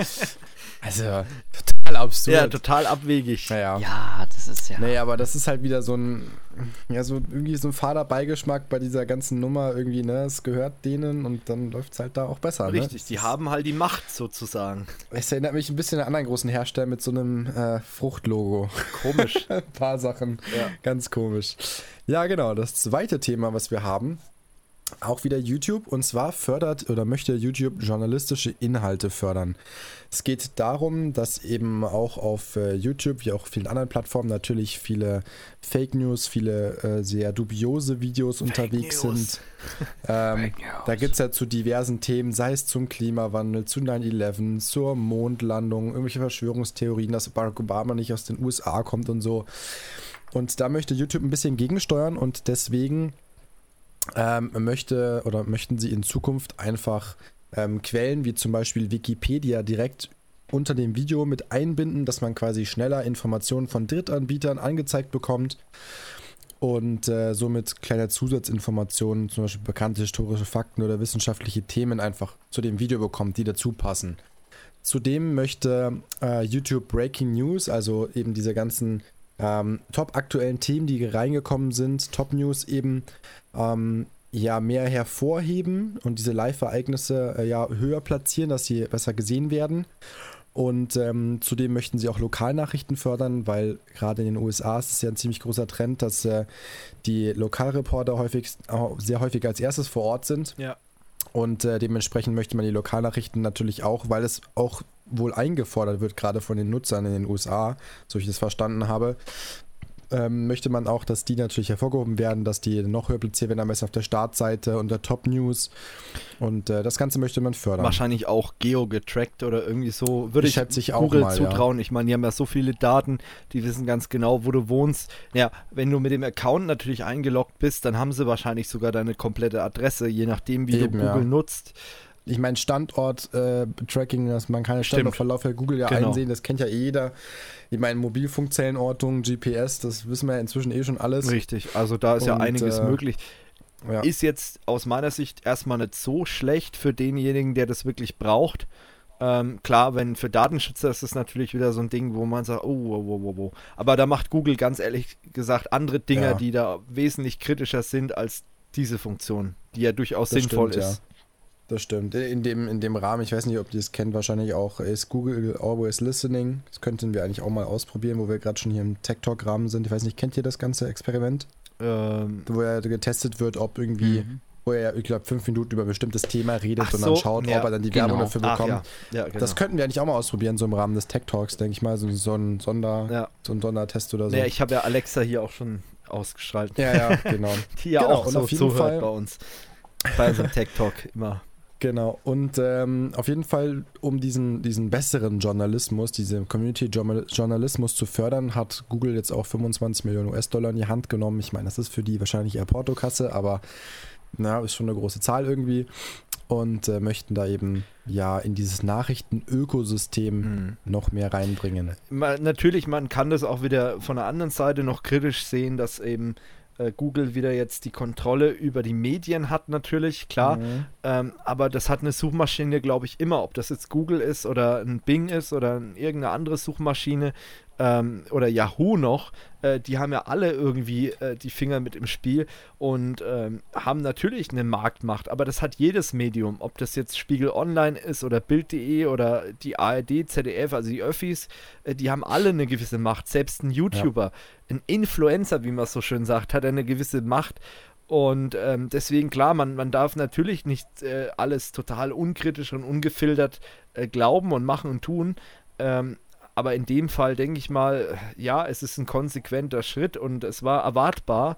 Also total absurd. Ja, total abwegig. Naja. Ja, das ist ja. Nee, aber das ist halt wieder so ein, ja, so irgendwie so ein fader Beigeschmack bei dieser ganzen Nummer irgendwie, ne? Es gehört denen und dann läuft es halt da auch besser, ne? Richtig, die haben halt die Macht sozusagen. Es erinnert mich ein bisschen an einen anderen großen Hersteller mit so einem äh, Fruchtlogo. Komisch. Ein paar Sachen. Ja. Ganz komisch. Ja, genau. Das zweite Thema, was wir haben, auch wieder YouTube, und zwar fördert oder möchte YouTube journalistische Inhalte fördern. Es geht darum, dass eben auch auf äh, YouTube, wie auch auf vielen anderen Plattformen, natürlich viele Fake News, viele äh, sehr dubiose Videos Fake unterwegs News. sind. Ähm, da gibt es ja zu diversen Themen, sei es zum Klimawandel, zu neun elf, zur Mondlandung, irgendwelche Verschwörungstheorien, dass Barack Obama nicht aus den U S A kommt und so. Und da möchte YouTube ein bisschen gegensteuern, und deswegen Ähm, möchte oder möchten sie in Zukunft einfach ähm, Quellen wie zum Beispiel Wikipedia direkt unter dem Video mit einbinden, dass man quasi schneller Informationen von Drittanbietern angezeigt bekommt und äh, somit kleine Zusatzinformationen, zum Beispiel bekannte historische Fakten oder wissenschaftliche Themen einfach zu dem Video bekommt, die dazu passen. Zudem möchte äh, YouTube Breaking News, also eben diese ganzen Ähm, top aktuellen Themen, die reingekommen sind, Top News eben, ähm, ja, mehr hervorheben und diese Live-Ereignisse äh, ja höher platzieren, dass sie besser gesehen werden. Und ähm, zudem möchten sie auch Lokalnachrichten fördern, weil gerade in den U S A ist es ja ein ziemlich großer Trend, dass äh, die Lokalreporter häufig, äh, sehr häufig als erstes vor Ort sind. Ja. Und äh, dementsprechend möchte man die Lokalnachrichten natürlich auch, weil es auch wohl eingefordert wird, gerade von den Nutzern in den U S A, so ich das verstanden habe, ähm, möchte man auch, dass die natürlich hervorgehoben werden, dass die noch höher platziert werden, am besten auf der Startseite unter Top News, und äh, das Ganze möchte man fördern. Wahrscheinlich auch geo-getrackt oder irgendwie so, würde ich, ich Google auch mal, zutrauen. Ja. Ich meine, die haben ja so viele Daten, die wissen ganz genau, wo du wohnst. Ja, wenn du mit dem Account natürlich eingeloggt bist, dann haben sie wahrscheinlich sogar deine komplette Adresse, je nachdem, wie Eben, du Google ja. nutzt. Ich meine, Standort-Tracking, äh, dass man keine Standortverlauf per Google ja Genau. einsehen, das kennt ja eh jeder. Ich meine, Mobilfunkzellenortung, G P S, das wissen wir ja inzwischen eh schon alles. Richtig, also da ist Und, ja einiges äh, möglich. Ja. Ist jetzt aus meiner Sicht erstmal nicht so schlecht für denjenigen, der das wirklich braucht. Ähm, klar, wenn für Datenschützer ist das natürlich wieder so ein Ding, wo man sagt, oh, wow, wow, wow, wow. Aber da macht Google ganz ehrlich gesagt andere Dinge, Ja. die da wesentlich kritischer sind als diese Funktion, die ja durchaus Das sinnvoll stimmt, ist. Ja. Das stimmt. In dem, in dem Rahmen, ich weiß nicht, ob ihr es kennt, wahrscheinlich auch, ist Google Always Listening. Das könnten wir eigentlich auch mal ausprobieren, wo wir gerade schon hier im Tech Talk-Rahmen sind. Ich weiß nicht, kennt ihr das ganze Experiment? Ähm, Wo ja getestet wird, ob irgendwie, Mhm. wo er, ich glaube, fünf Minuten über ein bestimmtes Thema redet Ach und so, dann schaut, ja, ob er dann die genau. Werbung dafür ach, bekommt. ja. Ja, genau. Das könnten wir eigentlich auch mal ausprobieren, so im Rahmen des Tech Talks, denke ich mal, so, so ein Sonder, ja. so ein Sondertest oder so. Naja, ich habe ja Alexa hier auch schon ausgeschaltet. ja, ja, genau. Die ja Genau, auch und so auf jeden zuhört Fall- bei uns. Bei unserem Tech Talk immer. Genau, und ähm, auf jeden Fall, um diesen, diesen besseren Journalismus, diesen Community-Journalismus zu fördern, hat Google jetzt auch fünfundzwanzig Millionen U S-Dollar in die Hand genommen. Ich meine, das ist für die wahrscheinlich eher Portokasse, aber na, ist schon eine große Zahl irgendwie. Und äh, möchten da eben ja in dieses Nachrichtenökosystem Mhm. noch mehr reinbringen. Man, natürlich, man kann das auch wieder von der anderen Seite noch kritisch sehen, dass eben äh, Google wieder jetzt die Kontrolle über die Medien hat, natürlich, klar. Mhm. Ähm, aber das hat eine Suchmaschine, glaube ich, immer. Ob das jetzt Google ist oder ein Bing ist oder ein, irgendeine andere Suchmaschine ähm, oder Yahoo noch, äh, die haben ja alle irgendwie äh, die Finger mit im Spiel und ähm, haben natürlich eine Marktmacht. Aber das hat jedes Medium. Ob das jetzt Spiegel Online ist oder Bild punkt de oder die A R D, Z D F, also die Öffis, äh, die haben alle eine gewisse Macht. Selbst ein YouTuber, ein Influencer, wie man so schön sagt, hat eine gewisse Macht. Und ähm, deswegen, klar, man, man darf natürlich nicht äh, alles total unkritisch und ungefiltert äh, glauben und machen und tun. Ähm, aber in dem Fall denke ich mal, ja, es ist ein konsequenter Schritt und es war erwartbar.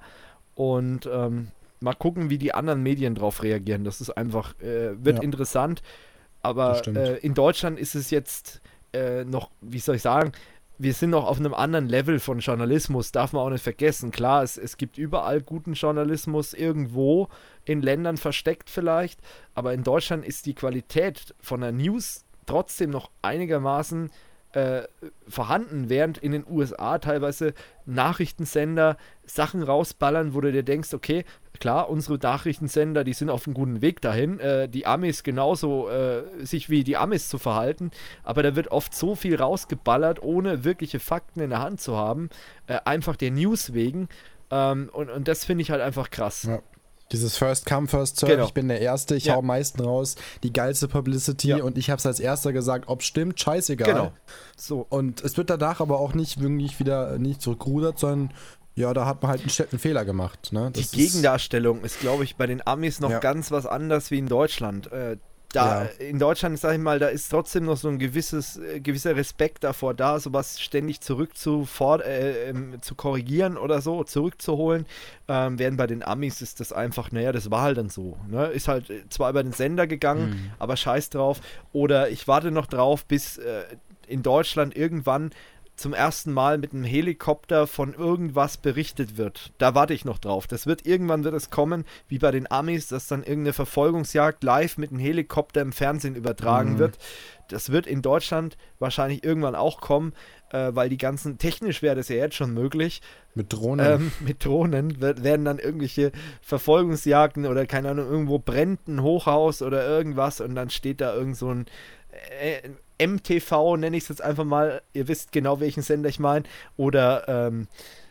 Und ähm, mal gucken, wie die anderen Medien drauf reagieren. Das ist einfach, äh, wird Ja. interessant. Das Aber stimmt. äh, in Deutschland ist es jetzt äh, noch, wie soll ich sagen, wir sind noch auf einem anderen Level von Journalismus, darf man auch nicht vergessen. Klar, es, es gibt überall guten Journalismus, irgendwo in Ländern versteckt vielleicht, aber in Deutschland ist die Qualität von der News trotzdem noch einigermaßen äh, vorhanden, während in den U S A teilweise Nachrichtensender Sachen rausballern, wo du dir denkst, okay, klar, unsere Nachrichtensender, die sind auf einem guten Weg dahin, äh, die Amis genauso, äh, sich wie die Amis zu verhalten, aber da wird oft so viel rausgeballert, ohne wirkliche Fakten in der Hand zu haben, äh, einfach der News wegen, ähm, und, und das finde ich halt einfach krass. Ja. Dieses First Come, First Serve, Genau. ich bin der Erste, ich Ja. hau am meisten raus, die geilste Publicity Ja. und ich hab's als Erster gesagt, ob stimmt, scheißegal. Genau. So. Und es wird danach aber auch nicht wirklich wieder nicht zurückgerudert, sondern Ja, da hat man halt einen, einen Fehler gemacht. Ne? Die Das Gegendarstellung ist, glaube ich, bei den Amis noch Ja. ganz was anderes wie in Deutschland. Äh, da Ja. in Deutschland, sag ich mal, da ist trotzdem noch so ein gewisses, äh, gewisser Respekt davor da, sowas ständig zurück zu, for- äh, ähm, zu korrigieren oder so, zurückzuholen. Ähm, während bei den Amis ist das einfach, naja, das war halt dann so. Ne? Ist halt äh, zwar über den Sender gegangen, Mhm. aber scheiß drauf. Oder ich warte noch drauf, bis äh, in Deutschland irgendwann zum ersten Mal mit einem Helikopter von irgendwas berichtet wird. Da warte ich noch drauf. Das wird irgendwann wird es kommen, wie bei den Amis, dass dann irgendeine Verfolgungsjagd live mit einem Helikopter im Fernsehen übertragen Mhm. wird. Das wird in Deutschland wahrscheinlich irgendwann auch kommen, äh, weil die ganzen, technisch wäre das ja jetzt schon möglich, Mit Drohnen. ähm, mit Drohnen wird, werden dann irgendwelche Verfolgungsjagden oder keine Ahnung, irgendwo brennt ein Hochhaus oder irgendwas und dann steht da irgend so ein äh, M T V, nenne ich es jetzt einfach mal, ihr wisst genau, welchen Sender ich meine, oder ähm,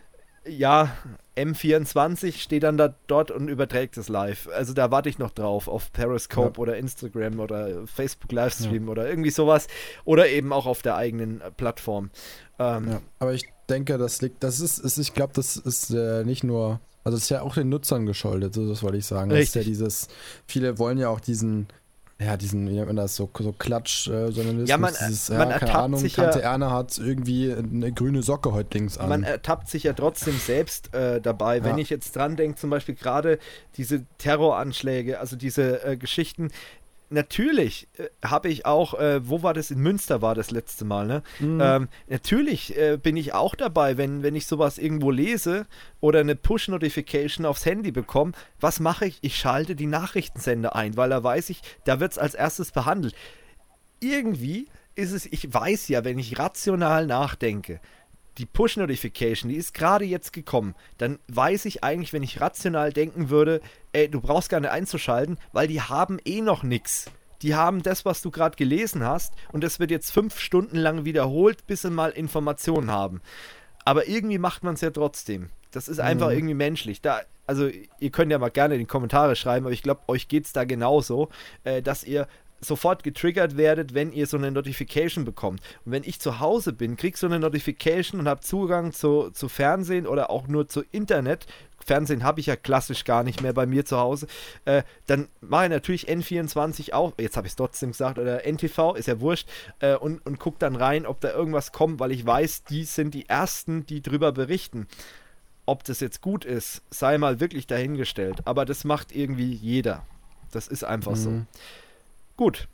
ja, M vierundzwanzig steht dann da dort und überträgt es live. Also da warte ich noch drauf, auf Periscope Ja. oder Instagram oder Facebook Livestream oder irgendwie sowas. Oder eben auch auf der eigenen äh, Plattform. Ähm, Ja, aber ich denke, das liegt, das ist, ist ich glaube, das ist äh, nicht nur, also es ist ja auch den Nutzern geschuldet, so das wollte ich sagen. Das ist ja Richtig. dieses, viele wollen ja auch diesen, ja, diesen, wie nennt man das, so, so Klatsch-Journalismus, Ja, man- dieses, man ja, keine ertappt Ahnung, sich Tante ja- Erna hat irgendwie eine grüne Socke heute links an. Man ertappt sich ja trotzdem selbst äh, dabei. Wenn Ja. ich jetzt dran denke, zum Beispiel gerade diese Terroranschläge, also diese äh, Geschichten. Natürlich äh, habe ich auch, äh, wo war das? In Münster war das letzte Mal, ne? Mhm. Ähm, natürlich äh, bin ich auch dabei, wenn, wenn ich sowas irgendwo lese oder eine Push-Notification aufs Handy bekomme. Was mache ich? Ich schalte die Nachrichtensender ein, weil da weiß ich, da wird es als erstes behandelt. Irgendwie ist es, ich weiß ja, wenn ich rational nachdenke, die Push-Notification, die ist gerade jetzt gekommen, dann weiß ich eigentlich, wenn ich rational denken würde, ey, du brauchst gar nicht einzuschalten, weil die haben eh noch nichts. Die haben das, was du gerade gelesen hast und das wird jetzt fünf Stunden lang wiederholt, bis sie mal Informationen haben. Aber irgendwie macht man es ja trotzdem. Das ist einfach Mhm. irgendwie menschlich. Da, also ihr könnt ja mal gerne in die Kommentare schreiben, aber ich glaube, euch geht es da genauso, äh, dass ihr sofort getriggert werdet, wenn ihr so eine Notification bekommt. Und wenn ich zu Hause bin, krieg so eine Notification und habe Zugang zu, zu Fernsehen oder auch nur zu Internet, Fernsehen habe ich ja klassisch gar nicht mehr bei mir zu Hause, äh, dann mache ich natürlich N vierundzwanzig auf, jetzt habe ich es trotzdem gesagt, oder N T V, ist ja wurscht, äh, und, und gucke dann rein, ob da irgendwas kommt, weil ich weiß, die sind die Ersten, die drüber berichten. Ob das jetzt gut ist, sei mal wirklich dahingestellt. Aber das macht irgendwie jeder. Das ist einfach so. Mhm. Gut,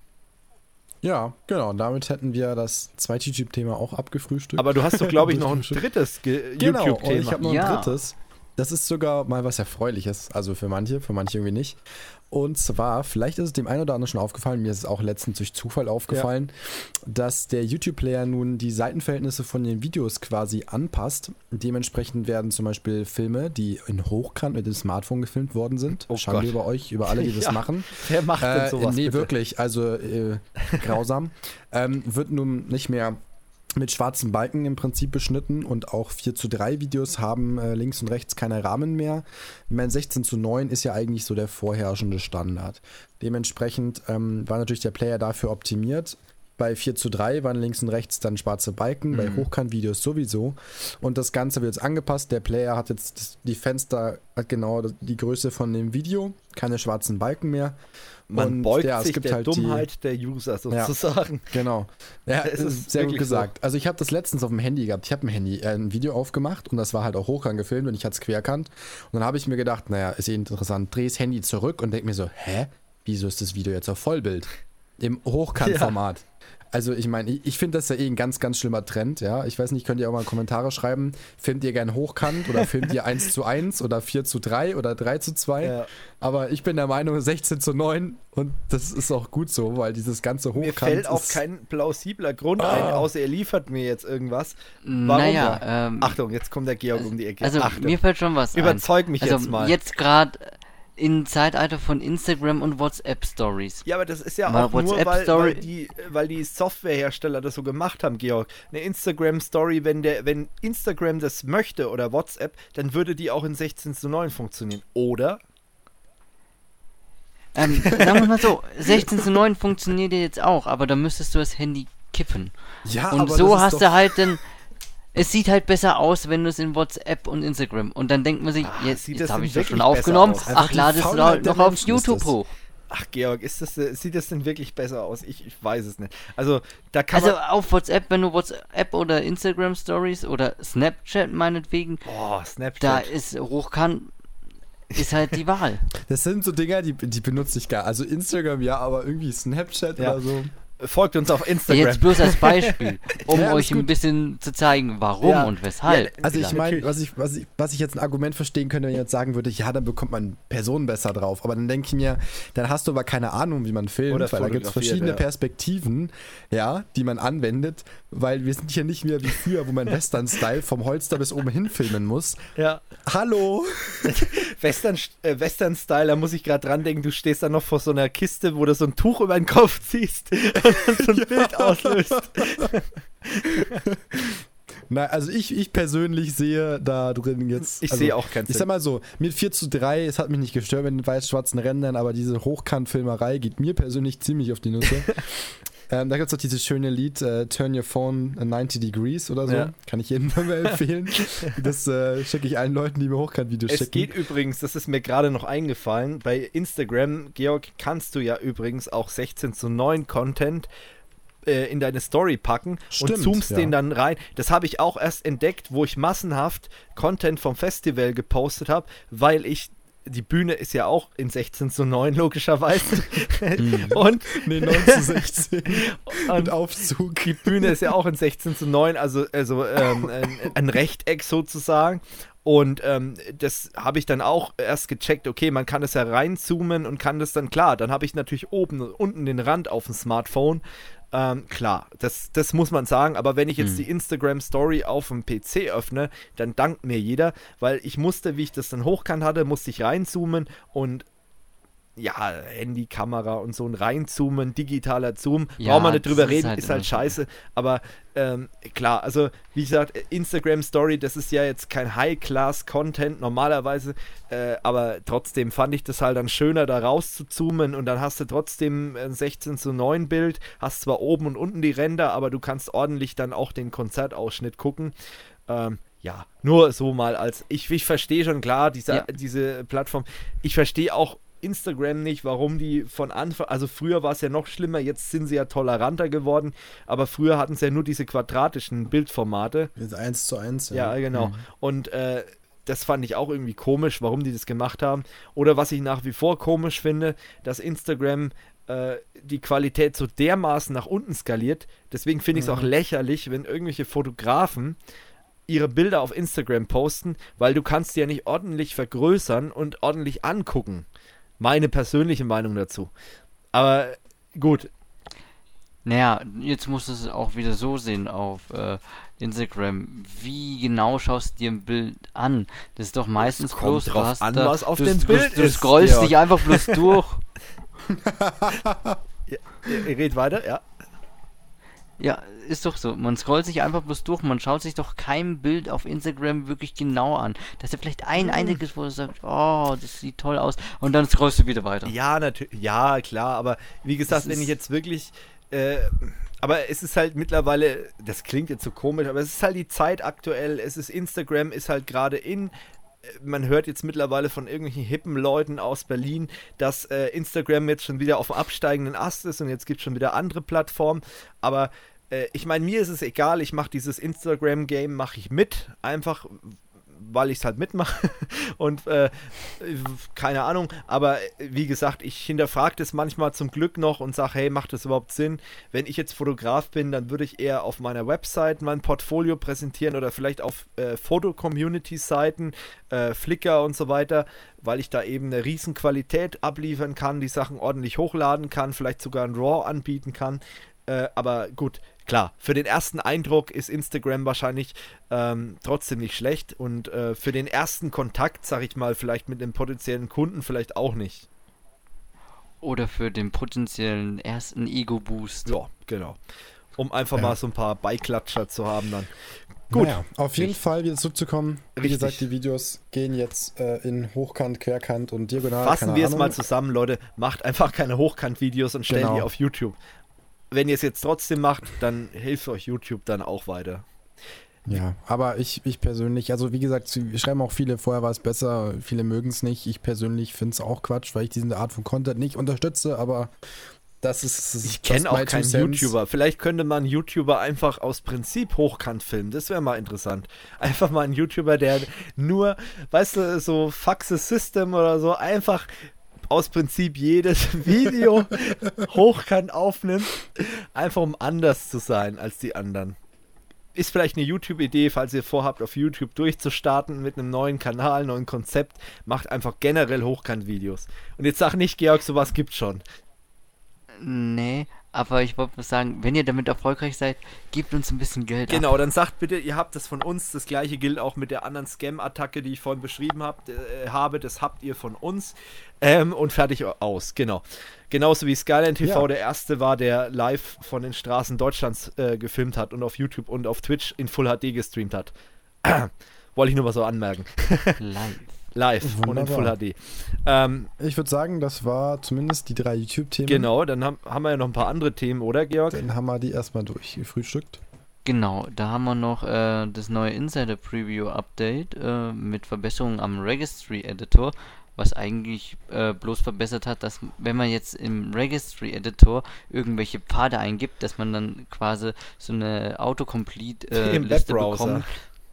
Ja, genau. Und damit hätten wir das zweite YouTube-Thema auch abgefrühstückt. aber du hast doch, glaube ich, noch ein drittes Ge- Genau, und YouTube-Thema. ich habe noch Ja. ein drittes. Das ist sogar mal was Erfreuliches, also für manche, für manche irgendwie nicht. Und zwar, vielleicht ist es dem einen oder anderen schon aufgefallen, mir ist es auch letztens durch Zufall aufgefallen, dass der YouTube-Player nun die Seitenverhältnisse von den Videos quasi anpasst. Dementsprechend werden zum Beispiel Filme, die in Hochkant mit dem Smartphone gefilmt worden sind, Oh Schande Gott. über euch, über alle, die das Ja. machen, Wer macht denn äh, sowas? nee, bitte? wirklich, also äh, grausam. ähm, wird nun nicht mehr mit schwarzen Balken im Prinzip beschnitten und auch vier zu drei Videos haben äh, links und rechts keine Rahmen mehr. Ich meine, sechzehn zu neun ist ja eigentlich so der vorherrschende Standard. Dementsprechend ähm, war natürlich der Player dafür optimiert. Bei vier zu drei waren links und rechts dann schwarze Balken, bei Mhm. Hochkant-Videos sowieso. Und das Ganze wird jetzt angepasst. Der Player hat jetzt das, die Fenster, hat genau die Größe von dem Video, keine schwarzen Balken mehr. Man und beugt ja, es sich gibt der halt die- Dummheit der User sozusagen. Genau. Ja, Es es ist ist sehr gut wirklich gesagt. Also ich habe das letztens auf dem Handy gehabt. Ich habe ein Handy, äh, ein Video aufgemacht und das war halt auch hochkant gefilmt und ich hatte es querkant. Und dann habe ich mir gedacht, naja, ist eh interessant, dreh das Handy zurück und denke mir so, hä? Wieso ist das Video jetzt auf Vollbild? Im Hochkantformat. Also ich meine, ich, ich finde das ja eh ein ganz, ganz schlimmer Trend, ja. Ich weiß nicht, könnt ihr auch mal Kommentare schreiben, filmt ihr gern hochkant oder filmt ihr eins zu eins oder vier zu drei oder drei zu zwei? Ja. Aber ich bin der Meinung sechzehn zu neun und das ist auch gut so, weil dieses ganze Hochkant Mir fällt auch ist, kein plausibler Grund ein, Ah. außer er liefert mir jetzt irgendwas. Warum? Naja, ähm, Achtung, jetzt kommt der Georg um die Ecke. also Achtung. mir fällt schon was Überzeug ein. mich also jetzt mal. Jetzt gerade im Zeitalter von Instagram und WhatsApp-Stories. Ja, aber das ist ja Mal auch nur, WhatsApp weil, Story- weil, die, weil die Softwarehersteller das so gemacht haben, Georg. Eine Instagram-Story, wenn, der, wenn Instagram das möchte oder WhatsApp, dann würde die auch in sechzehn zu neun funktionieren. Oder? Ähm, sagen wir mal so, sechzehn zu neun funktioniert ja jetzt auch, aber da müsstest du das Handy kippen. ja, Und aber so das ist hast doch, du halt dann, Es sieht halt besser aus, wenn du es in WhatsApp und Instagram. Und dann denkt man sich, Ah, jetzt, sieht jetzt das habe denn ich das wirklich schon aufgenommen. besser aus? Einfach Ach, die lade es Faulheit der noch auf Menschen ist YouTube das. hoch. Ach, Georg, ist das, äh, sieht das denn wirklich besser aus? Ich, ich weiß es nicht. Also, da kann Also man... auf WhatsApp, wenn du WhatsApp oder Instagram Stories oder Snapchat meinetwegen, Boah, Snapchat. da ist hochkant, ist halt die Wahl. Das sind so Dinger, die, die benutze ich gar. Also Instagram ja, aber irgendwie Snapchat Ja. oder so. Folgt uns auf Instagram. Jetzt bloß als Beispiel, um Ja, alles euch ein gut. bisschen zu zeigen, warum Ja. und weshalb. Ja, Also ich Klar, meine, natürlich. was ich, was, ich, was ich jetzt ein Argument verstehen könnte, wenn ich jetzt sagen würde, ja, dann bekommt man Personen besser drauf. Aber dann denke ich mir, dann hast du aber keine Ahnung, wie man filmt, Oder weil da gibt es fotografiert, verschiedene ja. Perspektiven, ja, die man anwendet, weil wir sind hier nicht mehr wie früher, wo man Western-Style vom Holster bis oben hin filmen muss. Ja. Hallo! Western, äh, Western-Style, da muss ich gerade dran denken, du stehst da noch vor so einer Kiste, wo du so ein Tuch über den Kopf ziehst und dann so ein Bild auslöst. Nein, also ich, ich persönlich sehe da drin jetzt. Ich also, sehe auch keinen Ich Sinn. sag mal so, mit vier zu drei, es hat mich nicht gestört mit den weiß-schwarzen Rändern, aber diese Hochkant-Filmerei geht mir persönlich ziemlich auf die Nüsse. ähm, da gibt es auch dieses schöne Lied, äh, Turn Your Phone neunzig Degrees oder so. Ja. Kann ich jedem nur empfehlen. Das äh, schicke ich allen Leuten, die mir Hochkant-Videos Es schicken. geht übrigens, das ist mir gerade noch eingefallen, bei Instagram, Georg, kannst du ja übrigens auch sechzehn zu neun Content äh, in deine Story packen Stimmt, und zoomst ja. den dann rein. Das habe ich auch erst entdeckt, wo ich massenhaft Content vom Festival gepostet habe, weil ich, die Bühne ist ja auch in sechzehn zu neun logischerweise. und Nee, neun zu sechzehn. und Mit Aufzug. die Bühne ist ja auch in sechzehn zu neun, also, also ähm, ein, ein Rechteck sozusagen. Und ähm, das habe ich dann auch erst gecheckt, okay, man kann das ja reinzoomen und kann das dann, klar, dann habe ich natürlich oben und unten den Rand auf dem Smartphone. Ähm, klar, das, das muss man sagen, aber wenn ich jetzt Hm. die Instagram-Story auf dem P C öffne, dann dankt mir jeder, weil ich musste, wie ich das dann hochkant hatte, musste ich reinzoomen und ja, Handy, Kamera und so ein Reinzoomen, digitaler Zoom, Ja, brauchen wir nicht das drüber ist reden, halt ist halt immer so. scheiße, aber ähm, klar, also wie gesagt, Instagram Story, das ist ja jetzt kein High-Class-Content normalerweise, äh, aber trotzdem fand ich das halt dann schöner, da raus zu zoomen und dann hast du trotzdem ein sechzehn zu neun Bild, hast zwar oben und unten die Ränder, aber du kannst ordentlich dann auch den Konzertausschnitt gucken. Ähm, ja, nur so mal als, ich, ich verstehe schon klar, diese, Ja. diese Plattform, ich verstehe auch Instagram nicht, warum die von Anfang, also früher war es ja noch schlimmer, jetzt sind sie ja toleranter geworden, aber früher hatten sie ja nur diese quadratischen Bildformate. Jetzt eins zu eins. Ja, genau. Mhm. Und äh, das fand ich auch irgendwie komisch, warum die das gemacht haben. Oder was ich nach wie vor komisch finde, dass Instagram äh, die Qualität so dermaßen nach unten skaliert. Deswegen finde ich es auch lächerlich, wenn irgendwelche Fotografen ihre Bilder auf Instagram posten, weil du kannst die ja nicht ordentlich vergrößern und ordentlich angucken. Meine persönliche Meinung dazu. Aber gut, Naja, jetzt musst du es auch wieder so sehen auf äh, Instagram. Wie genau schaust du dir ein Bild an? Das ist doch meistens kommt bloß, du drauf hast an, da, was auf du, dem du, Bild du ist, scrollst Georg. dich einfach bloß durch. ihr, ihr redet weiter, ja. Ja, ist doch so. Man scrollt sich einfach bloß durch. Man schaut sich doch kein Bild auf Instagram wirklich genau an. Da ist ja vielleicht ein Hm. einziges, wo du sagst, oh, das sieht toll aus. Und dann scrollst du wieder weiter. Ja, natürlich, ja, klar, aber wie gesagt, Das wenn ist- ich jetzt wirklich, äh, aber es ist halt mittlerweile, das klingt jetzt so komisch, aber es ist halt die Zeit aktuell, es ist Instagram, ist halt gerade in, man hört jetzt mittlerweile von irgendwelchen hippen Leuten aus Berlin, dass äh, Instagram jetzt schon wieder auf dem absteigenden Ast ist und jetzt gibt es schon wieder andere Plattformen, aber äh, ich meine, mir ist es egal, ich mache dieses Instagram-Game, mache ich mit, einfach weil ich es halt mitmache und äh, keine Ahnung, aber äh, wie gesagt, ich hinterfrage das manchmal zum Glück noch und sage, hey, macht das überhaupt Sinn? Wenn ich jetzt Fotograf bin, dann würde ich eher auf meiner Website mein Portfolio präsentieren oder vielleicht auf äh, Foto-Community-Seiten, äh, Flickr und so weiter, weil ich da eben eine riesen Qualität abliefern kann, die Sachen ordentlich hochladen kann, vielleicht sogar ein RAW anbieten kann. Äh, aber gut, klar, für den ersten Eindruck ist Instagram wahrscheinlich ähm, trotzdem nicht schlecht und äh, für den ersten Kontakt, sag ich mal, vielleicht mit einem potenziellen Kunden vielleicht auch nicht. Oder für den potenziellen ersten Ego-Boost. Ja, genau. Um einfach Ja. mal so ein paar Beiklatscher zu haben dann. Gut. Naja, auf jeden Richtig. Fall wieder zurückzukommen. Wie Richtig. gesagt, die Videos gehen jetzt äh, in Hochkant, Querkant und Diagonal. Fassen keine wir es Ahnung. mal zusammen, Leute. Macht einfach keine Hochkant-Videos und stellt Genau. die auf YouTube. Wenn ihr es jetzt trotzdem macht, dann hilft euch YouTube dann auch weiter. Ja, aber ich, ich persönlich, also wie gesagt, wir schreiben auch viele, vorher war es besser, viele mögen es nicht. Ich persönlich finde es auch Quatsch, weil ich diese Art von Content nicht unterstütze, aber das ist. Das ist ich kenne auch keinen YouTuber. Vielleicht könnte man einen YouTuber einfach aus Prinzip hochkant filmen. Das wäre mal interessant. Einfach mal ein YouTuber, der nur, weißt du, so Fuck the System oder so, einfach aus Prinzip jedes Video hochkant aufnimmt, einfach um anders zu sein als die anderen. Ist vielleicht eine YouTube-Idee, falls ihr vorhabt, auf YouTube durchzustarten mit einem neuen Kanal, neuen Konzept. Macht einfach generell Hochkant-Videos. Und jetzt sag nicht, Georg, sowas gibt's schon. Nee, aber ich wollte mal sagen, wenn ihr damit erfolgreich seid, gebt uns ein bisschen Geld Genau, ab. dann sagt bitte, ihr habt das von uns. Das gleiche gilt auch mit der anderen Scam-Attacke, die ich vorhin beschrieben hab, äh, habe. Das habt ihr von uns. Ähm, und fertig aus, genau. Genauso wie Skyline T V Ja. der erste war, der live von den Straßen Deutschlands äh, gefilmt hat und auf YouTube und auf Twitch in Full H D gestreamt hat. Wollte ich nur mal so anmerken. Live. Live und in Wunderbar. Full H D. Ähm, Ich würde sagen, das war zumindest die drei YouTube-Themen. genau, dann haben, haben wir ja noch ein paar andere Themen, oder Georg? Dann haben wir die erstmal durchgefrühstückt. Genau, da haben wir noch äh, das neue Insider Preview Update äh, mit Verbesserungen am Registry Editor, was eigentlich äh, bloß verbessert hat, dass wenn man jetzt im Registry Editor irgendwelche Pfade eingibt, dass man dann quasi so eine Autocomplete äh, Im Liste Webbrowser. bekommt.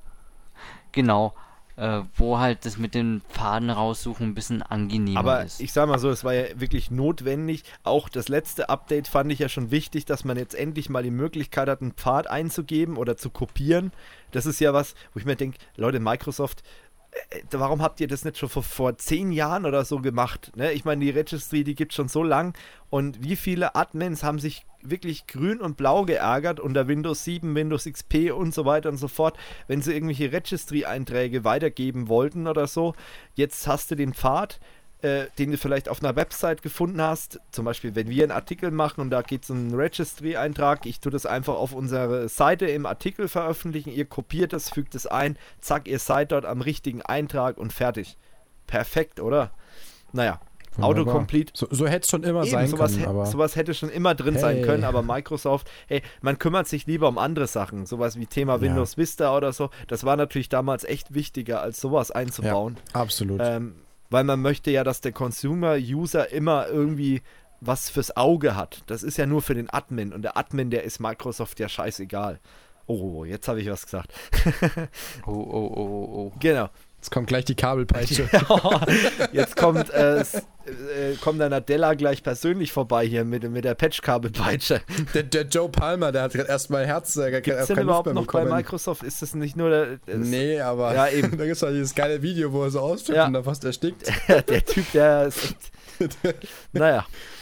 Genau, äh, wo halt das mit den Pfaden raussuchen ein bisschen angenehmer Aber ist. ich sag mal so, es war ja wirklich notwendig. Auch das letzte Update fand ich ja schon wichtig, dass man jetzt endlich mal die Möglichkeit hat, einen Pfad einzugeben oder zu kopieren. Das ist ja was, wo ich mir denke, Leute, Microsoft, äh, warum habt ihr das nicht schon vor, vor zehn Jahren oder so gemacht? Ne? Ich meine, die Registry, die gibt es schon so lang. Und wie viele Admins haben sich wirklich grün und blau geärgert unter Windows sieben, Windows X P und so weiter und so fort, wenn sie irgendwelche Registry-Einträge weitergeben wollten oder so. Jetzt hast du den Pfad, äh, den du vielleicht auf einer Website gefunden hast. Zum Beispiel, wenn wir einen Artikel machen und da geht es um einen Registry-Eintrag, ich tue das einfach auf unsere Seite im Artikel veröffentlichen, ihr kopiert das, fügt es ein, zack, ihr seid dort am richtigen Eintrag und fertig. Perfekt, oder? Naja. Wunderbar. Autocomplete. So, so hätte es schon immer Eben, sein sowas, können, hä- aber sowas hätte schon immer drin sein Hey. können, aber Microsoft, hey, man kümmert sich lieber um andere Sachen, sowas wie Thema Ja. Windows Vista oder so. Das war natürlich damals echt wichtiger, als sowas einzubauen. absolut. Ähm, weil man möchte ja, dass der Consumer-User immer irgendwie was fürs Auge hat. Das ist ja nur für den Admin und der Admin, der ist Microsoft ja scheißegal. Oh, jetzt habe ich was gesagt. Oh, oh, oh, oh, oh. Genau. Jetzt kommt gleich die Kabelpeitsche. Jetzt kommt, äh, s- äh, kommt der Nadella gleich persönlich vorbei hier mit, mit der Patchkabelpeitsche. der, der Joe Palmer, der hat gerade erstmal Herz, äh, Gibt keine es denn Luft überhaupt mehr noch bei bekommen. Microsoft? Ist das nicht nur der, das, Nee, aber Ja, eben. da gibt es doch dieses geile Video, wo er so ausflippt Ja. und da fast erstickt. der Typ, der ist echt. Naja.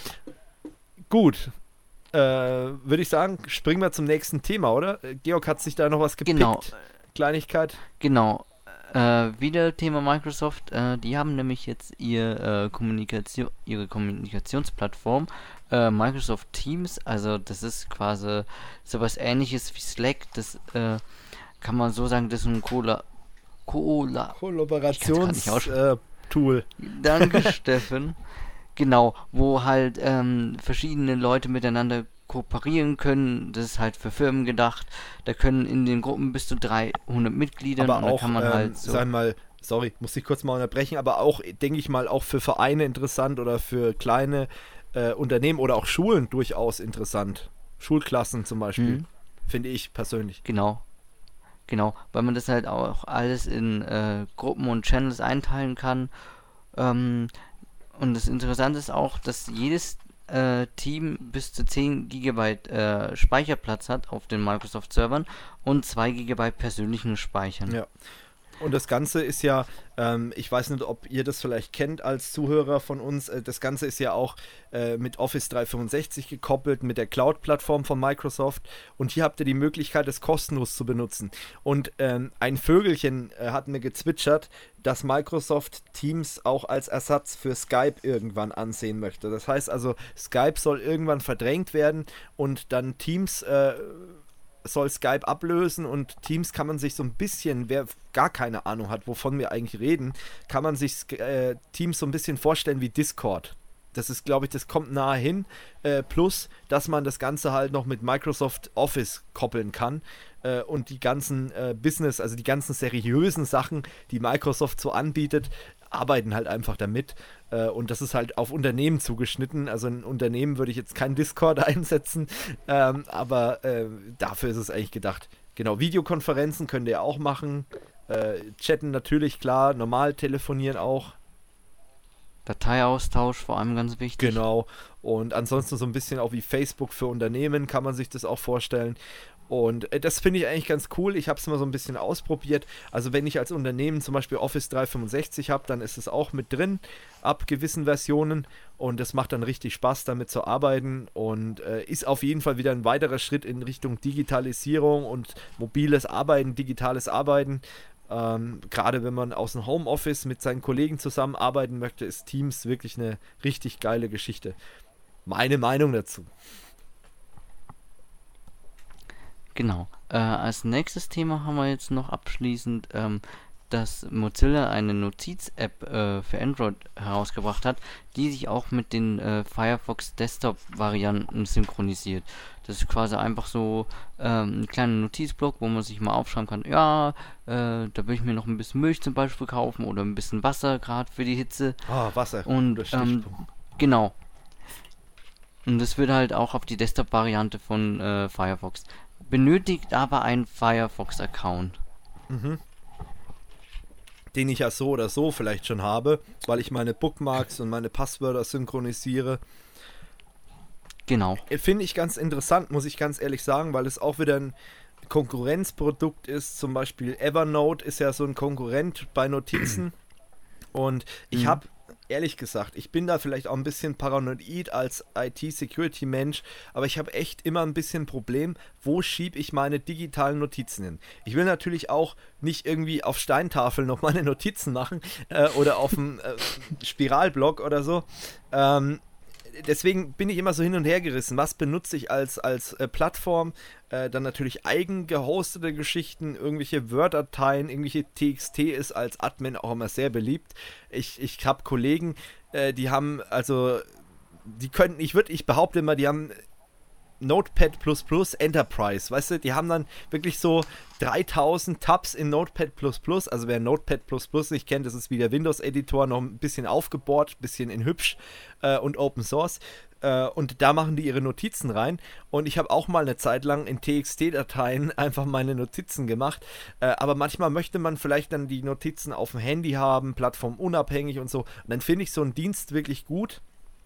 Gut. Äh, Würde ich sagen, springen wir zum nächsten Thema, oder? Äh, Georg, hat sich da noch was gepickt? Genau. Kleinigkeit? Genau. Äh, wieder Thema Microsoft. Äh, die haben nämlich jetzt ihr, äh, Kommunikation, ihre Kommunikationsplattform äh, Microsoft Teams. Also das ist quasi sowas Ähnliches wie Slack. Das äh, kann man so sagen, das ist ein Cola, Cola. Kollaborations-Tool. Äh, Tool. Danke, Steffen. Genau, wo halt ähm, verschiedene Leute miteinander kooperieren können. Das ist halt für Firmen gedacht. Da können in den Gruppen bis zu dreihundert Mitgliedern aber und da auch, kann man ähm, halt so. sagen wir mal, sorry, muss ich kurz mal unterbrechen, aber auch, denke ich mal, auch für Vereine interessant oder für kleine äh, Unternehmen oder auch Schulen durchaus interessant. Schulklassen zum Beispiel, Mhm. finde ich persönlich. Genau. Genau, weil man das halt auch alles in äh, Gruppen und Channels einteilen kann. Ähm, und das Interessante ist auch, dass jedes äh, Team bis zu zehn Gigabyte äh, Speicherplatz hat auf den Microsoft-Servern und zwei Gigabyte persönlichen Speichern. Ja. Und das Ganze ist ja, ähm, ich weiß nicht, ob ihr das vielleicht kennt als Zuhörer von uns, äh, das Ganze ist ja auch äh, mit Office dreihundertfünfundsechzig gekoppelt, mit der Cloud-Plattform von Microsoft und hier habt ihr die Möglichkeit, es kostenlos zu benutzen. Und ähm, ein Vögelchen äh, hat mir gezwitschert, dass Microsoft Teams auch als Ersatz für Skype irgendwann ansehen möchte. Das heißt also, Skype soll irgendwann verdrängt werden und dann Teams äh, soll Skype ablösen und Teams kann man sich so ein bisschen, wer gar keine Ahnung hat, wovon wir eigentlich reden, kann man sich äh, Teams so ein bisschen vorstellen wie Discord. Das ist, glaube ich, das kommt nahe hin. Äh, plus, dass man das Ganze halt noch mit Microsoft Office koppeln kann. Äh, und die ganzen äh, Business, also die ganzen seriösen Sachen, die Microsoft so anbietet, arbeiten halt einfach damit. Äh, und das ist halt auf Unternehmen zugeschnitten. Also ein Unternehmen würde ich jetzt kein Discord einsetzen. Ähm, aber äh, dafür ist es eigentlich gedacht. Genau, Videokonferenzen könnt ihr auch machen. Äh, chatten natürlich, klar. Normal telefonieren auch. Dateiaustausch vor allem ganz wichtig. Genau. Und ansonsten so ein bisschen auch wie Facebook für Unternehmen kann man sich das auch vorstellen. Und äh, das finde ich eigentlich ganz cool. Ich habe es mal so ein bisschen ausprobiert. Also wenn ich als Unternehmen zum Beispiel Office dreihundertfünfundsechzig habe, dann ist es auch mit drin, ab gewissen Versionen. Und das macht dann richtig Spaß, damit zu arbeiten. Und äh, ist auf jeden Fall wieder ein weiterer Schritt in Richtung Digitalisierung und mobiles Arbeiten, digitales Arbeiten. Ähm, gerade wenn man aus dem Homeoffice mit seinen Kollegen zusammenarbeiten möchte, ist Teams wirklich eine richtig geile Geschichte. Meine Meinung dazu. Genau. Äh, als nächstes Thema haben wir jetzt noch abschließend, ähm, dass Mozilla eine Notiz-App äh, für Android herausgebracht hat, die sich auch mit den äh, Firefox Desktop-Varianten synchronisiert. Das ist quasi einfach so ähm, ein kleiner Notizblock, wo man sich mal aufschreiben kann, ja, äh, da will ich mir noch ein bisschen Milch zum Beispiel kaufen oder ein bisschen Wasser, gerade für die Hitze. Ah, Wasser. Und guter ähm, Stichpunkt. genau. Und das wird halt auch auf die Desktop-Variante von äh, Firefox. Benötigt aber einen Firefox-Account. Mhm. Den ich ja so oder so vielleicht schon habe, weil ich meine Bookmarks und meine Passwörter synchronisiere. Genau. Finde ich ganz interessant, muss ich ganz ehrlich sagen, weil es auch wieder ein Konkurrenzprodukt ist. Zum Beispiel Evernote ist ja so ein Konkurrent bei Notizen. Und ich Mhm. habe, ehrlich gesagt, ich bin da vielleicht auch ein bisschen paranoid als I T-Security-Mensch, aber ich habe echt immer ein bisschen ein Problem, wo schiebe ich meine digitalen Notizen hin. Ich will natürlich auch nicht irgendwie auf Steintafeln noch meine Notizen machen äh, oder auf dem äh, Spiralblock oder so. Ähm, deswegen bin ich immer so hin und her gerissen. Was benutze ich als, als äh, Plattform? Äh, dann natürlich eigen gehostete Geschichten, irgendwelche Word-Dateien, irgendwelche T X T ist als Admin auch immer sehr beliebt. Ich, ich habe Kollegen, äh, die haben, also, die könnten, ich würde, ich behaupte immer, die haben Notepad plus plus Enterprise, weißt du, die haben dann wirklich so dreitausend Tabs in Notepad plus plus, also wer Notepad plus plus nicht kennt, das ist wie der Windows-Editor, noch ein bisschen aufgebohrt, ein bisschen in hübsch äh, und Open Source äh, und da machen die ihre Notizen rein und ich habe auch mal eine Zeit lang in T X T-Dateien einfach meine Notizen gemacht, äh, aber manchmal möchte man vielleicht dann die Notizen auf dem Handy haben, plattformunabhängig und so und dann finde ich so einen Dienst wirklich gut.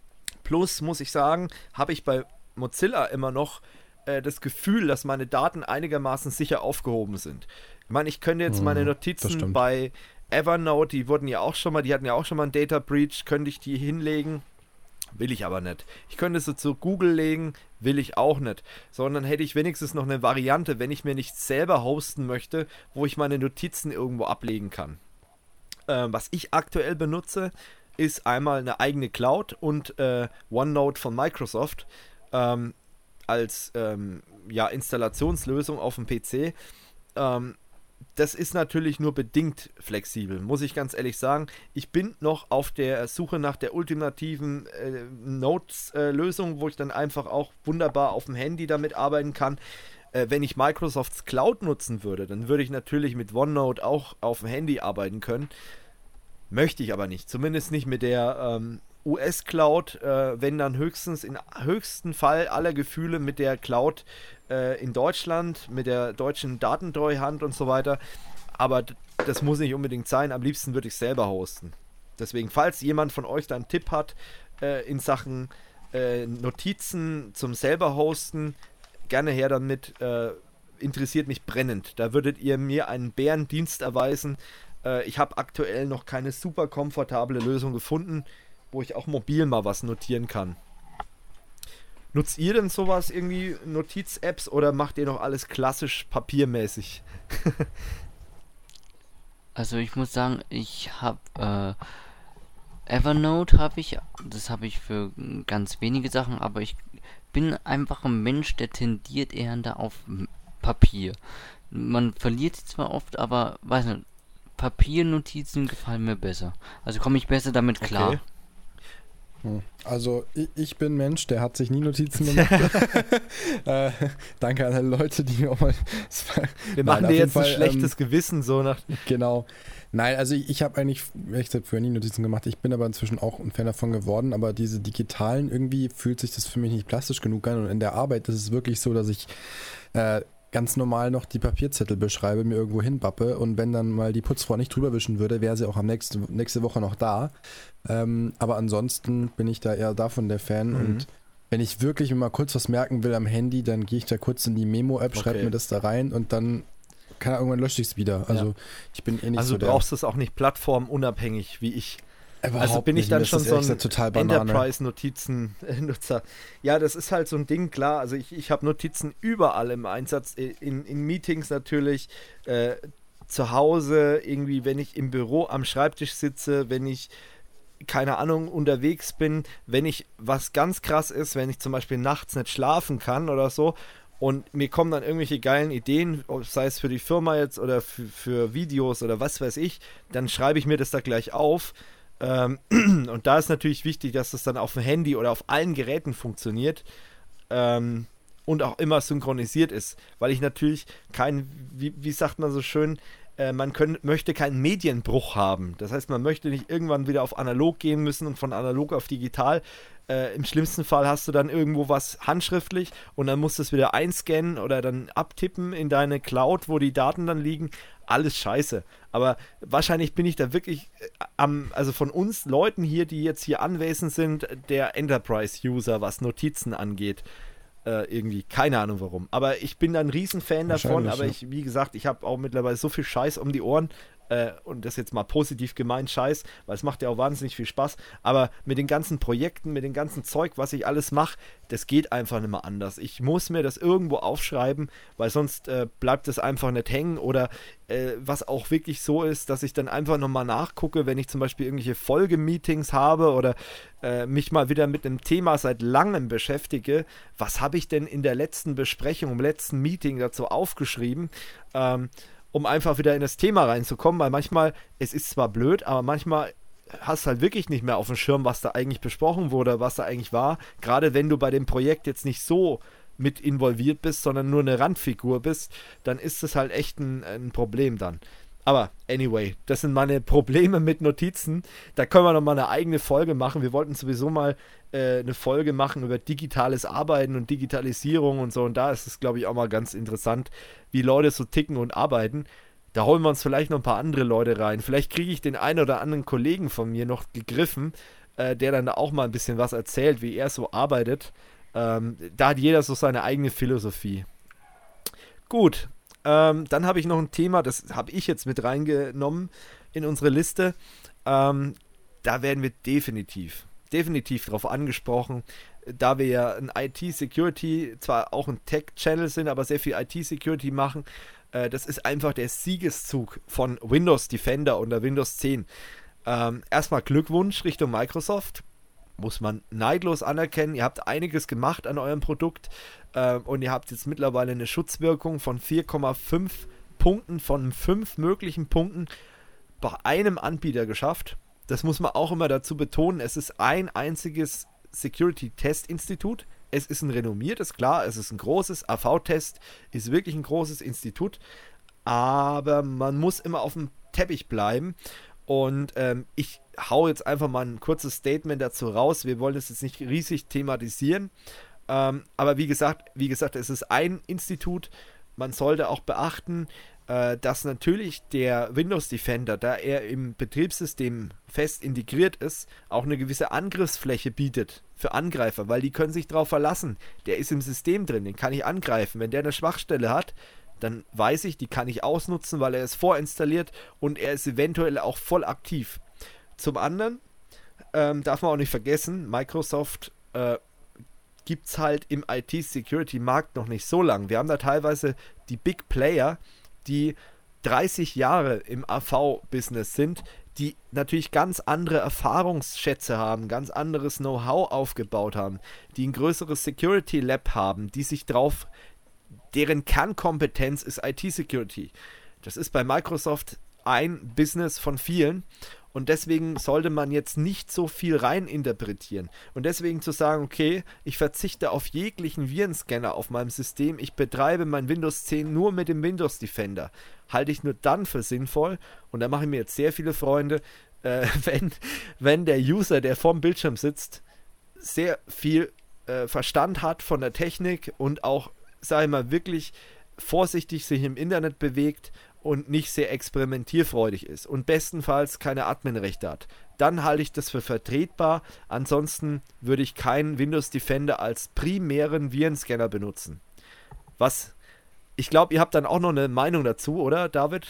Plus, muss ich sagen, habe ich bei Mozilla immer noch äh, das Gefühl, dass meine Daten einigermaßen sicher aufgehoben sind. Ich meine, ich könnte jetzt meine Mhm, das Notizen stimmt. bei Evernote, die wurden ja auch schon mal, die hatten ja auch schon mal einen Data Breach, könnte ich die hinlegen, will ich aber nicht. Ich könnte sie zu Google legen, will ich auch nicht. Sondern hätte ich wenigstens noch eine Variante, wenn ich mir nicht selber hosten möchte, wo ich meine Notizen irgendwo ablegen kann. Ähm, was ich aktuell benutze, ist einmal eine eigene Cloud und äh, OneNote von Microsoft. Ähm, als ähm, ja, Installationslösung auf dem P C. Ähm, das ist natürlich nur bedingt flexibel, muss ich ganz ehrlich sagen. Ich bin noch auf der Suche nach der ultimativen äh, Notes-Lösung, wo ich dann einfach auch wunderbar auf dem Handy damit arbeiten kann. Äh, wenn ich Microsofts Cloud nutzen würde, dann würde ich natürlich mit OneNote auch auf dem Handy arbeiten können. Möchte ich aber nicht. Zumindest nicht mit der ähm, U S-Cloud, äh, wenn dann höchstens im höchsten Fall aller Gefühle mit der Cloud äh, in Deutschland, mit der deutschen Datentreuhand und so weiter. Aber d- das muss nicht unbedingt sein. Am liebsten würde ich selber hosten. Deswegen, falls jemand von euch da einen Tipp hat äh, in Sachen äh, Notizen zum selber hosten, gerne her damit. Äh, interessiert mich brennend. Da würdet ihr mir einen Bärendienst erweisen. Äh, ich habe aktuell noch keine super komfortable Lösung gefunden, wo ich auch mobil mal was notieren kann. Nutzt ihr denn sowas irgendwie, Notiz-Apps, oder macht ihr noch alles klassisch papiermäßig? Also ich muss sagen, ich habe äh, Evernote habe ich, das habe ich für mm, ganz wenige Sachen, aber ich bin einfach ein Mensch, der tendiert eher da auf M- Papier. Man verliert sie zwar oft, aber weiß nicht, Papiernotizen gefallen mir besser. Also komme ich besser damit klar. Okay. Also ich, ich bin Mensch, der hat sich nie Notizen gemacht. äh, danke an alle Leute, die mir auch mal... Wir machen Nein, dir jetzt Fall, ein schlechtes ähm, Gewissen, so nach... Genau. Nein, also ich, ich habe eigentlich echt früher nie Notizen gemacht. Ich bin aber inzwischen auch ein Fan davon geworden, aber diese digitalen, irgendwie fühlt sich das für mich nicht plastisch genug an und in der Arbeit ist es wirklich so, dass ich äh, ganz normal noch die Papierzettel beschreibe, mir irgendwo hinbappe und wenn dann mal die Putzfrau nicht drüber wischen würde, wäre sie auch am nächsten, nächste Woche noch da. Ähm, aber ansonsten bin ich da eher davon der Fan Mhm. und wenn ich wirklich mir mal kurz was merken will am Handy, dann gehe ich da kurz in die Memo-App, schreibe Okay. mir das da rein und dann kann, irgendwann lösche ich es wieder. Also Ja. ich bin eh nicht Also so du der... brauchst es auch nicht plattformunabhängig wie ich. Überhaupt Also bin ich nicht. dann Das schon ist so ehrlich ein gesagt total Banane. Enterprise-Notizen-Nutzer. Ja, das ist halt so ein Ding, klar. Also ich, ich habe Notizen überall im Einsatz, in, in Meetings natürlich, äh, zu Hause, irgendwie, wenn ich im Büro am Schreibtisch sitze, wenn ich, keine Ahnung, unterwegs bin, wenn ich, was ganz krass ist, wenn ich zum Beispiel nachts nicht schlafen kann oder so und mir kommen dann irgendwelche geilen Ideen, sei es für die Firma jetzt oder für, für Videos oder was weiß ich, dann schreibe ich mir das da gleich auf. Ähm, und da ist natürlich wichtig, dass das dann auf dem Handy oder auf allen Geräten funktioniert ähm, und auch immer synchronisiert ist, weil ich natürlich kein, wie, wie sagt man so schön, äh, man können, möchte keinen Medienbruch haben. Das heißt, man möchte nicht irgendwann wieder auf analog gehen müssen und von analog auf digital. Äh, Im schlimmsten Fall hast du dann irgendwo was handschriftlich und dann musst du es wieder einscannen oder dann abtippen in deine Cloud, wo die Daten dann liegen. Alles scheiße. Aber wahrscheinlich bin ich da wirklich äh, am, also von uns Leuten hier, die jetzt hier anwesend sind, der Enterprise-User, was Notizen angeht. Äh, irgendwie, keine Ahnung warum. Aber ich bin da ein Riesenfan davon, Wahrscheinlich, aber ja. ich, wie gesagt, ich habe auch mittlerweile so viel Scheiß um die Ohren. Äh, und das jetzt mal positiv gemeint, Scheiß, weil es macht ja auch wahnsinnig viel Spaß. Aber mit den ganzen Projekten, mit dem ganzen Zeug, was ich alles mache, das geht einfach nicht mehr anders. Ich muss mir das irgendwo aufschreiben, weil sonst äh, bleibt es einfach nicht hängen. Oder äh, was auch wirklich so ist, dass ich dann einfach nochmal nachgucke, wenn ich zum Beispiel irgendwelche Folgemeetings habe oder äh, mich mal wieder mit einem Thema seit langem beschäftige. Was habe ich denn in der letzten Besprechung, im letzten Meeting dazu aufgeschrieben? Ähm, um einfach wieder in das Thema reinzukommen, weil manchmal, es ist zwar blöd, aber manchmal hast du halt wirklich nicht mehr auf dem Schirm, was da eigentlich besprochen wurde, was da eigentlich war, gerade wenn du bei dem Projekt jetzt nicht so mit involviert bist, sondern nur eine Randfigur bist, dann ist das halt echt ein, ein Problem dann. Aber anyway, das sind meine Probleme mit Notizen. Da können wir nochmal eine eigene Folge machen. Wir wollten sowieso mal äh, eine Folge machen über digitales Arbeiten und Digitalisierung und so. Und da ist es, glaube ich, auch mal ganz interessant, wie Leute so ticken und arbeiten. Da holen wir uns vielleicht noch ein paar andere Leute rein. Vielleicht kriege ich den einen oder anderen Kollegen von mir noch gegriffen, äh, der dann da auch mal ein bisschen was erzählt, wie er so arbeitet. Ähm, da hat jeder so seine eigene Philosophie. Gut. Ähm, dann habe ich noch ein Thema, das habe ich jetzt mit reingenommen in unsere Liste. Ähm, da werden wir definitiv, definitiv drauf angesprochen, da wir ja ein I T-Security, zwar auch ein Tech-Channel sind, aber sehr viel I T-Security machen. Äh, das ist einfach der Siegeszug von Windows Defender unter Windows zehn. Ähm, erstmal Glückwunsch Richtung Microsoft. Muss man neidlos anerkennen. Ihr habt einiges gemacht an eurem Produkt äh, und ihr habt jetzt mittlerweile eine Schutzwirkung von vier Komma fünf Punkten von fünf möglichen Punkten bei einem Anbieter geschafft. Das muss man auch immer dazu betonen. Es ist ein einziges Security-Test-Institut. Es ist ein renommiertes, klar, es ist ein großes. A V-Test ist wirklich ein großes Institut, aber man muss immer auf dem Teppich bleiben. Und ähm, ich hau jetzt einfach mal ein kurzes Statement dazu raus. Wir wollen es jetzt nicht riesig thematisieren. Ähm, aber wie gesagt, wie gesagt, es ist ein Institut. Man sollte auch beachten, äh, dass natürlich der Windows Defender, da er im Betriebssystem fest integriert ist, auch eine gewisse Angriffsfläche bietet für Angreifer, weil die können sich darauf verlassen. Der ist im System drin, den kann ich angreifen. Wenn der eine Schwachstelle hat, dann weiß ich, die kann ich ausnutzen, weil er ist vorinstalliert und er ist eventuell auch voll aktiv. Zum anderen ähm, darf man auch nicht vergessen, Microsoft äh, gibt es halt im I T-Security-Markt noch nicht so lang. Wir haben da teilweise die Big Player, die dreißig Jahre im A V-Business sind, die natürlich ganz andere Erfahrungsschätze haben, ganz anderes Know-how aufgebaut haben, die ein größeres Security-Lab haben, die sich drauf, deren Kernkompetenz ist I T-Security. Das ist bei Microsoft ein Business von vielen Und deswegen sollte man jetzt nicht so viel rein interpretieren. Und deswegen zu sagen, okay, ich verzichte auf jeglichen Virenscanner auf meinem System, ich betreibe mein Windows zehn nur mit dem Windows Defender, halte ich nur dann für sinnvoll. Und da mache ich mir jetzt sehr viele Freunde, äh, wenn, wenn der User, der vorm Bildschirm sitzt, sehr viel äh, Verstand hat von der Technik und auch, sage ich mal, wirklich vorsichtig sich im Internet bewegt und nicht sehr experimentierfreudig ist und bestenfalls keine Adminrechte hat. Dann halte ich das für vertretbar. Ansonsten würde ich keinen Windows Defender als primären Virenscanner benutzen. Was, ich glaube, ihr habt dann auch noch eine Meinung dazu, oder, David?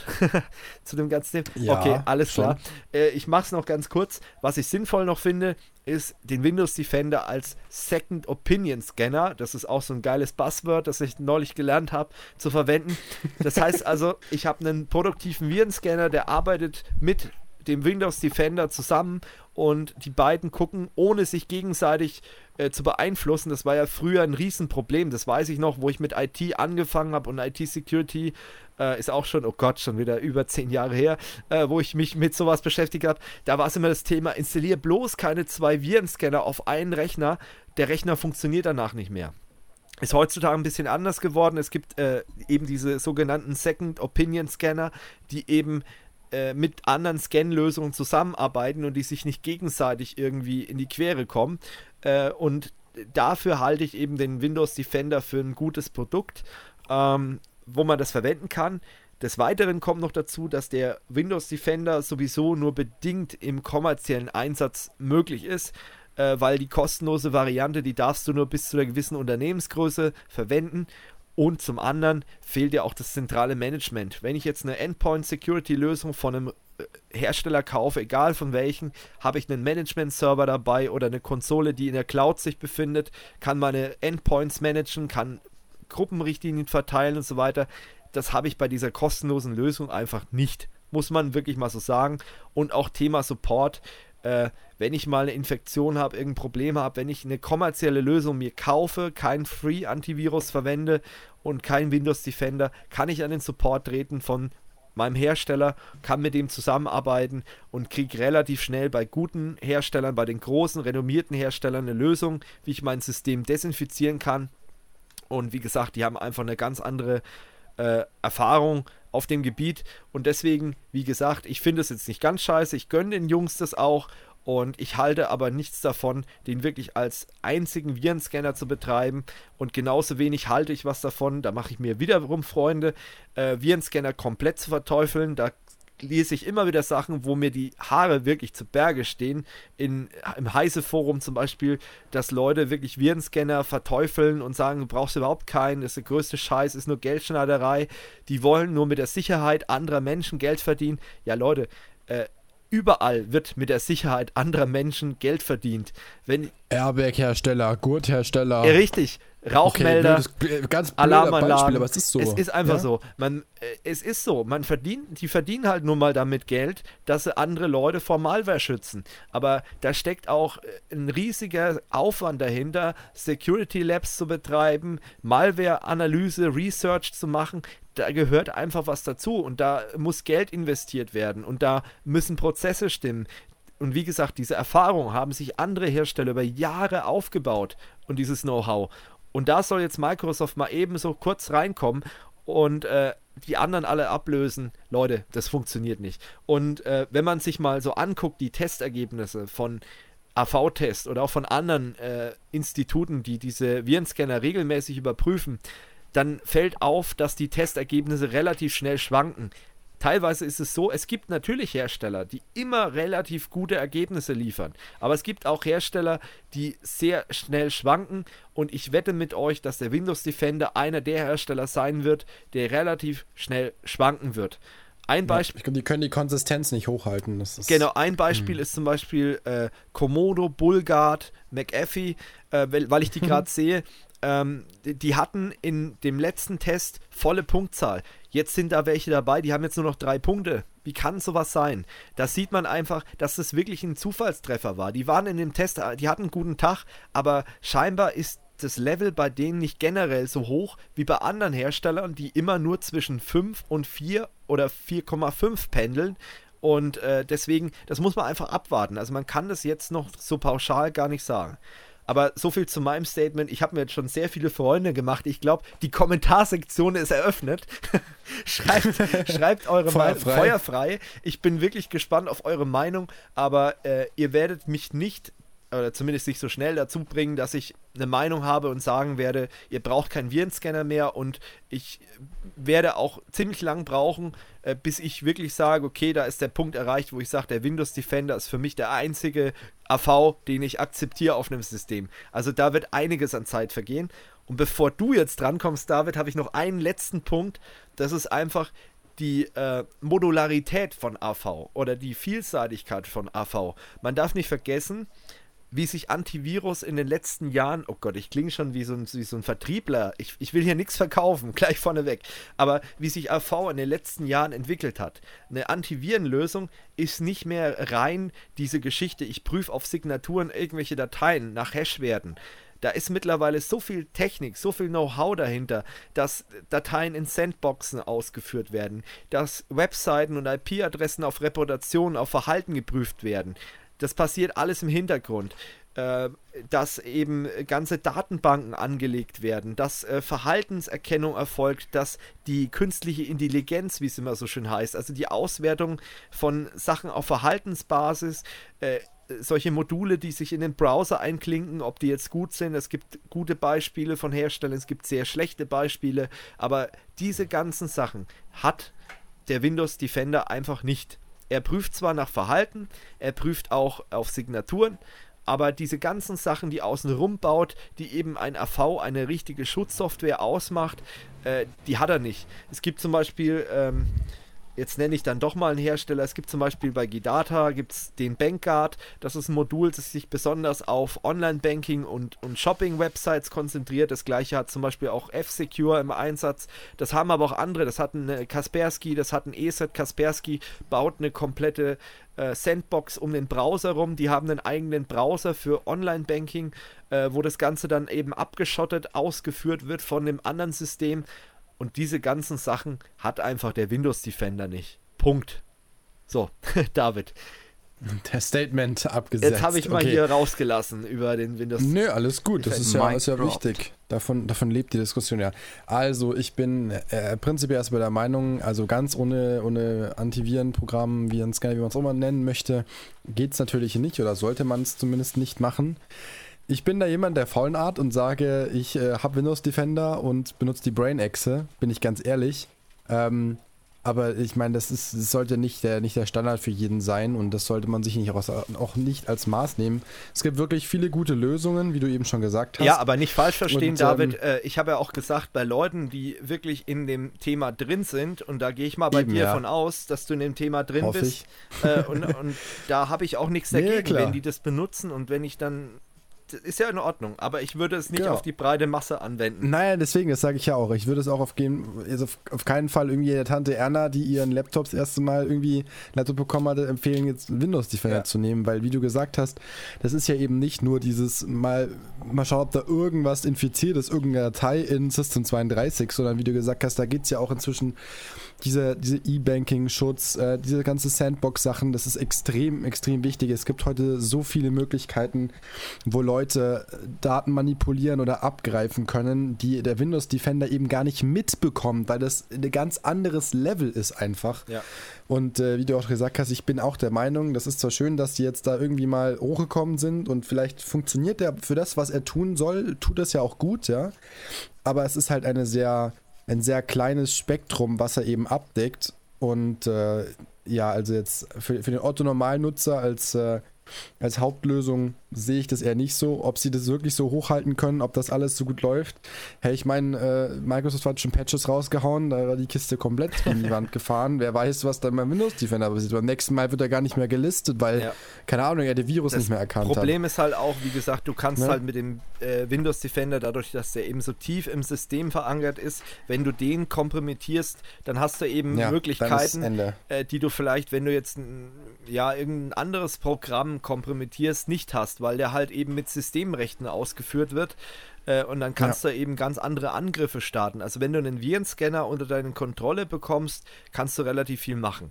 Zu dem ganzen Thema? Ja, okay, alles schon. klar. Äh, ich mache es noch ganz kurz. Was ich sinnvoll noch finde, ist den Windows Defender als Second Opinion Scanner, das ist auch so ein geiles Buzzword, das ich neulich gelernt habe, zu verwenden. Das heißt also, ich habe einen produktiven Virenscanner, der arbeitet mit dem Windows Defender zusammen und die beiden gucken, ohne sich gegenseitig äh, zu beeinflussen. Das war ja früher ein Riesenproblem, das weiß ich noch, wo ich mit I T angefangen habe und I T-Security äh, ist auch schon, oh Gott, schon wieder über zehn Jahre her, äh, wo ich mich mit sowas beschäftigt habe. Da war es immer das Thema, installiere bloß keine zwei Virenscanner auf einen Rechner, der Rechner funktioniert danach nicht mehr. Ist heutzutage ein bisschen anders geworden. Es gibt äh, eben diese sogenannten Second Opinion Scanner, die eben mit anderen Scan-Lösungen zusammenarbeiten und die sich nicht gegenseitig irgendwie in die Quere kommen. Äh, und dafür halte ich eben den Windows Defender für ein gutes Produkt, ähm, wo man das verwenden kann. Des Weiteren kommt noch dazu, dass der Windows Defender sowieso nur bedingt im kommerziellen Einsatz möglich ist, äh, weil die kostenlose Variante, die darfst du nur bis zu einer gewissen Unternehmensgröße verwenden. Und zum anderen fehlt ja auch das zentrale Management. Wenn ich jetzt eine Endpoint-Security-Lösung von einem Hersteller kaufe, egal von welchen, habe ich einen Management-Server dabei oder eine Konsole, die in der Cloud sich befindet, kann meine Endpoints managen, kann Gruppenrichtlinien verteilen und so weiter. Das habe ich bei dieser kostenlosen Lösung einfach nicht. Muss man wirklich mal so sagen. Und auch Thema Support. Äh, wenn ich mal eine Infektion habe, irgendein Problem habe, wenn ich eine kommerzielle Lösung mir kaufe, kein Free-Antivirus verwende und kein Windows Defender, kann ich an den Support treten von meinem Hersteller, kann mit dem zusammenarbeiten und kriege relativ schnell bei guten Herstellern, bei den großen, renommierten Herstellern eine Lösung, wie ich mein System desinfizieren kann. Und wie gesagt, die haben einfach eine ganz andere äh, Erfahrung auf dem Gebiet und deswegen, wie gesagt, ich finde es jetzt nicht ganz scheiße, ich gönne den Jungs das auch und ich halte aber nichts davon, den wirklich als einzigen Virenscanner zu betreiben und genauso wenig halte ich was davon, da mache ich mir wiederum Freunde, äh, Virenscanner komplett zu verteufeln, da lese ich immer wieder Sachen, wo mir die Haare wirklich zu Berge stehen. In, im Heise-Forum zum Beispiel, dass Leute wirklich Virenscanner verteufeln und sagen, du brauchst überhaupt keinen, das ist der größte Scheiß, ist nur Geldschneiderei. Die wollen nur mit der Sicherheit anderer Menschen Geld verdienen. Ja, Leute, äh, überall wird mit der Sicherheit anderer Menschen Geld verdient. Wenn Airbag-Hersteller, Gurthersteller. Ja, richtig. Rauchmelder, okay, ganz Alarmanlagen. Beispiel, aber es ist so. Es ist einfach ja? so. Man, äh, es ist so. Man verdient, die verdienen halt nur mal damit Geld, dass sie andere Leute vor Malware schützen. Aber da steckt auch äh, ein riesiger Aufwand dahinter, Security Labs zu betreiben, Malware-Analyse, Research zu machen. Da gehört einfach was dazu und da muss Geld investiert werden und da müssen Prozesse stimmen. Und wie gesagt, diese Erfahrung haben sich andere Hersteller über Jahre aufgebaut und dieses Know-how. Und da soll jetzt Microsoft mal eben so kurz reinkommen und äh, die anderen alle ablösen. Leute, das funktioniert nicht. Und äh, wenn man sich mal so anguckt, die Testergebnisse von A V-Test oder auch von anderen äh, Instituten, die diese Virenscanner regelmäßig überprüfen, dann fällt auf, dass die Testergebnisse relativ schnell schwanken. Teilweise ist es so, es gibt natürlich Hersteller, die immer relativ gute Ergebnisse liefern, aber es gibt auch Hersteller, die sehr schnell schwanken und ich wette mit euch, dass der Windows Defender einer der Hersteller sein wird, der relativ schnell schwanken wird. Ein Beispiel, ja, ich glaube, die können die Konsistenz nicht hochhalten. Das ist, genau, ein Beispiel mh. ist zum Beispiel äh, Komodo, Bullguard, McAfee, äh, weil, weil ich die gerade sehe. Ähm, die hatten in dem letzten Test volle Punktzahl. Jetzt sind da welche dabei, die haben jetzt nur noch drei Punkte. Wie kann sowas sein? Da sieht man einfach, dass das wirklich ein Zufallstreffer war. Die waren in dem Test, die hatten einen guten Tag, aber scheinbar ist das Level bei denen nicht generell so hoch wie bei anderen Herstellern, die immer nur zwischen fünf und vier oder vier Komma fünf pendeln. Und äh, deswegen, das muss man einfach abwarten. Also man kann das jetzt noch so pauschal gar nicht sagen. Aber so viel zu meinem Statement. Ich habe mir jetzt schon sehr viele Freunde gemacht. Ich glaube, die Kommentarsektion ist eröffnet. schreibt, schreibt eure Meinung feuerfrei. Ich bin wirklich gespannt auf eure Meinung. Aber äh, ihr werdet mich nicht, oder zumindest nicht so schnell dazu bringen, dass ich eine Meinung habe und sagen werde, ihr braucht keinen Virenscanner mehr. Und ich werde auch ziemlich lang brauchen, äh, bis ich wirklich sage, okay, da ist der Punkt erreicht, wo ich sage, der Windows Defender ist für mich der einzige A V, den ich akzeptiere auf einem System. Also da wird einiges an Zeit vergehen. Und bevor du jetzt drankommst, David, habe ich noch einen letzten Punkt. Das ist einfach die äh, Modularität von A V oder die Vielseitigkeit von A V. Man darf nicht vergessen, wie sich Antivirus in den letzten Jahren, oh Gott, ich klinge schon wie so ein, wie so ein Vertriebler, ich, ich will hier nichts verkaufen, gleich vorneweg, aber wie sich A V in den letzten Jahren entwickelt hat. Eine Antivirenlösung ist nicht mehr rein diese Geschichte, ich prüfe auf Signaturen irgendwelche Dateien nach Hashwerten. Da ist mittlerweile so viel Technik, so viel Know-how dahinter, dass Dateien in Sandboxen ausgeführt werden, dass Webseiten und I P-Adressen auf Reputation, auf Verhalten geprüft werden. Das passiert alles im Hintergrund, äh, dass eben ganze Datenbanken angelegt werden, dass äh, Verhaltenserkennung erfolgt, dass die künstliche Intelligenz, wie es immer so schön heißt, also die Auswertung von Sachen auf Verhaltensbasis, äh, solche Module, die sich in den Browser einklinken, ob die jetzt gut sind, es gibt gute Beispiele von Herstellern, es gibt sehr schlechte Beispiele, aber diese ganzen Sachen hat der Windows Defender einfach nicht. Er prüft zwar nach Verhalten, er prüft auch auf Signaturen, aber diese ganzen Sachen, die außenrum baut, die eben ein A V, eine richtige Schutzsoftware ausmacht, äh, die hat er nicht. Es gibt zum Beispiel, ähm, jetzt nenne ich dann doch mal einen Hersteller, es gibt zum Beispiel bei Gidata, gibt es den BankGuard, das ist ein Modul, das sich besonders auf Online-Banking und, und Shopping-Websites konzentriert, das gleiche hat zum Beispiel auch F-Secure im Einsatz, das haben aber auch andere, das hat ein Kaspersky, das hat ein E S E T, Kaspersky baut eine komplette äh, Sandbox um den Browser rum, die haben einen eigenen Browser für Online-Banking, äh, wo das Ganze dann eben abgeschottet ausgeführt wird von dem anderen System. Und diese ganzen Sachen hat einfach der Windows Defender nicht. Punkt. So, David. Der Statement abgesetzt. Jetzt habe ich mal okay. hier rausgelassen über den Windows Defender. Nö, alles gut. Das ist ja, ist ja dropped. wichtig. Davon, davon lebt die Diskussion ja. Also, ich bin äh, prinzipiell erstmal der Meinung, also ganz ohne, ohne Antivirenprogramm, Virenscanner, wie man es auch mal nennen möchte, geht es natürlich nicht oder sollte man es zumindest nicht machen. Ich bin da jemand der faulen Art und sage, ich äh, habe Windows Defender und benutze die Brain-Echse, bin ich ganz ehrlich. Ähm, aber ich meine, das, ist, das sollte nicht der, nicht der Standard für jeden sein und das sollte man sich nicht auch, auch nicht als Maß nehmen. Es gibt wirklich viele gute Lösungen, wie du eben schon gesagt hast. Ja, aber nicht falsch verstehen, und, David. Ähm, äh, ich habe ja auch gesagt, bei Leuten, die wirklich in dem Thema drin sind, und da gehe ich mal bei eben, dir ja. von aus, dass du in dem Thema drin Hoffe bist. Äh, und, und da habe ich auch nichts Nee, dagegen, klar. wenn die das benutzen und wenn ich dann... Ist ja in Ordnung, aber ich würde es nicht Genau. auf die breite Masse anwenden. Naja, deswegen, das sage ich ja auch. Ich würde es auch auf, gehen, also auf, auf keinen Fall irgendwie der Tante Erna, die ihren Laptop das erste Mal irgendwie einen Laptop bekommen hatte, empfehlen, jetzt Windows Defender Ja. zu nehmen, weil, wie du gesagt hast, das ist ja eben nicht nur dieses mal, mal schauen, ob da irgendwas infiziert ist, irgendeine Datei in System zweiunddreißig, sondern wie du gesagt hast, da geht es ja auch inzwischen diese, diese E-Banking-Schutz, äh, diese ganze Sandbox-Sachen, das ist extrem, extrem wichtig. Es gibt heute so viele Möglichkeiten, wo Leute Daten manipulieren oder abgreifen können, die der Windows Defender eben gar nicht mitbekommt, weil das ein ganz anderes Level ist einfach. Ja. Und äh, wie du auch gesagt hast, ich bin auch der Meinung, das ist zwar schön, dass die jetzt da irgendwie mal hochgekommen sind und vielleicht funktioniert der für das, was er tun soll, tut das ja auch gut, ja. Aber es ist halt eine sehr, ein sehr kleines Spektrum, was er eben abdeckt. Und äh, ja, also jetzt für, für den Otto-Normalnutzer als äh, Als Hauptlösung sehe ich das eher nicht so. Ob sie das wirklich so hochhalten können, ob das alles so gut läuft. Hey, ich meine, äh, Microsoft hat schon Patches rausgehauen, da war die Kiste komplett in die Wand gefahren. Wer weiß, was da beim Windows Defender passiert. Beim nächsten Mal wird er gar nicht mehr gelistet, weil, Ja. keine Ahnung, er den Virus Das nicht mehr erkannt Problem hat. ist halt auch, wie gesagt, du kannst Ne? halt mit dem äh, Windows Defender, dadurch, dass der eben so tief im System verankert ist, wenn du den kompromittierst, dann hast du eben Ja, dann ist Möglichkeiten, Ende. äh, die du vielleicht, wenn du jetzt ein, ja, irgendein anderes Programm kompromittierst, nicht hast, weil der halt eben mit Systemrechten ausgeführt wird. Äh, und dann kannst Ja. du eben ganz andere Angriffe starten. Also wenn du einen Virenscanner unter deine Kontrolle bekommst, kannst du relativ viel machen.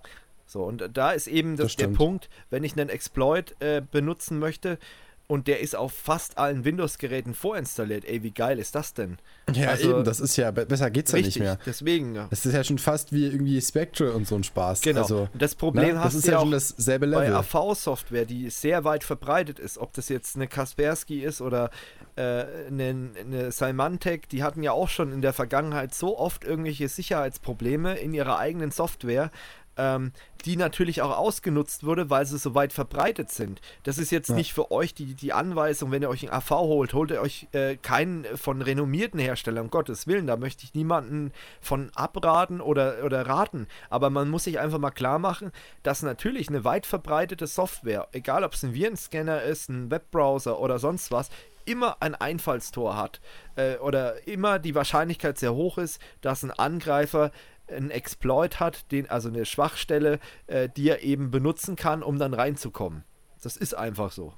So, und da ist eben das, Das der stimmt. Punkt, wenn ich einen Exploit äh, benutzen möchte und der ist auf fast allen Windows-Geräten vorinstalliert, ey, wie geil ist das denn? Ja, Also, eben, das ist ja, be- besser geht's ja Richtig, nicht mehr. deswegen. Ja. Das ist ja schon fast wie irgendwie Spectre und so ein Spaß. Genau. Also, Und das Problem ne, hast das ist du ja ja schon auch dasselbe bei Level. A V-Software, die sehr weit verbreitet ist, ob das jetzt eine Kaspersky ist oder äh, eine, eine Symantec, die hatten ja auch schon in der Vergangenheit so oft irgendwelche Sicherheitsprobleme in ihrer eigenen Software, ähm, die natürlich auch ausgenutzt wurde, weil sie so weit verbreitet sind. Das ist jetzt Ja. nicht für euch die, die Anweisung, wenn ihr euch ein A V holt, holt ihr euch äh, keinen von renommierten Herstellern, um Gottes Willen, da möchte ich niemanden von abraten oder, oder raten, aber man muss sich einfach mal klar machen, dass natürlich eine weit verbreitete Software, egal ob es ein Virenscanner ist, ein Webbrowser oder sonst was, immer ein Einfallstor hat äh, oder immer die Wahrscheinlichkeit sehr hoch ist, dass ein Angreifer einen Exploit hat, den, also eine Schwachstelle, äh, die er eben benutzen kann, um dann reinzukommen. Das ist einfach so.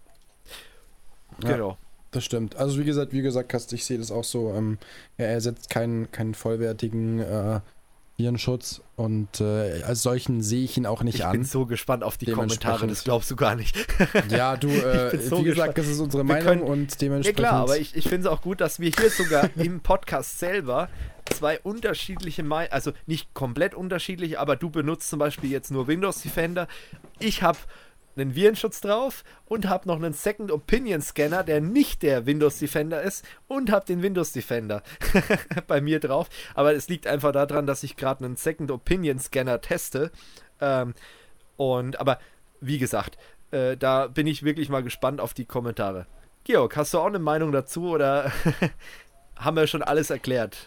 Ja. Genau. Das stimmt. Also wie gesagt, wie gesagt, Kast, ich sehe das auch so. Ähm, er ersetzt keinen, keinen vollwertigen äh, Virenschutz und äh, als solchen sehe ich ihn auch nicht Ich an. bin so gespannt auf die Dementsprechend- Kommentare, das glaubst du gar nicht. Ja, du, äh, bin so wie gesagt, gespannt. das ist unsere Wir Meinung können- und Ja dementsprechend. klar, aber ich, ich finde es auch gut, dass wir hier sogar im Podcast selber zwei unterschiedliche Meinungen, also nicht komplett unterschiedliche, aber du benutzt zum Beispiel jetzt nur Windows Defender. Ich habe einen Virenschutz drauf und habe noch einen Second Opinion Scanner, der nicht der Windows Defender ist und habe den Windows Defender bei mir drauf. Aber es liegt einfach daran, dass ich gerade einen Second Opinion Scanner teste. Ähm, und aber wie gesagt, äh, da bin ich wirklich mal gespannt auf die Kommentare. Georg, hast du auch eine Meinung dazu oder haben wir schon alles erklärt?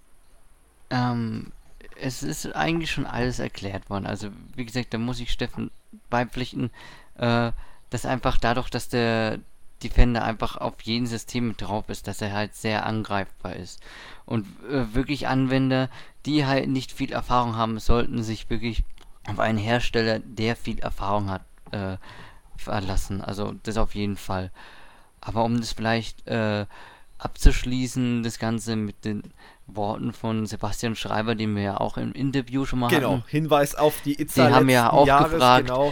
Ähm, es ist eigentlich schon alles erklärt worden. Also, wie gesagt, da muss ich Steffen beipflichten, äh, dass einfach dadurch, dass der Defender einfach auf jedem System mit drauf ist, dass er halt sehr angreifbar ist. Und äh, wirklich Anwender, die halt nicht viel Erfahrung haben, sollten sich wirklich auf einen Hersteller, der viel Erfahrung hat, äh, verlassen. Also, das auf jeden Fall. Aber um das vielleicht äh, abzuschließen, das Ganze mit den Worten von Sebastian Schreiber, den wir ja auch im Interview schon mal Genau, hatten. Hinweis auf die Itza Den haben wir ja letzten auch Jahres, gefragt. Genau.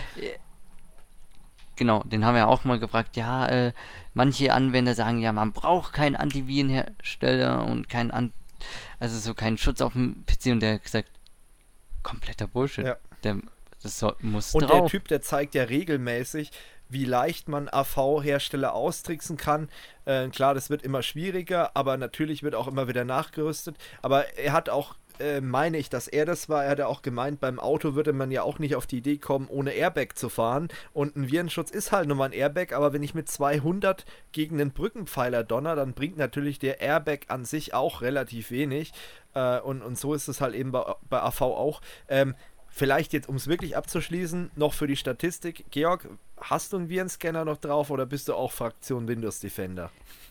Genau, den haben wir ja auch mal gefragt. Ja, äh, manche Anwender sagen ja, man braucht keinen Antivirenhersteller und keinen An also so keinen Schutz auf dem P C, und der hat gesagt, kompletter Bullshit. Ja. Der, das soll, muss Und der drauf. Typ, der zeigt ja regelmäßig, wie leicht man A V-Hersteller austricksen kann. Äh, klar, das wird immer schwieriger, aber natürlich wird auch immer wieder nachgerüstet. Aber er hat auch, äh, meine ich, dass er das war, er hat ja auch gemeint, beim Auto würde man ja auch nicht auf die Idee kommen, ohne Airbag zu fahren. Und ein Virenschutz ist halt nur mal ein Airbag, aber wenn ich mit zweihundert gegen einen Brückenpfeiler donner, dann bringt natürlich der Airbag an sich auch relativ wenig. Äh, und, und so ist es halt eben bei, bei A V auch. Ähm, Vielleicht jetzt, um es wirklich abzuschließen, noch für die Statistik. Georg, hast du einen Virenscanner noch drauf oder bist du auch Fraktion Windows Defender?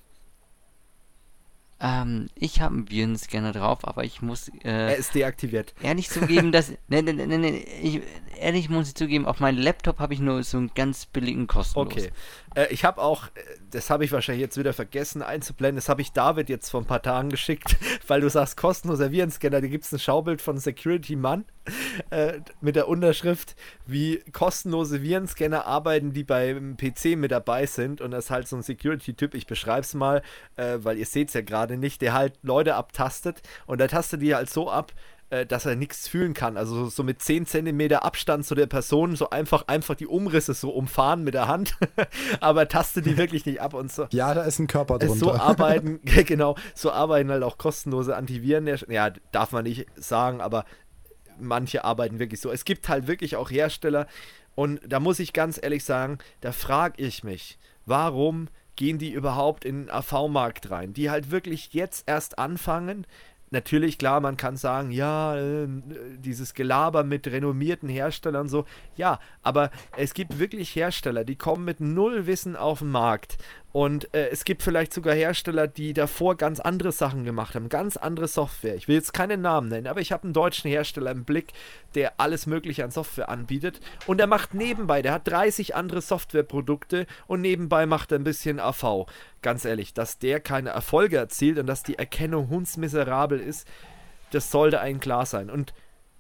Ähm, ich habe einen Virenscanner drauf, aber ich muss äh, Er ist deaktiviert. ehrlich zugeben, dass. Ne, ne, ne, ne, ich, ehrlich muss ich zugeben, auf meinem Laptop habe ich nur so einen ganz billigen kostenlos. Okay. Äh, ich habe auch, äh, das habe ich wahrscheinlich jetzt wieder vergessen einzublenden, das habe ich David jetzt vor ein paar Tagen geschickt, weil du sagst, kostenloser Virenscanner, da gibt es ein Schaubild von Security Mann äh, mit der Unterschrift, wie kostenlose Virenscanner arbeiten, die beim P C mit dabei sind, und das ist halt so ein Security-Typ, ich beschreibe es mal, äh, weil ihr seht es ja gerade nicht, der halt Leute abtastet, und der tastet die halt so ab, dass er nichts fühlen kann. Also so mit zehn Zentimeter Abstand zu der Person, so einfach, einfach die Umrisse so umfahren mit der Hand, aber tastet die wirklich nicht ab und so. Ja, da ist ein Körper drunter. So arbeiten, genau, so arbeiten halt auch kostenlose Antiviren. Ja, darf man nicht sagen, aber manche arbeiten wirklich so. Es gibt halt wirklich auch Hersteller, und da muss ich ganz ehrlich sagen, da frage ich mich, warum gehen die überhaupt in den A V-Markt rein, die halt wirklich jetzt erst anfangen. Natürlich, klar, man kann sagen, ja, äh, dieses Gelaber mit renommierten Herstellern so, ja, aber es gibt wirklich Hersteller, die kommen mit null Wissen auf den Markt, und äh, es gibt vielleicht sogar Hersteller, die davor ganz andere Sachen gemacht haben, ganz andere Software. Ich will jetzt keinen Namen nennen, aber ich habe einen deutschen Hersteller im Blick, der alles mögliche an Software anbietet, und der macht nebenbei, der hat dreißig andere Softwareprodukte, und nebenbei macht er ein bisschen A V. Ganz ehrlich, dass der keine Erfolge erzielt und dass die Erkennung hundsmiserabel ist, das sollte einem klar sein. Und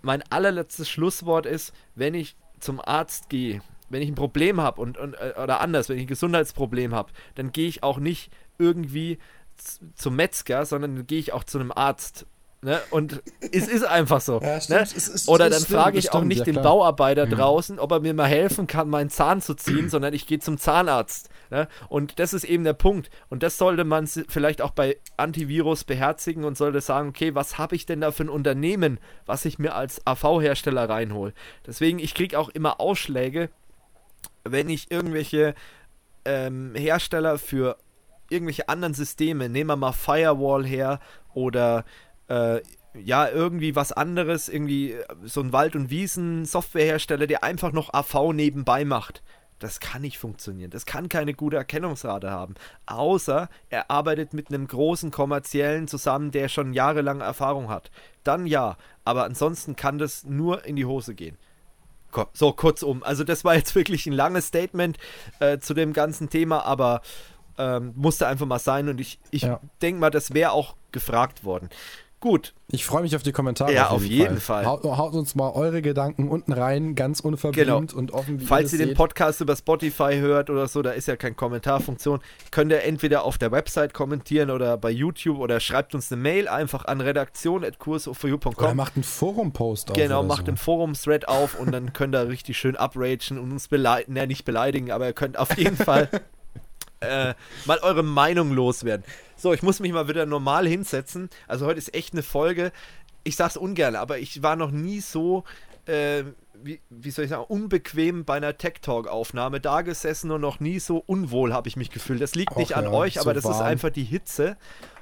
mein allerletztes Schlusswort ist, wenn ich zum Arzt gehe, wenn ich ein Problem habe und, und oder anders, wenn ich ein Gesundheitsproblem habe, dann gehe ich auch nicht irgendwie z- zum Metzger, sondern dann gehe ich auch zu einem Arzt. Ne? Und es ist einfach so. Ja, ne? stimmt. Es ist- Oder es dann stimmt, frage es ich auch stimmt, nicht ja, den klar. Bauarbeiter draußen, ob er mir mal helfen kann, meinen Zahn zu ziehen, sondern ich gehe zum Zahnarzt. Ne? Und das ist eben der Punkt. Und das sollte man s- vielleicht auch bei Antivirus beherzigen und sollte sagen, okay, was habe ich denn da für ein Unternehmen, was ich mir als A V-Hersteller reinhole. Deswegen, ich kriege auch immer Ausschläge, wenn ich irgendwelche ähm, Hersteller für irgendwelche anderen Systeme, nehmen wir mal Firewall her oder äh, ja, irgendwie was anderes, irgendwie äh, so ein Wald- und Wiesen-Softwarehersteller, der einfach noch A V nebenbei macht. Das kann nicht funktionieren. Das kann keine gute Erkennungsrate haben. Außer er arbeitet mit einem großen kommerziellen zusammen, der schon jahrelang Erfahrung hat. Dann ja. Aber ansonsten kann das nur in die Hose gehen. Ko- So, kurzum. Also das war jetzt wirklich ein langes Statement äh, zu dem ganzen Thema, aber ähm, musste einfach mal sein und ich, ich Ja. denke mal, das wäre auch gefragt worden. Gut, Ich freue mich auf die Kommentare. Ja, auf jeden Fall. Haut, haut uns mal eure Gedanken unten rein, ganz unverblümt und offen, wie falls ihr ihr den das seht. Podcast über Spotify hört oder so, da ist ja keine Kommentarfunktion, könnt ihr entweder auf der Website kommentieren oder bei YouTube oder schreibt uns eine Mail einfach an redaktion at kurs of you punkt Oder com. macht einen Forum-Post auf. Genau, oder macht so. im Forum-Thread auf und dann könnt ihr richtig schön upragen und uns beleidigen, ne, nicht beleidigen, aber ihr könnt auf jeden Fall äh, mal eure Meinung loswerden. So, ich muss mich mal wieder normal hinsetzen. Also heute ist echt eine Folge, ich sag's ungern, aber ich war noch nie so, äh, wie, wie soll ich sagen, unbequem bei einer Tech-Talk-Aufnahme da gesessen und noch nie so unwohl habe ich mich gefühlt. Das liegt Och nicht an ja, euch, so aber das ist warm. einfach die Hitze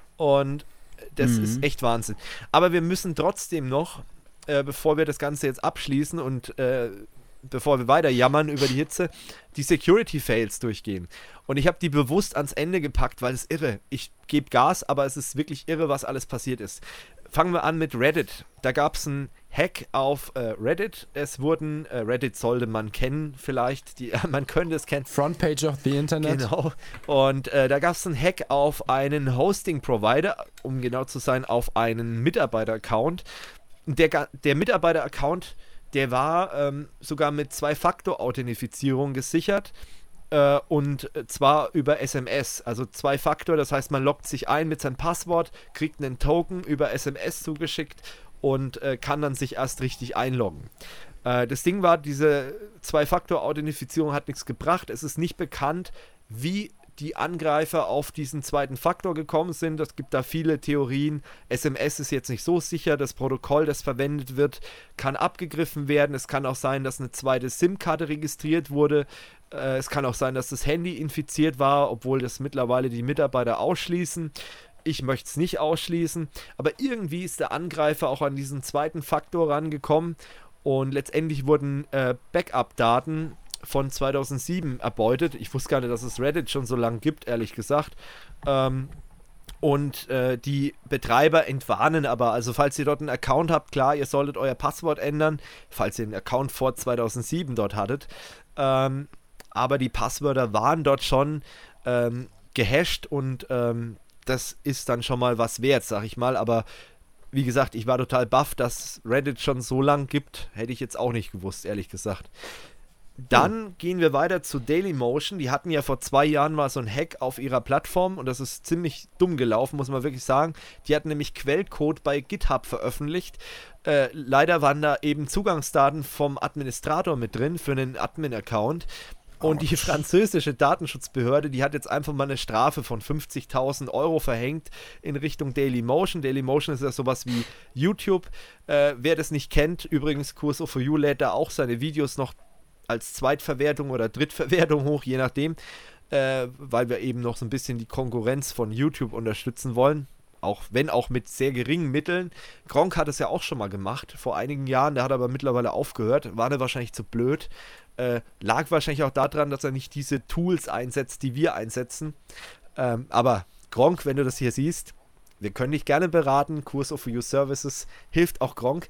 und das Mhm. ist echt Wahnsinn. Aber wir müssen trotzdem noch, äh, bevor wir das Ganze jetzt abschließen und äh, bevor wir weiter jammern über die Hitze, die Security-Fails durchgehen. Und ich habe die bewusst ans Ende gepackt, weil es irre. Ich gebe Gas, aber es ist wirklich irre, was alles passiert ist. Fangen wir an mit Reddit. Da gab es einen Hack auf äh, Reddit. Es wurden, äh, Reddit sollte man kennen vielleicht, die, man könnte es kennen. Frontpage of the Internet. Genau. Und äh, da gab es einen Hack auf einen Hosting-Provider, um genau zu sein, auf einen Mitarbeiter-Account. Der, ga- der Mitarbeiter-Account, der war ähm, sogar mit Zwei-Faktor-Authentifizierung gesichert. Äh, und zwar über S M S, also Zwei-Faktor, das heißt, man loggt sich ein mit seinem Passwort, kriegt einen Token über S M S zugeschickt und äh, kann dann sich erst richtig einloggen. Äh, das Ding war, diese Zwei-Faktor-Authentifizierung hat nichts gebracht. Es ist nicht bekannt, wie die Angreifer auf diesen zweiten Faktor gekommen sind. Es gibt da viele Theorien. S M S ist jetzt nicht so sicher. Das Protokoll, das verwendet wird, kann abgegriffen werden. Es kann auch sein, dass eine zweite SIM-Karte registriert wurde. Äh, es kann auch sein, dass das Handy infiziert war, obwohl das mittlerweile die Mitarbeiter ausschließen. Ich möchte es nicht ausschließen. Aber irgendwie ist der Angreifer auch an diesen zweiten Faktor rangekommen. Und letztendlich wurden äh, Backup-Daten von zweitausendsieben erbeutet. Ich wusste gar nicht, dass es Reddit schon so lange gibt, ehrlich gesagt. Ähm, und äh, die Betreiber entwarnen aber, also falls ihr dort einen Account habt, klar, ihr solltet euer Passwort ändern, falls ihr einen Account vor zweitausendsieben dort hattet. Ähm, aber die Passwörter waren dort schon ähm, gehasht und ähm, das ist dann schon mal was wert, sag ich mal. Aber wie gesagt, ich war total baff, dass Reddit schon so lang gibt. Hätte ich jetzt auch nicht gewusst, ehrlich gesagt. Dann hm. gehen wir weiter zu Dailymotion. Die hatten ja vor zwei Jahren mal so ein Hack auf ihrer Plattform und das ist ziemlich dumm gelaufen, muss man wirklich sagen. Die hatten nämlich Quellcode bei GitHub veröffentlicht. Äh, leider waren da eben Zugangsdaten vom Administrator mit drin für einen Admin-Account. Und die französische Datenschutzbehörde, die hat jetzt einfach mal eine Strafe von fünfzigtausend Euro verhängt in Richtung Dailymotion. Dailymotion ist ja sowas wie YouTube. Äh, wer das nicht kennt, übrigens, Kurs O vier U lädt da auch seine Videos noch als Zweitverwertung oder Drittverwertung hoch, je nachdem, äh, weil wir eben noch so ein bisschen die Konkurrenz von YouTube unterstützen wollen. Auch wenn auch mit sehr geringen Mitteln. Gronkh hat es ja auch schon mal gemacht, vor einigen Jahren, der hat aber mittlerweile aufgehört, war der wahrscheinlich zu blöd. Äh, lag wahrscheinlich auch daran, dass er nicht diese Tools einsetzt, die wir einsetzen. Ähm, aber Gronkh, wenn du das hier siehst, wir können dich gerne beraten. Kurs O vier U Services hilft auch Gronkh.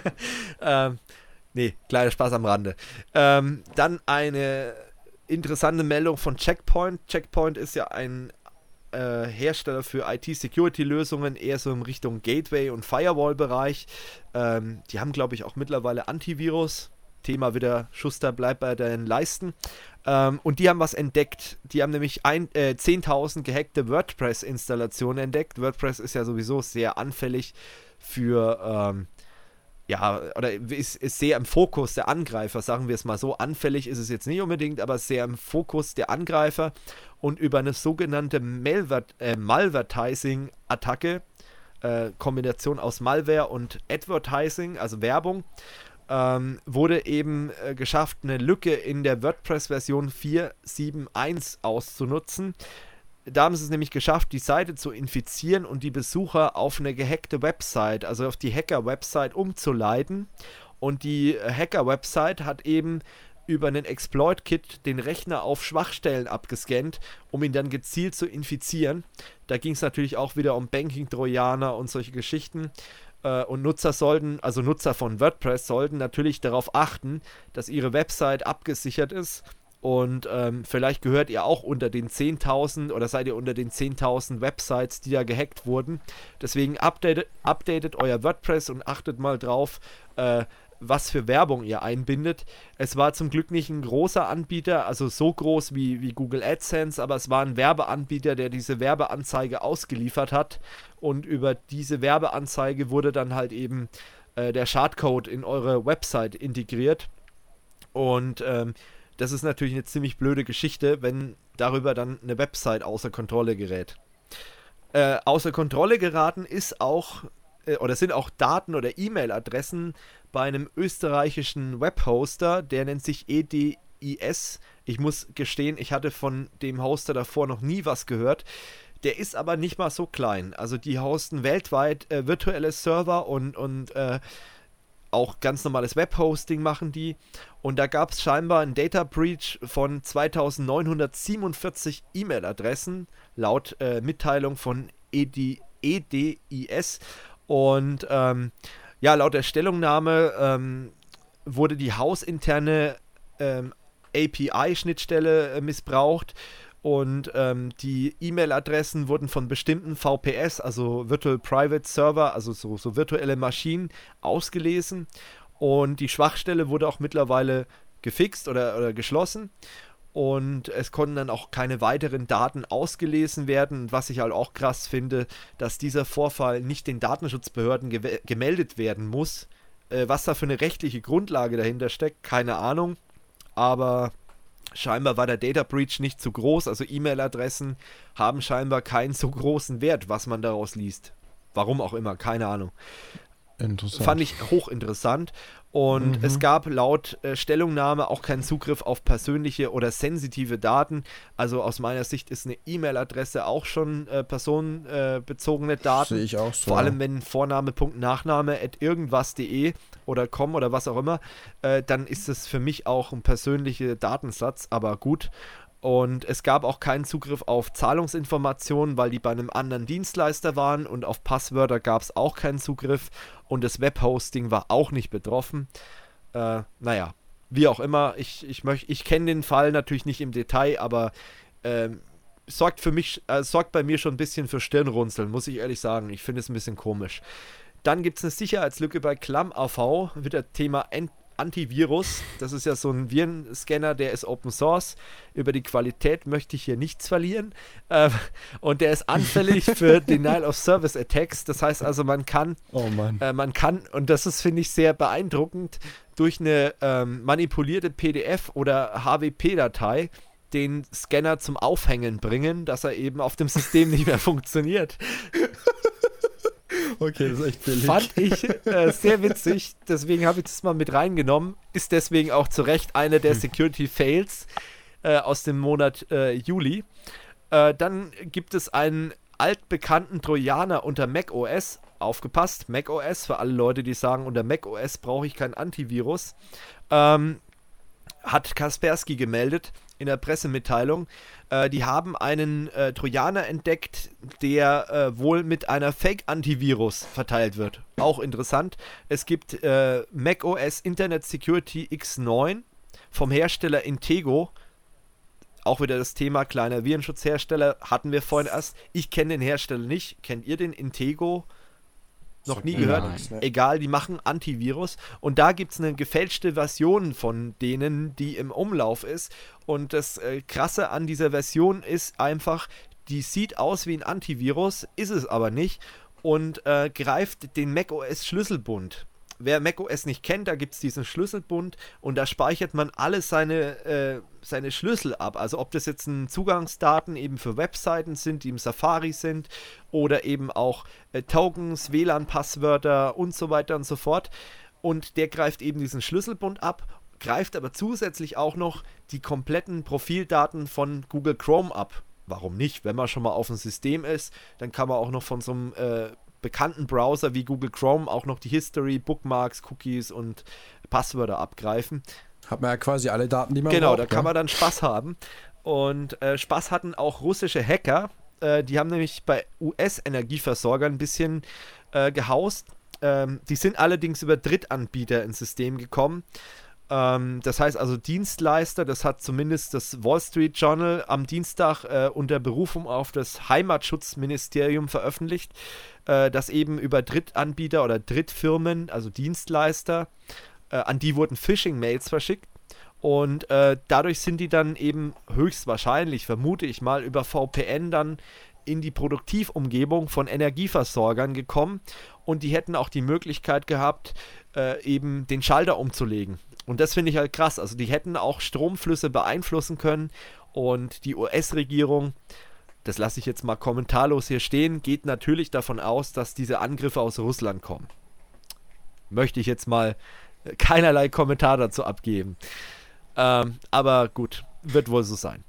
ähm, nee, kleiner Spaß am Rande. Ähm, dann eine interessante Meldung von Checkpoint. Checkpoint ist ja ein äh, Hersteller für I T-Security-Lösungen, eher so in Richtung Gateway- und Firewall-Bereich. Ähm, die haben, glaube ich, auch mittlerweile Antivirus. Thema wieder, Schuster bleibt bei deinen Leisten. Ähm, und die haben was entdeckt. Die haben nämlich ein, äh, zehntausend gehackte WordPress-Installationen entdeckt. WordPress ist ja sowieso sehr anfällig für... Ähm, ja, oder ist, ist sehr im Fokus der Angreifer, sagen wir es mal so. Anfällig ist es jetzt nicht unbedingt, aber sehr im Fokus der Angreifer. Und über eine sogenannte Malware, äh, Malvertising-Attacke, äh, Kombination aus Malware und Advertising, also Werbung, ähm, wurde eben äh, geschafft, eine Lücke in der WordPress-Version vier Punkt sieben Punkt eins auszunutzen. Da haben sie es nämlich geschafft, die Seite zu infizieren und die Besucher auf eine gehackte Website, also auf die Hacker-Website umzuleiten. Und die Hacker-Website hat eben über einen Exploit-Kit den Rechner auf Schwachstellen abgescannt, um ihn dann gezielt zu infizieren. Da ging es natürlich auch wieder um Banking-Trojaner und solche Geschichten. Und Nutzer sollten, also Nutzer von WordPress sollten natürlich darauf achten, dass ihre Website abgesichert ist. Und ähm, vielleicht gehört ihr auch unter den zehntausend oder seid ihr unter den zehntausend Websites, die da gehackt wurden. Deswegen updatet, updatet euer WordPress und achtet mal drauf, äh, was für Werbung ihr einbindet. Es war zum Glück nicht ein großer Anbieter, also so groß wie, wie Google AdSense, aber es war ein Werbeanbieter, der diese Werbeanzeige ausgeliefert hat. Und über diese Werbeanzeige wurde dann halt eben äh, der Schadcode in eure Website integriert. Und ähm, das ist natürlich eine ziemlich blöde Geschichte, wenn darüber dann eine Website außer Kontrolle gerät. Äh, außer Kontrolle geraten ist auch, äh, oder sind auch Daten oder E-Mail-Adressen bei einem österreichischen Webhoster, der nennt sich E D I S. Ich muss gestehen, ich hatte von dem Hoster davor noch nie was gehört. Der ist aber nicht mal so klein. Also die hosten weltweit äh, virtuelle Server und, und äh, auch ganz normales Webhosting machen die. Und da gab es scheinbar einen Data Breach von zweitausendneunhundertsiebenundvierzig E-Mail-Adressen, laut äh, Mitteilung von E D I S. Und ähm, ja, laut der Stellungnahme ähm, wurde die hausinterne ähm, A P I-Schnittstelle äh, missbraucht. Und ähm, die E-Mail-Adressen wurden von bestimmten V P S, also Virtual Private Server, also so, so virtuelle Maschinen, ausgelesen. Und die Schwachstelle wurde auch mittlerweile gefixt oder, oder geschlossen. Und es konnten dann auch keine weiteren Daten ausgelesen werden. Und was ich halt auch krass finde, dass dieser Vorfall nicht den Datenschutzbehörden ge- gemeldet werden muss. Äh, was da für eine rechtliche Grundlage dahinter steckt, keine Ahnung. Aber scheinbar war der Data Breach nicht zu groß, also E-Mail-Adressen haben scheinbar keinen so großen Wert, was man daraus liest. Warum auch immer, keine Ahnung. Interessant. Fand ich hochinteressant. Und mhm. es gab laut äh, Stellungnahme auch keinen Zugriff auf persönliche oder sensitive Daten. Also aus meiner Sicht ist eine E-Mail-Adresse auch schon äh, personenbezogene äh, Daten. Sehe ich auch so. Vor allem, wenn Vorname, Punkt, Nachname at irgendwas punkt de oder com oder was auch immer, äh, dann ist es für mich auch ein persönlicher Datensatz, aber gut. Und es gab auch keinen Zugriff auf Zahlungsinformationen, weil die bei einem anderen Dienstleister waren, und auf Passwörter gab es auch keinen Zugriff und das Webhosting war auch nicht betroffen. Äh, naja, wie auch immer, ich, ich, möcht, ich kenne den Fall natürlich nicht im Detail, aber äh, sorgt für mich, äh, sorgt bei mir schon ein bisschen für Stirnrunzeln, muss ich ehrlich sagen. Ich finde es ein bisschen komisch. Dann gibt es eine Sicherheitslücke bei ClamAV, wieder Thema End Antivirus. Das ist ja so ein Virenscanner, der ist Open Source. Über die Qualität möchte ich hier nichts verlieren. Äh, und der ist anfällig für Denial of Service Attacks. Das heißt also, man kann, oh Mann. Äh, man kann, und das ist, finde ich, sehr beeindruckend, durch eine ähm, manipulierte P D F oder H W P-Datei den Scanner zum Aufhängen bringen, dass er eben auf dem System nicht mehr funktioniert. Okay, das ist echt billig. Fand ich äh, sehr witzig, deswegen habe ich das mal mit reingenommen. Ist deswegen auch zu Recht einer der Security-Fails äh, aus dem Monat äh, Juli. Äh, dann gibt es einen altbekannten Trojaner unter macOS. Aufgepasst, macOS, für alle Leute, die sagen, unter macOS brauche ich kein Antivirus. Ähm, hat Kaspersky gemeldet in der Pressemitteilung. Äh, die haben einen äh, Trojaner entdeckt, der äh, wohl mit einer Fake-Antivirus verteilt wird. Auch interessant. Es gibt äh, macOS Internet Security X neun vom Hersteller Intego. auch wieder das Thema kleiner Virenschutzhersteller hatten wir vorhin erst. Ich kenne den Hersteller nicht. Kennt ihr den? Intego? Noch nie gehört. Nein. Egal, die machen Antivirus. Und da gibt es eine gefälschte Version von denen, die im Umlauf ist. Und das äh, Krasse an dieser Version ist einfach, die sieht aus wie ein Antivirus, ist es aber nicht. Und äh, greift den macOS-Schlüsselbund. Wer macOS nicht kennt, da gibt es diesen Schlüsselbund und da speichert man alle seine, äh, seine Schlüssel ab. Also ob das jetzt ein Zugangsdaten eben für Webseiten sind, die im Safari sind oder eben auch äh, Tokens, W L A N-Passwörter und so weiter und so fort. Und der greift eben diesen Schlüsselbund ab, greift aber zusätzlich auch noch die kompletten Profildaten von Google Chrome ab. Warum nicht? Wenn man schon mal auf dem System ist, dann kann man auch noch von so einem äh, bekannten Browser wie Google Chrome auch noch die History, Bookmarks, Cookies und Passwörter abgreifen. Hat man ja quasi alle Daten, die man genau, braucht. Genau, da kann man dann Spaß haben. Und äh, Spaß hatten auch russische Hacker. Äh, die haben nämlich bei U S-Energieversorgern ein bisschen äh, gehaust. Ähm, die sind allerdings über Drittanbieter ins System gekommen. Ähm, das heißt also Dienstleister, das hat zumindest das Wall Street Journal am Dienstag äh, unter Berufung auf das Heimatschutzministerium veröffentlicht, äh, dass eben über Drittanbieter oder Drittfirmen, also Dienstleister, äh, an die wurden Phishing-Mails verschickt. Und äh, dadurch sind die dann eben höchstwahrscheinlich, vermute ich mal, über V P N dann in die Produktivumgebung von Energieversorgern gekommen und die hätten auch die Möglichkeit gehabt, äh, eben den Schalter umzulegen. Und das finde ich halt krass. Also die hätten auch Stromflüsse beeinflussen können und die U S-Regierung, das lasse ich jetzt mal kommentarlos hier stehen, geht natürlich davon aus, dass diese Angriffe aus Russland kommen. Möchte ich jetzt mal keinerlei Kommentar dazu abgeben. Ähm, aber gut, wird wohl so sein.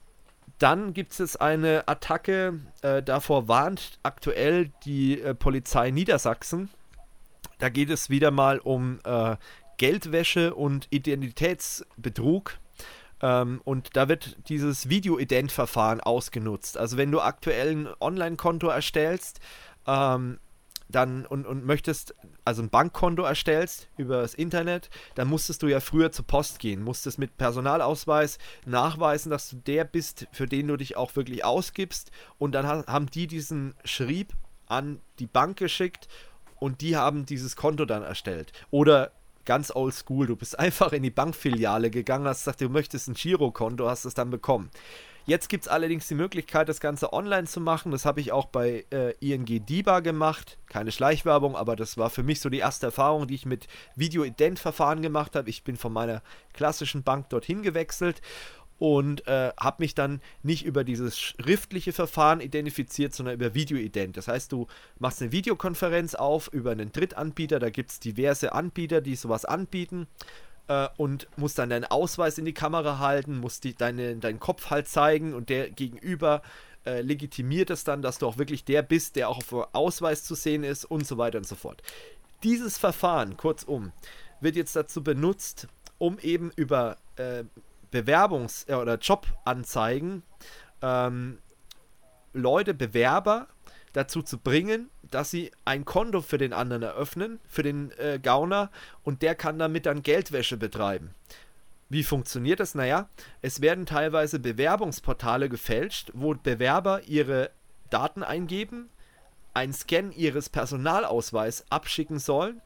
Dann gibt es eine Attacke, äh, davor warnt aktuell die äh, Polizei Niedersachsen. Da geht es wieder mal um äh, Geldwäsche und Identitätsbetrug. Ähm, und da wird dieses Video-Ident-Verfahren ausgenutzt. Also wenn du aktuell ein Online-Konto erstellst, ähm, dann und, und möchtest, also ein Bankkonto erstellst über das Internet, dann musstest du ja früher zur Post gehen, musstest mit Personalausweis nachweisen, dass du der bist, für den du dich auch wirklich ausgibst, und dann ha- haben die diesen Schrieb an die Bank geschickt und die haben dieses Konto dann erstellt. Oder ganz oldschool, du bist einfach in die Bankfiliale gegangen, hast gesagt, du möchtest ein Girokonto, hast es dann bekommen. Jetzt gibt es allerdings die Möglichkeit, das Ganze online zu machen. Das habe ich auch bei äh, I N G DiBa gemacht. Keine Schleichwerbung, aber das war für mich so die erste Erfahrung, die ich mit Video-Ident-Verfahren gemacht habe. Ich bin von meiner klassischen Bank dorthin gewechselt und äh, habe mich dann nicht über dieses schriftliche Verfahren identifiziert, sondern über Video-Ident. Das heißt, du machst eine Videokonferenz auf über einen Drittanbieter. Da gibt es diverse Anbieter, die sowas anbieten. Und musst dann deinen Ausweis in die Kamera halten, musst die, deine, deinen Kopf halt zeigen und der Gegenüber äh, legitimiert es dann, dass du auch wirklich der bist, der auch auf dem Ausweis zu sehen ist und so weiter und so fort. Dieses Verfahren, kurzum, wird jetzt dazu benutzt, um eben über äh, Bewerbungs- äh, oder Jobanzeigen ähm, Leute, Bewerber dazu zu bringen, dass sie ein Konto für den anderen eröffnen, für den äh, Gauner, und der kann damit dann Geldwäsche betreiben. Wie funktioniert das? Naja, es werden teilweise Bewerbungsportale gefälscht, wo Bewerber ihre Daten eingeben, einen Scan ihres Personalausweis abschicken sollen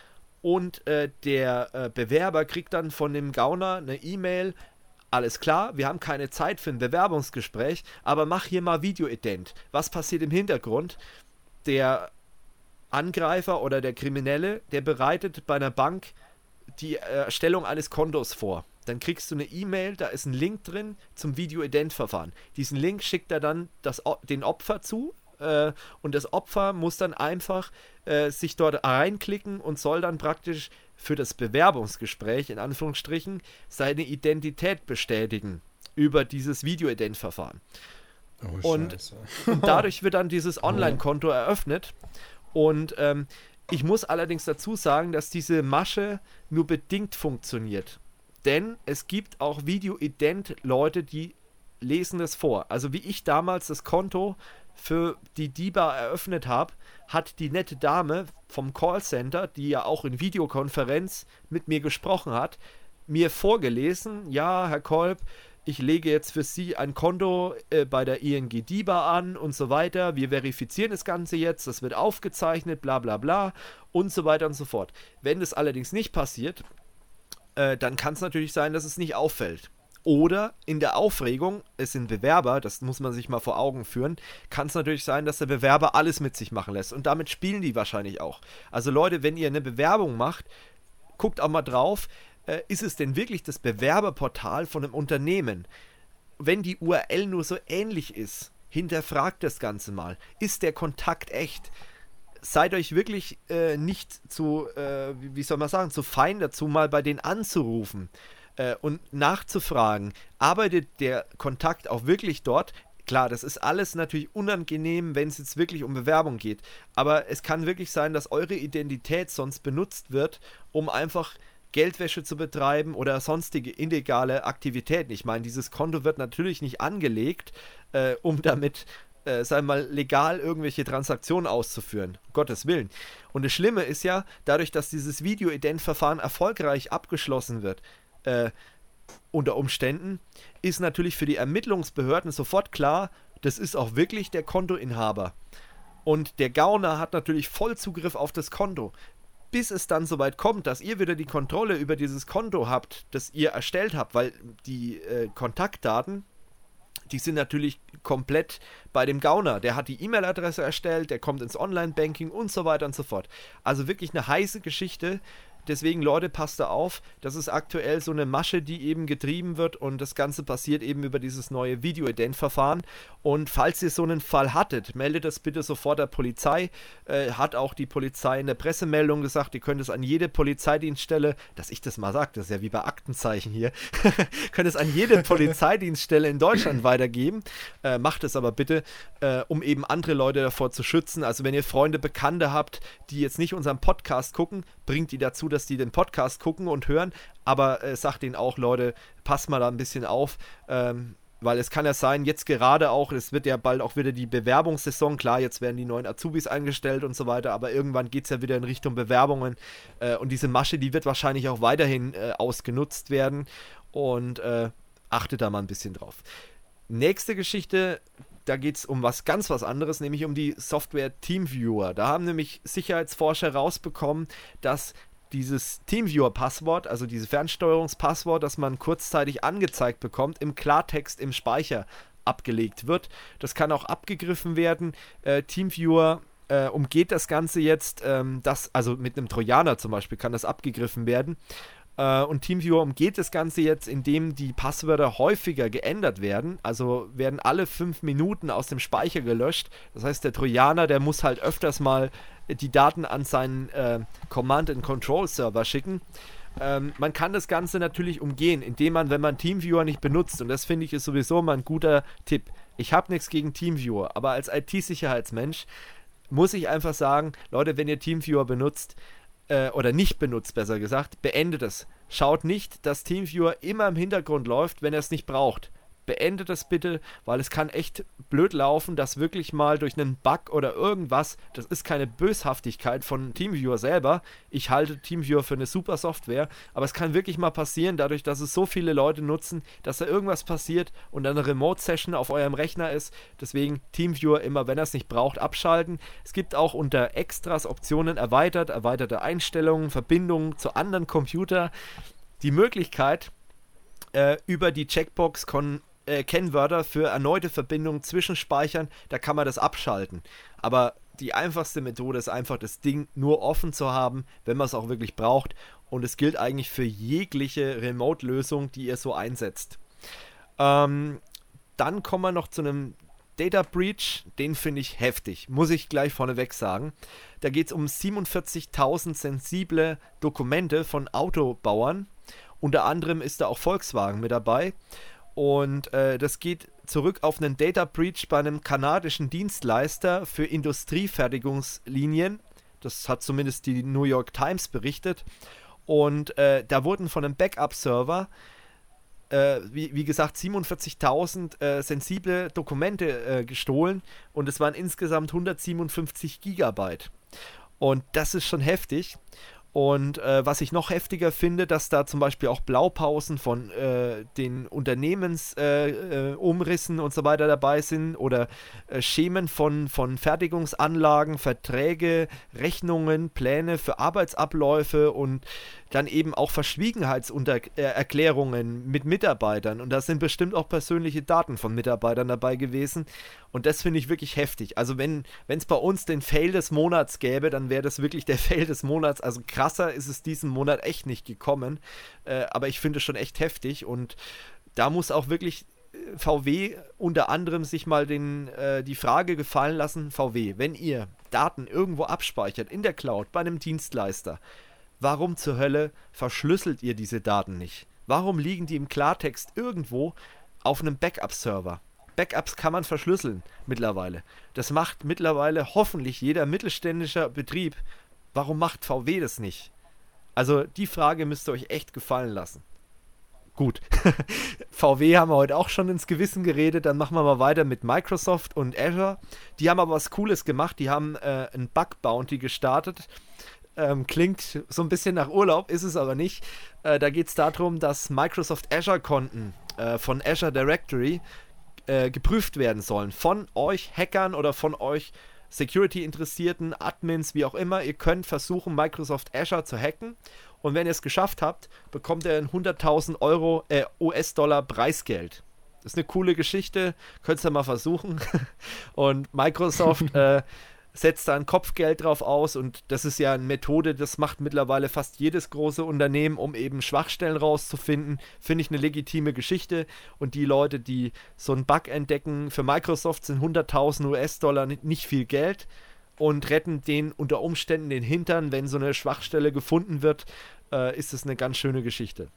und äh, der äh, Bewerber kriegt dann von dem Gauner eine E-Mail: Alles klar, wir haben keine Zeit für ein Bewerbungsgespräch, aber mach hier mal Video-Ident. Was passiert im Hintergrund? Der Angreifer oder der Kriminelle, der bereitet bei einer Bank die Erstellung eines Kontos vor. Dann kriegst du eine E-Mail, da ist ein Link drin zum Video-Ident-Verfahren. Diesen Link schickt er dann das, den Opfer zu äh, und das Opfer muss dann einfach äh, sich dort reinklicken und soll dann praktisch für das Bewerbungsgespräch, in Anführungsstrichen, seine Identität bestätigen über dieses Video-Ident-Verfahren. Oh, und, und dadurch wird dann dieses Online-Konto eröffnet. Und ähm, ich muss allerdings dazu sagen, dass diese Masche nur bedingt funktioniert. Denn es gibt auch Video-Ident-Leute, die lesen das vor. Also wie ich damals das Konto für die DiBa eröffnet habe, hat die nette Dame vom Callcenter, die ja auch in Videokonferenz mit mir gesprochen hat, mir vorgelesen: Ja, Herr Kolb, ich lege jetzt für Sie ein Konto äh, bei der I N G DiBa an und so weiter, wir verifizieren das Ganze jetzt, das wird aufgezeichnet, bla bla bla und so weiter und so fort. Wenn das allerdings nicht passiert, äh, dann kann es natürlich sein, dass es nicht auffällt. Oder in der Aufregung, es sind Bewerber, das muss man sich mal vor Augen führen, kann es natürlich sein, dass der Bewerber alles mit sich machen lässt. Und damit spielen die wahrscheinlich auch. Also Leute, wenn ihr eine Bewerbung macht, guckt auch mal drauf, äh, ist es denn wirklich das Bewerberportal von einem Unternehmen? Wenn die U R L nur so ähnlich ist, hinterfragt das Ganze mal. Ist der Kontakt echt? Seid euch wirklich äh, nicht zu, äh, wie soll man sagen, zu fein dazu, mal bei denen anzurufen. Und nachzufragen, arbeitet der Kontakt auch wirklich dort? Klar, das ist alles natürlich unangenehm, wenn es jetzt wirklich um Bewerbung geht, aber es kann wirklich sein, dass eure Identität sonst benutzt wird, um einfach Geldwäsche zu betreiben oder sonstige illegale Aktivitäten. Ich meine, dieses Konto wird natürlich nicht angelegt, äh, um damit, äh, sagen wir mal, legal irgendwelche Transaktionen auszuführen. Um Gottes Willen. Und das Schlimme ist ja, dadurch, dass dieses Video-Ident-Verfahren erfolgreich abgeschlossen wird, Äh, unter Umständen, ist natürlich für die Ermittlungsbehörden sofort klar, das ist auch wirklich der Kontoinhaber. Und der Gauner hat natürlich Vollzugriff auf das Konto. Bis es dann soweit kommt, dass ihr wieder die Kontrolle über dieses Konto habt, das ihr erstellt habt, weil die äh, Kontaktdaten, die sind natürlich komplett bei dem Gauner. Der hat die E-Mail-Adresse erstellt, der kommt ins Online-Banking und so weiter und so fort. Also wirklich eine heiße Geschichte. Deswegen, Leute, passt da auf, das ist aktuell so eine Masche, die eben getrieben wird und das Ganze passiert eben über dieses neue Video-Ident-Verfahren. Und falls ihr so einen Fall hattet, meldet das bitte sofort der Polizei. Äh, hat auch die Polizei in der Pressemeldung gesagt, ihr könnt es an jede Polizeidienststelle, dass ich das mal sage, das ist ja wie bei Aktenzeichen hier, könnt es an jede Polizeidienststelle in Deutschland weitergeben. Äh, macht es aber bitte, äh, um eben andere Leute davor zu schützen. Also wenn ihr Freunde, Bekannte habt, die jetzt nicht unseren Podcast gucken, bringt die dazu, dass die den Podcast gucken und hören, aber äh, sagt denen auch, Leute, passt mal da ein bisschen auf, ähm, weil es kann ja sein, jetzt gerade auch, es wird ja bald auch wieder die Bewerbungssaison, klar, jetzt werden die neuen Azubis eingestellt und so weiter, aber irgendwann geht es ja wieder in Richtung Bewerbungen äh, und diese Masche, die wird wahrscheinlich auch weiterhin äh, ausgenutzt werden und äh, achtet da mal ein bisschen drauf. Nächste Geschichte, da geht es um was ganz was anderes, nämlich um die Software TeamViewer. Da haben nämlich Sicherheitsforscher rausbekommen, dass dieses TeamViewer-Passwort, also dieses Fernsteuerungspasswort, das man kurzzeitig angezeigt bekommt, im Klartext im Speicher abgelegt wird. Das kann auch abgegriffen werden. Äh, TeamViewer äh, umgeht das Ganze jetzt, ähm, das, also mit einem Trojaner zum Beispiel kann das abgegriffen werden. Äh, und TeamViewer umgeht das Ganze jetzt, indem die Passwörter häufiger geändert werden. Also werden alle fünf Minuten aus dem Speicher gelöscht. Das heißt, der Trojaner, der muss halt öfters mal die Daten an seinen äh, Command-and-Control-Server schicken. Ähm, man kann das Ganze natürlich umgehen, indem man, wenn man TeamViewer nicht benutzt, und das finde ich ist sowieso mal ein guter Tipp. Ich habe nichts gegen TeamViewer, aber als I T-Sicherheitsmensch muss ich einfach sagen, Leute, wenn ihr TeamViewer benutzt, äh, oder nicht benutzt, besser gesagt, beendet es. Schaut nicht, dass TeamViewer immer im Hintergrund läuft, wenn er es nicht braucht. Beendet das bitte, weil es kann echt blöd laufen, dass wirklich mal durch einen Bug oder irgendwas, das ist keine Böshaftigkeit von TeamViewer selber, ich halte TeamViewer für eine super Software, aber es kann wirklich mal passieren, dadurch, dass es so viele Leute nutzen, dass da irgendwas passiert und dann eine Remote-Session auf eurem Rechner ist. Deswegen TeamViewer immer, wenn er es nicht braucht, abschalten. Es gibt auch unter Extras Optionen erweitert, erweiterte Einstellungen, Verbindungen zu anderen Computern, die Möglichkeit, äh, über die Checkbox kon Äh, Kennwörter für erneute Verbindungen zwischenspeichern, da kann man das abschalten. Aber die einfachste Methode ist einfach, das Ding nur offen zu haben, wenn man es auch wirklich braucht. Und es gilt eigentlich für jegliche Remote-Lösung, die ihr so einsetzt. Ähm, dann kommen wir noch zu einem Data Breach, den finde ich heftig, muss ich gleich vorneweg sagen. Da geht es um siebenundvierzigtausend sensible Dokumente von Autobauern. Unter anderem ist da auch Volkswagen mit dabei. Und äh, das geht zurück auf einen Data Breach bei einem kanadischen Dienstleister für Industriefertigungslinien. Das hat zumindest die New York Times berichtet. Und äh, da wurden von einem Backup-Server, äh, wie, wie gesagt, siebenundvierzigtausend äh, sensible Dokumente äh, gestohlen. Und es waren insgesamt hundertsiebenundfünfzig Gigabyte. Und das ist schon heftig. Und äh, was ich noch heftiger finde, dass da zum Beispiel auch Blaupausen von äh, den Unternehmensumrissen äh, äh, Umrissen und so weiter dabei sind oder äh, Schemen von, von Fertigungsanlagen, Verträge, Rechnungen, Pläne für Arbeitsabläufe und dann eben auch Verschwiegenheitserklärungen mit Mitarbeitern. Und da sind bestimmt auch persönliche Daten von Mitarbeitern dabei gewesen. Und das finde ich wirklich heftig. Also wenn es bei uns den Fail des Monats gäbe, dann wäre das wirklich der Fail des Monats. Also krasser ist es diesen Monat echt nicht gekommen. Äh, aber ich finde es schon echt heftig. Und da muss auch wirklich V W unter anderem sich mal den, äh, die Frage gefallen lassen, V W, wenn ihr Daten irgendwo abspeichert in der Cloud bei einem Dienstleister, warum zur Hölle verschlüsselt ihr diese Daten nicht? Warum liegen die im Klartext irgendwo auf einem Backup-Server? Backups kann man verschlüsseln mittlerweile. Das macht mittlerweile hoffentlich jeder mittelständischer Betrieb. Warum macht V W das nicht? Also die Frage müsst ihr euch echt gefallen lassen. Gut, V W haben wir heute auch schon ins Gewissen geredet, dann machen wir mal weiter mit Microsoft und Azure. Die haben aber was Cooles gemacht, die haben äh, ein Bug-Bounty gestartet. Ähm, klingt so ein bisschen nach Urlaub, ist es aber nicht. Äh, da geht es darum, dass Microsoft Azure-Konten äh, von Azure Directory äh, geprüft werden sollen. Von euch Hackern oder von euch Security-interessierten Admins, wie auch immer. Ihr könnt versuchen, Microsoft Azure zu hacken. Und wenn ihr es geschafft habt, bekommt ihr ein hunderttausend Euro, äh, U S-Dollar Preisgeld. Das ist eine coole Geschichte. Könnt ihr mal versuchen. Und Microsoft äh, setzt da ein Kopfgeld drauf aus und das ist ja eine Methode, das macht mittlerweile fast jedes große Unternehmen, um eben Schwachstellen rauszufinden. Finde ich eine legitime Geschichte und die Leute, die so einen Bug entdecken, für Microsoft sind hunderttausend U S-Dollar nicht viel Geld und retten denen unter Umständen den Hintern, wenn so eine Schwachstelle gefunden wird, äh, ist es eine ganz schöne Geschichte.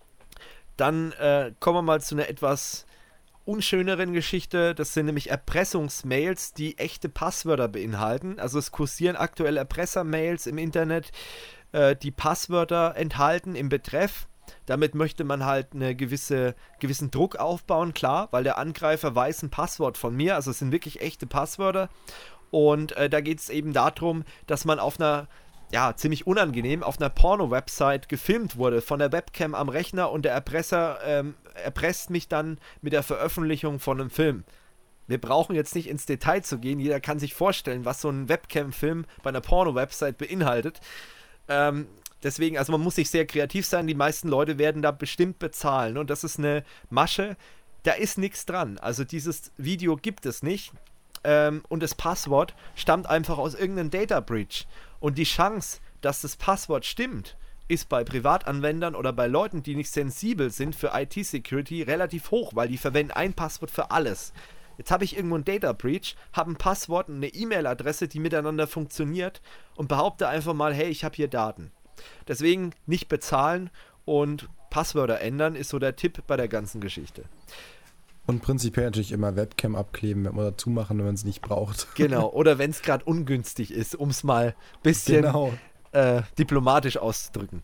Dann äh, kommen wir mal zu einer etwas unschöneren Geschichte, das sind nämlich Erpressungsmails, die echte Passwörter beinhalten. Also es kursieren aktuell Erpressermails im Internet, äh, die Passwörter enthalten im Betreff. Damit möchte man halt einen gewisse, gewissen Druck aufbauen, klar, weil der Angreifer weiß ein Passwort von mir, also es sind wirklich echte Passwörter. Und äh, da geht es eben darum, dass man auf einer ja, ziemlich unangenehm, auf einer Porno-Website gefilmt wurde von der Webcam am Rechner und der Erpresser ähm, erpresst mich dann mit der Veröffentlichung von einem Film. Wir brauchen jetzt nicht ins Detail zu gehen, jeder kann sich vorstellen, was so ein Webcam-Film bei einer Porno-Website beinhaltet. Ähm, deswegen, also man muss sich sehr kreativ sein, die meisten Leute werden da bestimmt bezahlen und das ist eine Masche, da ist nichts dran. Also dieses Video gibt es nicht. Ähm, und das Passwort stammt einfach aus irgendeinem Data Breach. Und die Chance, dass das Passwort stimmt, ist bei Privatanwendern oder bei Leuten, die nicht sensibel sind für I T-Security, relativ hoch, weil die verwenden ein Passwort für alles. Jetzt habe ich irgendwo einen Data Breach, habe ein Passwort und eine E-Mail-Adresse, die miteinander funktioniert und behaupte einfach mal, hey, ich habe hier Daten. Deswegen nicht bezahlen und Passwörter ändern, ist so der Tipp bei der ganzen Geschichte. Und prinzipiell natürlich immer Webcam abkleben oder zumachen, wenn man es nicht braucht. Genau, oder wenn es gerade ungünstig ist, um es mal ein bisschen genau. äh, diplomatisch auszudrücken.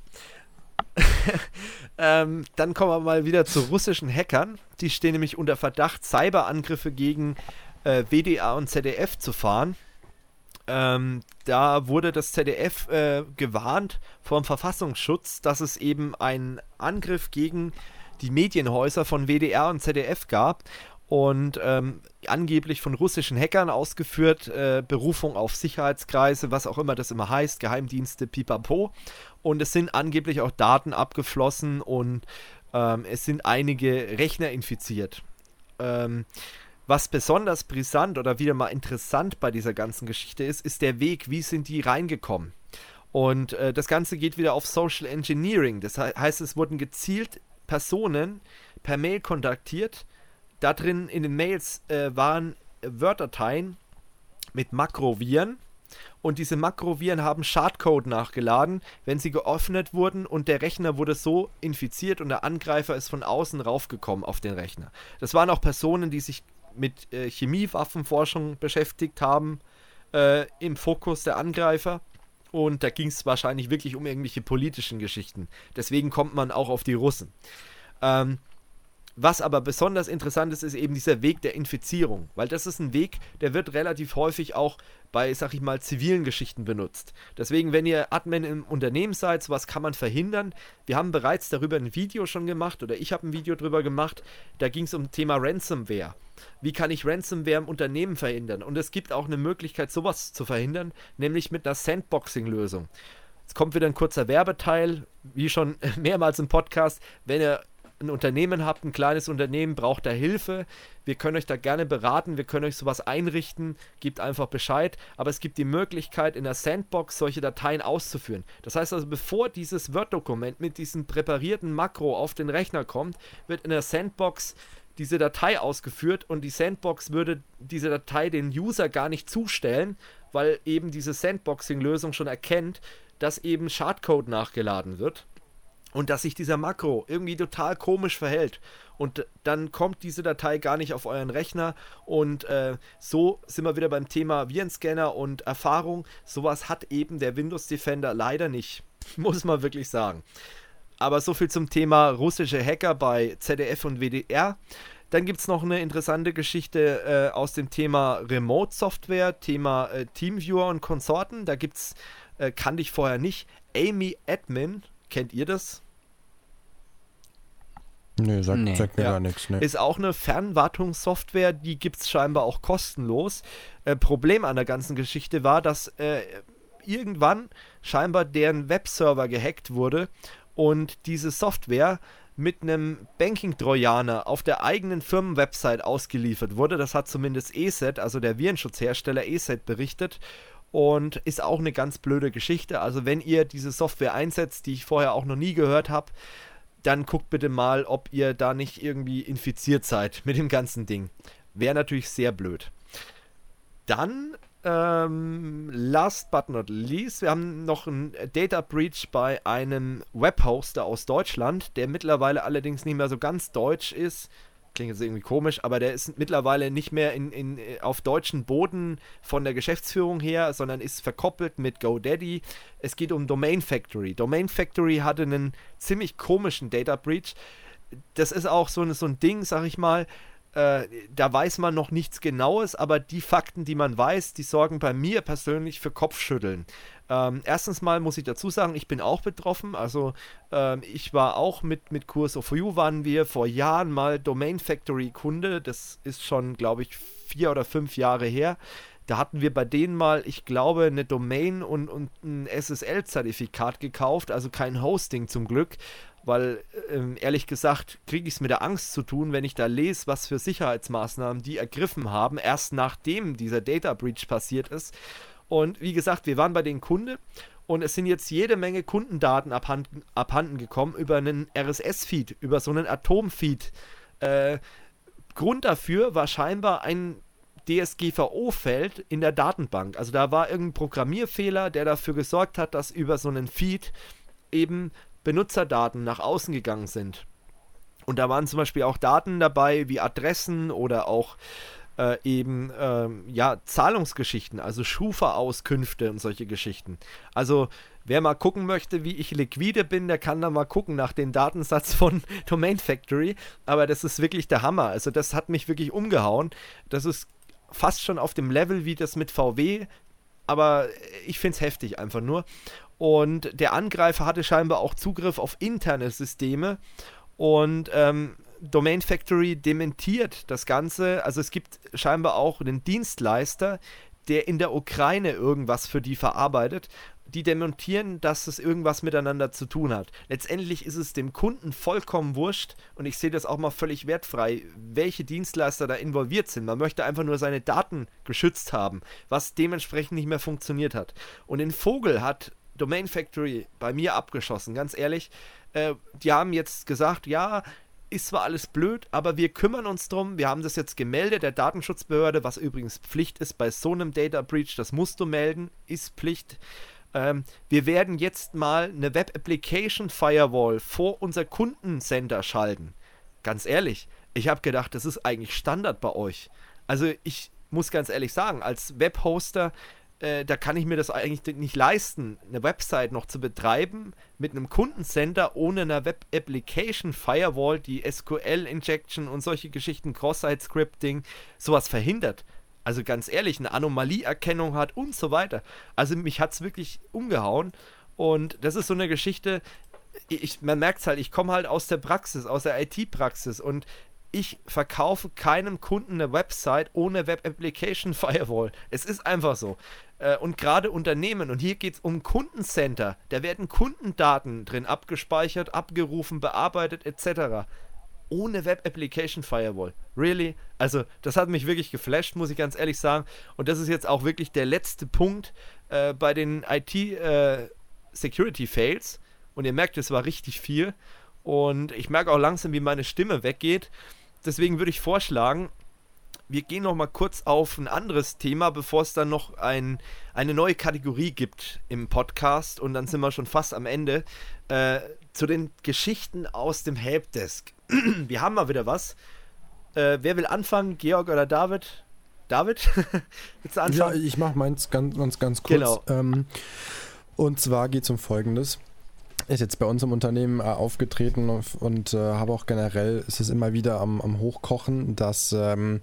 ähm, dann kommen wir mal wieder zu russischen Hackern. Die stehen nämlich unter Verdacht, Cyberangriffe gegen äh, W D R und Z D F zu fahren. Ähm, da wurde das Z D F äh, gewarnt vom Verfassungsschutz, dass es eben einen Angriff gegen die Medienhäuser von W D R und Z D F gab und ähm, angeblich von russischen Hackern ausgeführt, äh, Berufung auf Sicherheitskreise, was auch immer das immer heißt, Geheimdienste, pipapo. Und es sind angeblich auch Daten abgeflossen und ähm, es sind einige Rechner infiziert. Ähm, was besonders brisant oder wieder mal interessant bei dieser ganzen Geschichte ist, ist der Weg, wie sind die reingekommen. Und äh, das Ganze geht wieder auf Social Engineering. Das he- heißt, es wurden gezielt Personen per Mail kontaktiert. Da drin in den Mails äh, waren Word-Dateien mit Makroviren und diese Makroviren haben Schadcode nachgeladen, wenn sie geöffnet wurden und der Rechner wurde so infiziert und der Angreifer ist von außen raufgekommen auf den Rechner. Das waren auch Personen, die sich mit äh, Chemiewaffenforschung beschäftigt haben, äh, im Fokus der Angreifer. Und da ging es wahrscheinlich wirklich um irgendwelche politischen Geschichten. Deswegen kommt man auch auf die Russen. Ähm, Was aber besonders interessant ist, ist eben dieser Weg der Infizierung, weil das ist ein Weg, der wird relativ häufig auch bei, sag ich mal, zivilen Geschichten benutzt. Deswegen, wenn ihr Admin im Unternehmen seid, sowas kann man verhindern. Wir haben bereits darüber ein Video schon gemacht, oder ich habe ein Video darüber gemacht, da ging es um das Thema Ransomware. Wie kann ich Ransomware im Unternehmen verhindern? Und es gibt auch eine Möglichkeit, sowas zu verhindern, nämlich mit einer Sandboxing-Lösung. Jetzt kommt wieder ein kurzer Werbeteil, wie schon mehrmals im Podcast. Wenn ihr ein Unternehmen habt, ein kleines Unternehmen, braucht da Hilfe, wir können euch da gerne beraten, wir können euch sowas einrichten, gebt einfach Bescheid, aber es gibt die Möglichkeit, in der Sandbox solche Dateien auszuführen. Das heißt also, bevor dieses Word-Dokument mit diesem präparierten Makro auf den Rechner kommt, wird in der Sandbox diese Datei ausgeführt und die Sandbox würde diese Datei den User gar nicht zustellen, weil eben diese Sandboxing-Lösung schon erkennt, dass eben Schadcode nachgeladen wird. Und dass sich dieser Makro irgendwie total komisch verhält. Und dann kommt diese Datei gar nicht auf euren Rechner. Und äh, so sind wir wieder beim Thema Virenscanner und Erfahrung. Sowas hat eben der Windows Defender leider nicht. Muss man wirklich sagen. Aber so viel zum Thema russische Hacker bei Z D F und W D R. Dann gibt es noch eine interessante Geschichte äh, aus dem Thema Remote-Software, Thema äh, Teamviewer und Konsorten. Da gibt es, äh, kannte ich vorher nicht, Amy Admin. Kennt ihr das? Nee, sagt, Nee. sagt mir Ja. gar nichts. Nee. Ist auch eine Fernwartungssoftware, die gibt es scheinbar auch kostenlos. Äh, Problem an der ganzen Geschichte war, dass äh, irgendwann scheinbar deren Webserver gehackt wurde und diese Software mit einem Banking-Trojaner auf der eigenen Firmenwebsite ausgeliefert wurde. Das hat zumindest E S E T, also der Virenschutzhersteller E S E T, berichtet. Und ist auch eine ganz blöde Geschichte. Also wenn ihr diese Software einsetzt, die ich vorher auch noch nie gehört habe, dann guckt bitte mal, ob ihr da nicht irgendwie infiziert seid mit dem ganzen Ding. Wäre natürlich sehr blöd. Dann, ähm, last but not least, wir haben noch einen Data Breach bei einem Webhoster aus Deutschland, der mittlerweile allerdings nicht mehr so ganz deutsch ist. Klingt jetzt irgendwie komisch, aber der ist mittlerweile nicht mehr in, in, auf deutschen Boden von der Geschäftsführung her, sondern ist verkoppelt mit GoDaddy. Es geht um Domain Factory. Domain Factory hatte einen ziemlich komischen Data Breach. Das ist auch so, ein- so ein Ding, sag ich mal, äh, da weiß man noch nichts Genaues, aber die Fakten, die man weiß, die sorgen bei mir persönlich für Kopfschütteln. Ähm, erstens mal muss ich dazu sagen, ich bin auch betroffen, also ähm, ich war auch mit, mit Kurs of You, waren wir vor Jahren mal Domain Factory Kunde, das ist schon, glaube ich, vier oder fünf Jahre her. Da hatten wir bei denen mal, ich glaube, eine Domain und, und ein S S L-Zertifikat gekauft, also kein Hosting zum Glück, weil ähm, ehrlich gesagt kriege ich es mit der Angst zu tun, wenn ich da lese, was für Sicherheitsmaßnahmen die ergriffen haben, erst nachdem dieser Data Breach passiert ist. Und wie gesagt, wir waren bei den Kunden und es sind jetzt jede Menge Kundendaten abhanden, abhanden gekommen über einen R S S-Feed, über so einen Atom-Feed. Äh, Grund dafür war scheinbar ein D S G V O-Feld in der Datenbank. Also da war irgendein Programmierfehler, der dafür gesorgt hat, dass über so einen Feed eben Benutzerdaten nach außen gegangen sind. Und da waren zum Beispiel auch Daten dabei wie Adressen oder auch äh, eben ähm, ja, Zahlungsgeschichten, also Schufa-Auskünfte und solche Geschichten. Also wer mal gucken möchte, wie ich liquide bin, der kann da mal gucken nach dem Datensatz von Domain Factory. Aber das ist wirklich der Hammer. Also das hat mich wirklich umgehauen. Das ist fast schon auf dem Level wie das mit V W, aber ich finde es heftig einfach nur. Und der Angreifer hatte scheinbar auch Zugriff auf interne Systeme und ähm, Domain Factory dementiert das Ganze. Also es gibt scheinbar auch einen Dienstleister, der in der Ukraine irgendwas für die verarbeitet. Die dementieren, dass es irgendwas miteinander zu tun hat. Letztendlich ist es dem Kunden vollkommen wurscht und ich sehe das auch mal völlig wertfrei, welche Dienstleister da involviert sind. Man möchte einfach nur seine Daten geschützt haben, was dementsprechend nicht mehr funktioniert hat. Und den Vogel hat Domain Factory bei mir abgeschossen, ganz ehrlich. Äh, die haben jetzt gesagt, ja, ist zwar alles blöd, aber wir kümmern uns drum. Wir haben das jetzt gemeldet der Datenschutzbehörde, was übrigens Pflicht ist bei so einem Data Breach. Das musst du melden, ist Pflicht. Ähm, wir werden jetzt mal eine Web Application Firewall vor unser Kundencenter schalten. Ganz ehrlich, ich habe gedacht, das ist eigentlich Standard bei euch. Also ich muss ganz ehrlich sagen, als Webhoster äh, da kann ich mir das eigentlich nicht leisten, eine Website noch zu betreiben mit einem Kundencenter ohne einer Web-Application-Firewall, die S Q L-Injection und solche Geschichten, Cross-Site-Scripting, sowas verhindert. Also ganz ehrlich, eine Anomalieerkennung hat und so weiter. Also mich hat es wirklich umgehauen und das ist so eine Geschichte, ich, man merkt es halt, ich komme halt aus der Praxis, aus der I T-Praxis und ich verkaufe keinem Kunden eine Website ohne Web Application Firewall. Es ist einfach so. Und gerade Unternehmen, und hier geht es um Kundencenter, da werden Kundendaten drin abgespeichert, abgerufen, bearbeitet et cetera. Ohne Web Application Firewall. Really? Also das hat mich wirklich geflasht, muss ich ganz ehrlich sagen. Und das ist jetzt auch wirklich der letzte Punkt äh, bei den I T äh, Security Fails. Und ihr merkt, es war richtig viel. Und ich merke auch langsam, wie meine Stimme weggeht. Deswegen würde ich vorschlagen, wir gehen noch mal kurz auf ein anderes Thema, bevor es dann noch ein, eine neue Kategorie gibt im Podcast. Und dann sind wir schon fast am Ende. Äh, zu den Geschichten aus dem Helpdesk. Wir haben mal wieder was. Äh, wer will anfangen? Georg oder David? David? Willst du anfangen? Ja, ich mache meins ganz, ganz, ganz kurz. Genau. Ähm, und zwar geht es um Folgendes. Ist jetzt bei uns im Unternehmen äh, aufgetreten und, und äh, habe auch generell, ist es immer wieder am, am Hochkochen, dass ähm,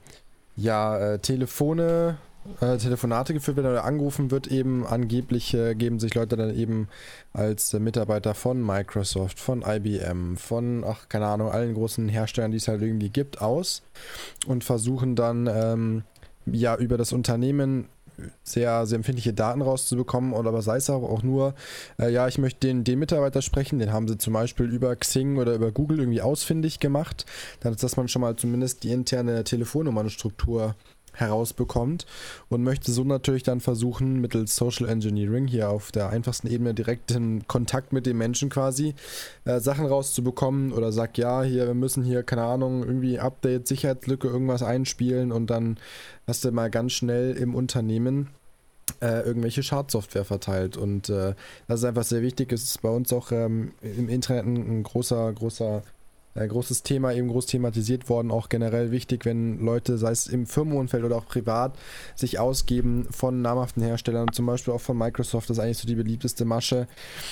ja äh, Telefone, äh, Telefonate geführt werden oder angerufen wird eben, angeblich äh, geben sich Leute dann eben als äh, Mitarbeiter von Microsoft, von I B M, von, ach keine Ahnung, allen großen Herstellern, die es halt irgendwie gibt, aus und versuchen dann ähm, ja über das Unternehmen sehr, sehr empfindliche Daten rauszubekommen, oder aber sei es auch, auch nur, äh, ja, ich möchte den, den Mitarbeiter sprechen, den haben sie zum Beispiel über Xing oder über Google irgendwie ausfindig gemacht, dann ist, dass man schon mal zumindest die interne Telefonnummernstruktur herausbekommt und möchte so natürlich dann versuchen, mittels Social Engineering hier auf der einfachsten Ebene direkt in Kontakt mit dem Menschen quasi äh, Sachen rauszubekommen oder sagt, ja, hier, wir müssen hier, keine Ahnung, irgendwie Update, Sicherheitslücke, irgendwas einspielen und dann hast du mal ganz schnell im Unternehmen äh, irgendwelche Schadsoftware verteilt und äh, das ist einfach sehr wichtig. Es ist bei uns auch ähm, im Internet ein, ein großer, großer Ein großes Thema, eben groß thematisiert worden, auch generell wichtig, wenn Leute, sei es im Firmenumfeld oder auch privat, sich ausgeben von namhaften Herstellern, zum Beispiel auch von Microsoft, das ist eigentlich so die beliebteste Masche,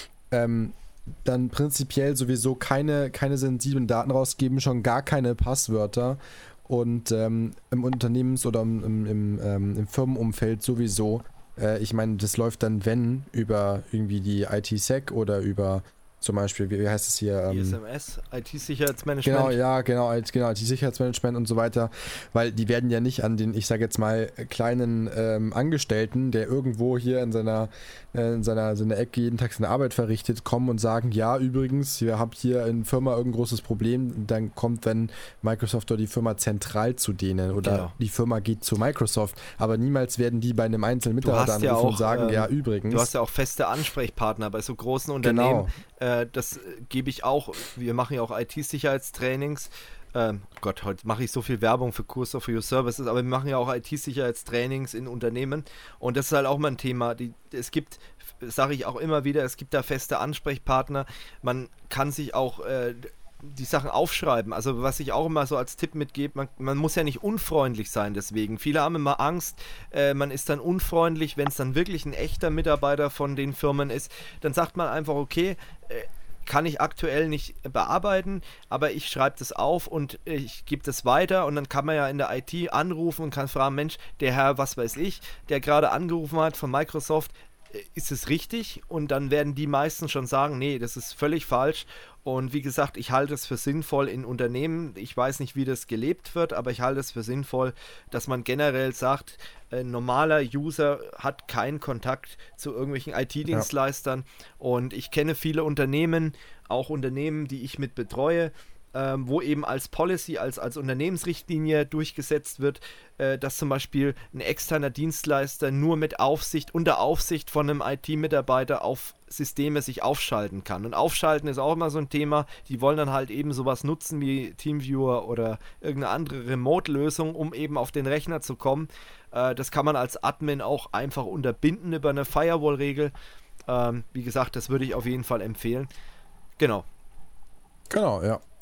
ähm, dann prinzipiell sowieso keine, keine sensiblen Daten rausgeben, schon gar keine Passwörter und ähm, im Unternehmens- oder im, im, im, ähm, im Firmenumfeld sowieso. Äh, ich meine, das läuft dann, wenn, über irgendwie die I T-Sec oder über zum Beispiel, wie, wie heißt es hier? I S M S, I T-Sicherheitsmanagement. Genau, ja, genau, genau, I T-Sicherheitsmanagement und so weiter, weil die werden ja nicht an den, ich sage jetzt mal, kleinen ähm, Angestellten, der irgendwo hier in seiner, äh, in seiner, seiner Ecke jeden Tag seine Arbeit verrichtet, kommen und sagen, ja, übrigens, ihr habt hier in der Firma irgendein großes Problem, dann kommt, wenn Microsoft oder die Firma zentral zu denen oder genau. Die Firma geht zu Microsoft, aber niemals werden die bei einem einzelnen Mitarbeiter anrufen ja auch, und sagen, ähm, ja, übrigens. Du hast ja auch feste Ansprechpartner bei so großen Unternehmen. Genau. Das gebe ich auch, wir machen ja auch I T-Sicherheitstrainings, ähm, Gott, heute mache ich so viel Werbung für Cursor for Your Services, aber wir machen ja auch I T-Sicherheitstrainings in Unternehmen und das ist halt auch mal ein Thema, die, es gibt, sage ich auch immer wieder, es gibt da feste Ansprechpartner, man kann sich auch äh, die Sachen aufschreiben, also was ich auch immer so als Tipp mitgebe, man, man muss ja nicht unfreundlich sein deswegen, viele haben immer Angst, äh, man ist dann unfreundlich, wenn es dann wirklich ein echter Mitarbeiter von den Firmen ist, dann sagt man einfach, okay, äh, kann ich aktuell nicht bearbeiten, aber ich schreibe das auf und ich gebe das weiter und dann kann man ja in der I T anrufen und kann fragen, Mensch, der Herr, was weiß ich, der gerade angerufen hat von Microsoft, ist es richtig? Und dann werden die meisten schon sagen, nee, das ist völlig falsch. Und wie gesagt, ich halte es für sinnvoll in Unternehmen, ich weiß nicht, wie das gelebt wird, aber ich halte es für sinnvoll, dass man generell sagt, ein normaler User hat keinen Kontakt zu irgendwelchen I T-Dienstleistern. Ja. Und ich kenne viele Unternehmen, auch Unternehmen, die ich mit betreue, Ähm, wo eben als Policy, als, als Unternehmensrichtlinie durchgesetzt wird, äh, dass zum Beispiel ein externer Dienstleister nur mit Aufsicht, unter Aufsicht von einem I T-Mitarbeiter auf Systeme sich aufschalten kann. Und aufschalten ist auch immer so ein Thema, die wollen dann halt eben sowas nutzen wie Teamviewer oder irgendeine andere Remote-Lösung, um eben auf den Rechner zu kommen. Äh, das kann man als Admin auch einfach unterbinden über eine Firewall-Regel. Ähm, wie gesagt, das würde ich auf jeden Fall empfehlen. Genau. Genau, ja.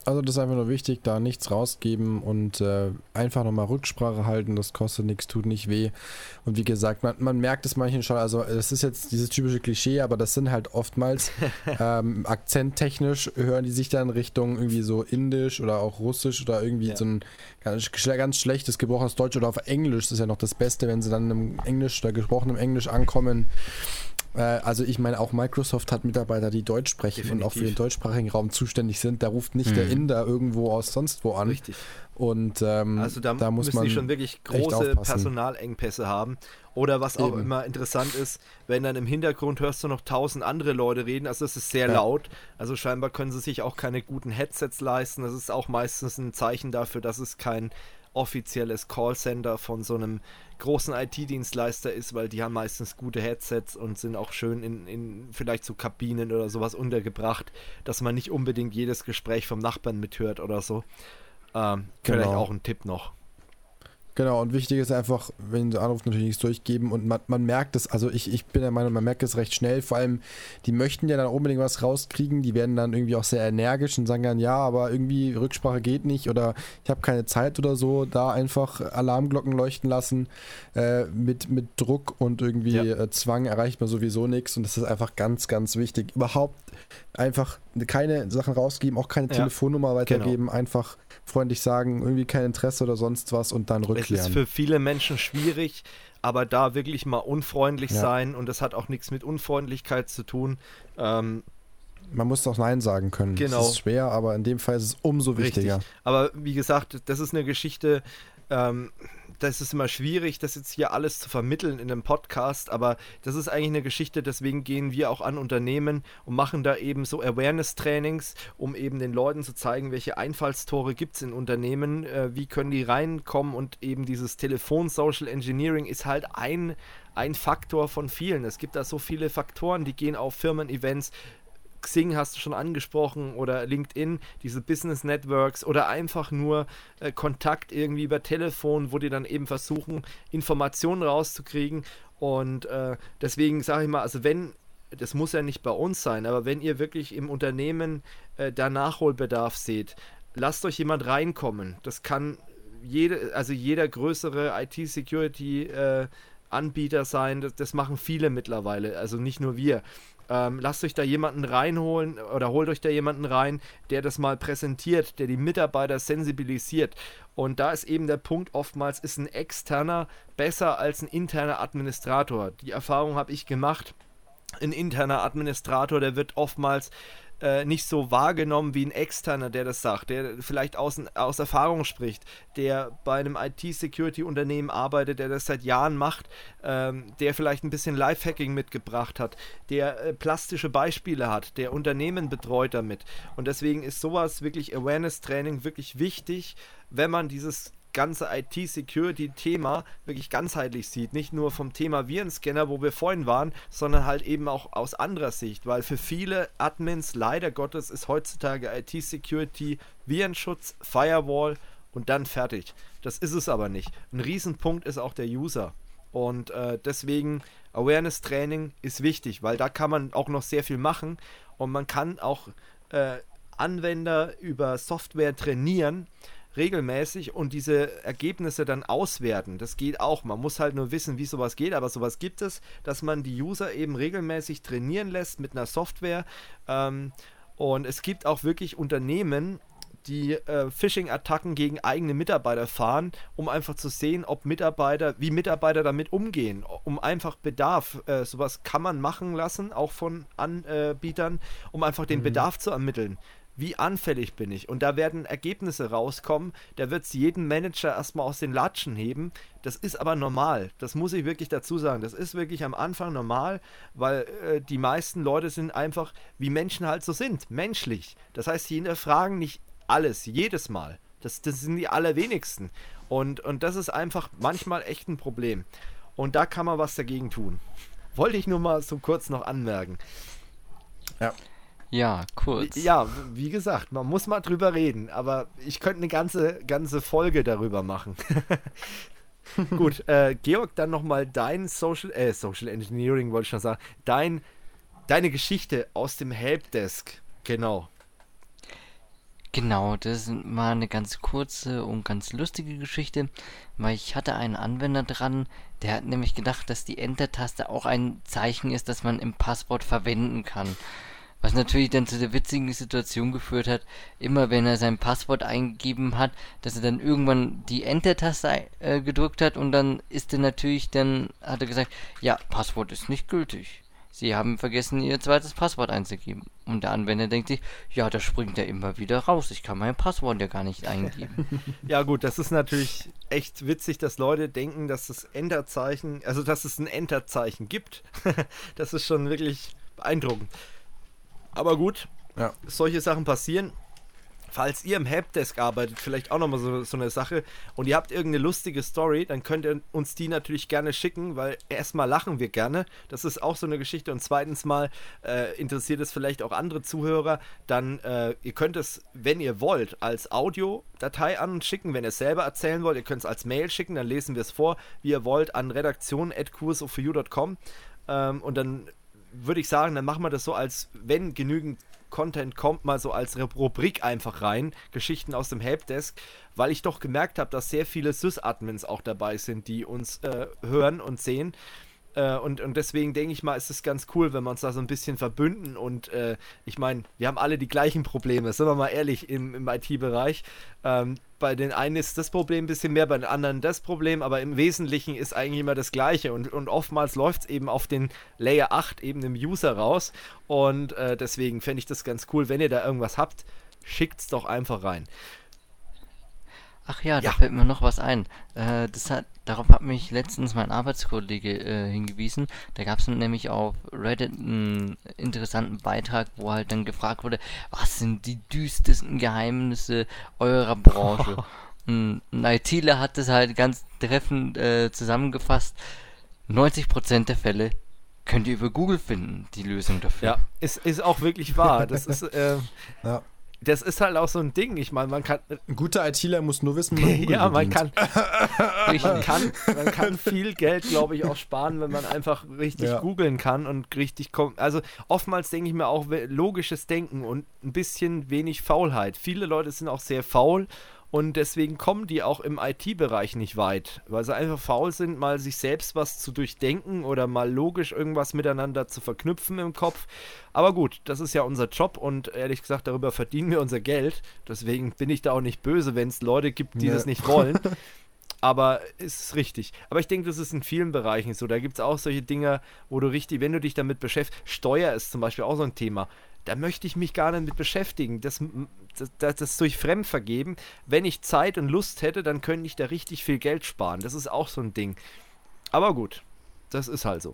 Also das ist einfach nur wichtig, da nichts rausgeben und äh, einfach nochmal Rücksprache halten, das kostet nichts, tut nicht weh. Und wie gesagt, man, man merkt es manchen schon, also das ist jetzt dieses typische Klischee, aber das sind halt oftmals ähm, akzenttechnisch hören die sich dann Richtung irgendwie so indisch oder auch russisch oder irgendwie Ja. so ein ganz, ganz schlechtes gebrochenes Deutsch oder auf Englisch, das ist ja noch das Beste, wenn sie dann im Englisch oder gesprochenem Englisch ankommen. Also ich meine, auch Microsoft hat Mitarbeiter, die Deutsch sprechen Definitiv. und auch für den deutschsprachigen Raum zuständig sind. Da ruft nicht Hm. der Inder irgendwo aus sonst wo an. Richtig. Und ähm, Also da, da muss müssen man die schon wirklich echt große aufpassen. Personalengpässe haben. Oder was auch Eben. immer interessant ist, wenn dann im Hintergrund hörst du noch tausend andere Leute reden, also es ist sehr Ja. laut. Also scheinbar können sie sich auch keine guten Headsets leisten. Das ist auch meistens ein Zeichen dafür, dass es kein offizielles Callcenter von so einem großen I T-Dienstleister ist, weil die haben meistens gute Headsets und sind auch schön in, in vielleicht so Kabinen oder sowas untergebracht, dass man nicht unbedingt jedes Gespräch vom Nachbarn mithört oder so. Ähm, Vielleicht Genau. auch ein Tipp noch. Genau, und wichtig ist einfach, wenn sie anrufen, natürlich nichts durchgeben und man, man merkt es, also ich, ich bin der Meinung, man merkt es recht schnell, vor allem, die möchten ja dann unbedingt was rauskriegen, die werden dann irgendwie auch sehr energisch und sagen dann, ja, aber irgendwie Rücksprache geht nicht oder ich habe keine Zeit oder so, da einfach Alarmglocken leuchten lassen, äh, mit, mit Druck und irgendwie Ja. äh, Zwang erreicht man sowieso nichts und das ist einfach ganz, ganz wichtig. Überhaupt einfach keine Sachen rausgeben, auch keine Ja. Telefonnummer weitergeben, einfach freundlich sagen, irgendwie kein Interesse oder sonst was und dann Es rückklären. ist für viele Menschen schwierig, aber da wirklich mal unfreundlich Ja. sein und das hat auch nichts mit Unfreundlichkeit zu tun. Ähm, Man muss auch Nein sagen können. Genau. Das ist schwer, aber in dem Fall ist es umso wichtiger. Richtig. Aber wie gesagt, das ist eine Geschichte, ähm, das ist immer schwierig, das jetzt hier alles zu vermitteln in einem Podcast, aber das ist eigentlich eine Geschichte, deswegen gehen wir auch an Unternehmen und machen da eben so Awareness-Trainings, um eben den Leuten zu zeigen, welche Einfallstore gibt es in Unternehmen, äh, wie können die reinkommen und eben dieses Telefon-Social Engineering ist halt ein, ein Faktor von vielen. Es gibt da so viele Faktoren, die gehen auf Firmen-Events. Xing hast du schon angesprochen oder LinkedIn, diese Business Networks oder einfach nur äh, Kontakt irgendwie über Telefon, wo die dann eben versuchen, Informationen rauszukriegen und äh, deswegen sage ich mal, also wenn, das muss ja nicht bei uns sein, aber wenn ihr wirklich im Unternehmen äh, da Nachholbedarf seht, lasst euch jemand reinkommen. Das kann jede, also jeder größere I T-Security äh, Anbieter sein, das, das machen viele mittlerweile, also nicht nur wir. Ähm, lasst euch da jemanden reinholen oder holt euch da jemanden rein, der das mal präsentiert, der die Mitarbeiter sensibilisiert. Und da ist eben der Punkt, oftmals ist ein externer besser als ein interner Administrator. Die Erfahrung habe ich gemacht. Ein interner Administrator, der wird oftmals äh, nicht so wahrgenommen wie ein externer, der das sagt, der vielleicht aus, aus Erfahrung spricht, der bei einem I T-Security-Unternehmen arbeitet, der das seit Jahren macht, ähm, der vielleicht ein bisschen Lifehacking mitgebracht hat, der äh, plastische Beispiele hat, der Unternehmen betreut damit. Und deswegen ist sowas wirklich Awareness-Training wirklich wichtig, wenn man dieses ganze I T-Security-Thema wirklich ganzheitlich sieht. Nicht nur vom Thema Virenscanner, wo wir vorhin waren, sondern halt eben auch aus anderer Sicht, weil für viele Admins, leider Gottes, ist heutzutage I T-Security Virenschutz, Firewall und dann fertig. Das ist es aber nicht. Ein Riesenpunkt ist auch der User. Und äh, deswegen Awareness-Training ist wichtig, weil da kann man auch noch sehr viel machen und man kann auch äh, Anwender über Software trainieren, regelmäßig und diese Ergebnisse dann auswerten. Das geht auch. Man muss halt nur wissen, wie sowas geht, aber sowas gibt es, dass man die User eben regelmäßig trainieren lässt mit einer Software. Ähm, und es gibt auch wirklich Unternehmen, die äh, Phishing-Attacken gegen eigene Mitarbeiter fahren, um einfach zu sehen, ob Mitarbeiter, wie Mitarbeiter damit umgehen, um einfach Bedarf, äh, sowas kann man machen lassen, auch von Anbietern, um einfach den Mhm. Bedarf zu ermitteln. Wie anfällig bin ich? Und da werden Ergebnisse rauskommen, da wird es jeden Manager erstmal aus den Latschen heben. Das ist aber normal, das muss ich wirklich dazu sagen. Das ist wirklich am Anfang normal, weil äh, die meisten Leute sind einfach, wie Menschen halt so sind, menschlich. Das heißt, sie hinterfragen nicht alles, jedes Mal. Das, das sind die allerwenigsten. Und, und das ist einfach manchmal echt ein Problem. Und da kann man was dagegen tun. Wollte ich nur mal so kurz noch anmerken. Ja. Ja, kurz. Ja, wie gesagt, man muss mal drüber reden, aber ich könnte eine ganze, ganze Folge darüber machen. Gut, äh, Georg, dann nochmal dein Social, äh, Social Engineering wollte ich schon sagen, dein, deine Geschichte aus dem Helpdesk, genau. Genau, das ist mal eine ganz kurze und ganz lustige Geschichte, weil ich hatte einen Anwender dran, der hat nämlich gedacht, dass die Enter-Taste auch ein Zeichen ist, das man im Passwort verwenden kann. Was natürlich dann zu der witzigen Situation geführt hat, immer wenn er sein Passwort eingegeben hat, dass er dann irgendwann die Enter-Taste äh, gedrückt hat und dann ist er natürlich, dann hat er gesagt, ja, Passwort ist nicht gültig. Sie haben vergessen, Ihr zweites Passwort einzugeben. Und der Anwender denkt sich, ja, da springt er immer wieder raus. Ich kann mein Passwort ja gar nicht eingeben. Ja gut, das ist natürlich echt witzig, dass Leute denken, dass das Enterzeichen, also dass es ein Enterzeichen gibt. Das ist schon wirklich beeindruckend. Aber gut, Ja. solche Sachen passieren. Falls ihr im Helpdesk arbeitet, vielleicht auch nochmal so, so eine Sache, und ihr habt irgendeine lustige Story, dann könnt ihr uns die natürlich gerne schicken, weil erstmal lachen wir gerne. Das ist auch so eine Geschichte. Und zweitens mal äh, interessiert es vielleicht auch andere Zuhörer. Dann, äh, ihr könnt es, wenn ihr wollt, als Audiodatei an uns schicken. Wenn ihr es selber erzählen wollt, ihr könnt es als Mail schicken, dann lesen wir es vor, wie ihr wollt, an redaktion at q s o for you dot com. Ähm, und dann würde ich sagen, dann machen wir das so, als wenn genügend Content kommt, mal so als Rubrik einfach rein, Geschichten aus dem Helpdesk, weil ich doch gemerkt habe, dass sehr viele Sys-Admins auch dabei sind, die uns äh, hören und sehen. Äh, und, und deswegen denke ich mal, ist es ganz cool, wenn wir uns da so ein bisschen verbünden. Und äh, ich meine, wir haben alle die gleichen Probleme, sind wir mal ehrlich, im, im I T-Bereich. Ähm, bei den einen ist das Problem ein bisschen mehr, bei den anderen das Problem, aber im Wesentlichen ist eigentlich immer das Gleiche. Und, und oftmals läuft es eben auf den Layer acht, eben dem User raus. Und äh, deswegen fände ich das ganz cool, wenn ihr da irgendwas habt, schickt es doch einfach rein. Ach ja, da Ja. fällt mir noch was ein. Äh, das hat, darauf hat mich letztens mein Arbeitskollege äh, hingewiesen. Da gab es nämlich auf Reddit einen interessanten Beitrag, wo halt dann gefragt wurde, was sind die düstersten Geheimnisse eurer Branche? Und ein ITler hat das halt ganz treffend äh, zusammengefasst. neunzig Prozent der Fälle könnt ihr über Google finden, die Lösung dafür. Ja, ist, ist auch wirklich wahr. Das ist, äh, Ja. das ist halt auch so ein Ding. Ich meine, man kann... Ein guter ITler muss nur wissen, wie man Google Ja, man bedient. kann, man kann, man kann viel Geld, glaube ich, auch sparen, wenn man einfach richtig Ja. googeln kann und richtig kommt. Also oftmals denke ich mir auch we- logisches Denken und ein bisschen wenig Faulheit. Viele Leute sind auch sehr faul und deswegen kommen die auch im I T-Bereich nicht weit, weil sie einfach faul sind, mal sich selbst was zu durchdenken oder mal logisch irgendwas miteinander zu verknüpfen im Kopf. Aber gut, das ist ja unser Job und ehrlich gesagt, darüber verdienen wir unser Geld. Deswegen bin ich da auch nicht böse, wenn es Leute gibt, die Nee. das nicht wollen. Aber es ist richtig. Aber ich denke, das ist in vielen Bereichen so. Da gibt es auch solche Dinge, wo du richtig, wenn du dich damit beschäftigst, Steuer ist zum Beispiel auch so ein Thema. Da möchte ich mich gar nicht mit beschäftigen. Das, das, das, das durch Fremdvergeben. Wenn ich Zeit und Lust hätte, dann könnte ich da richtig viel Geld sparen. Das ist auch so ein Ding. Aber gut, das ist halt so.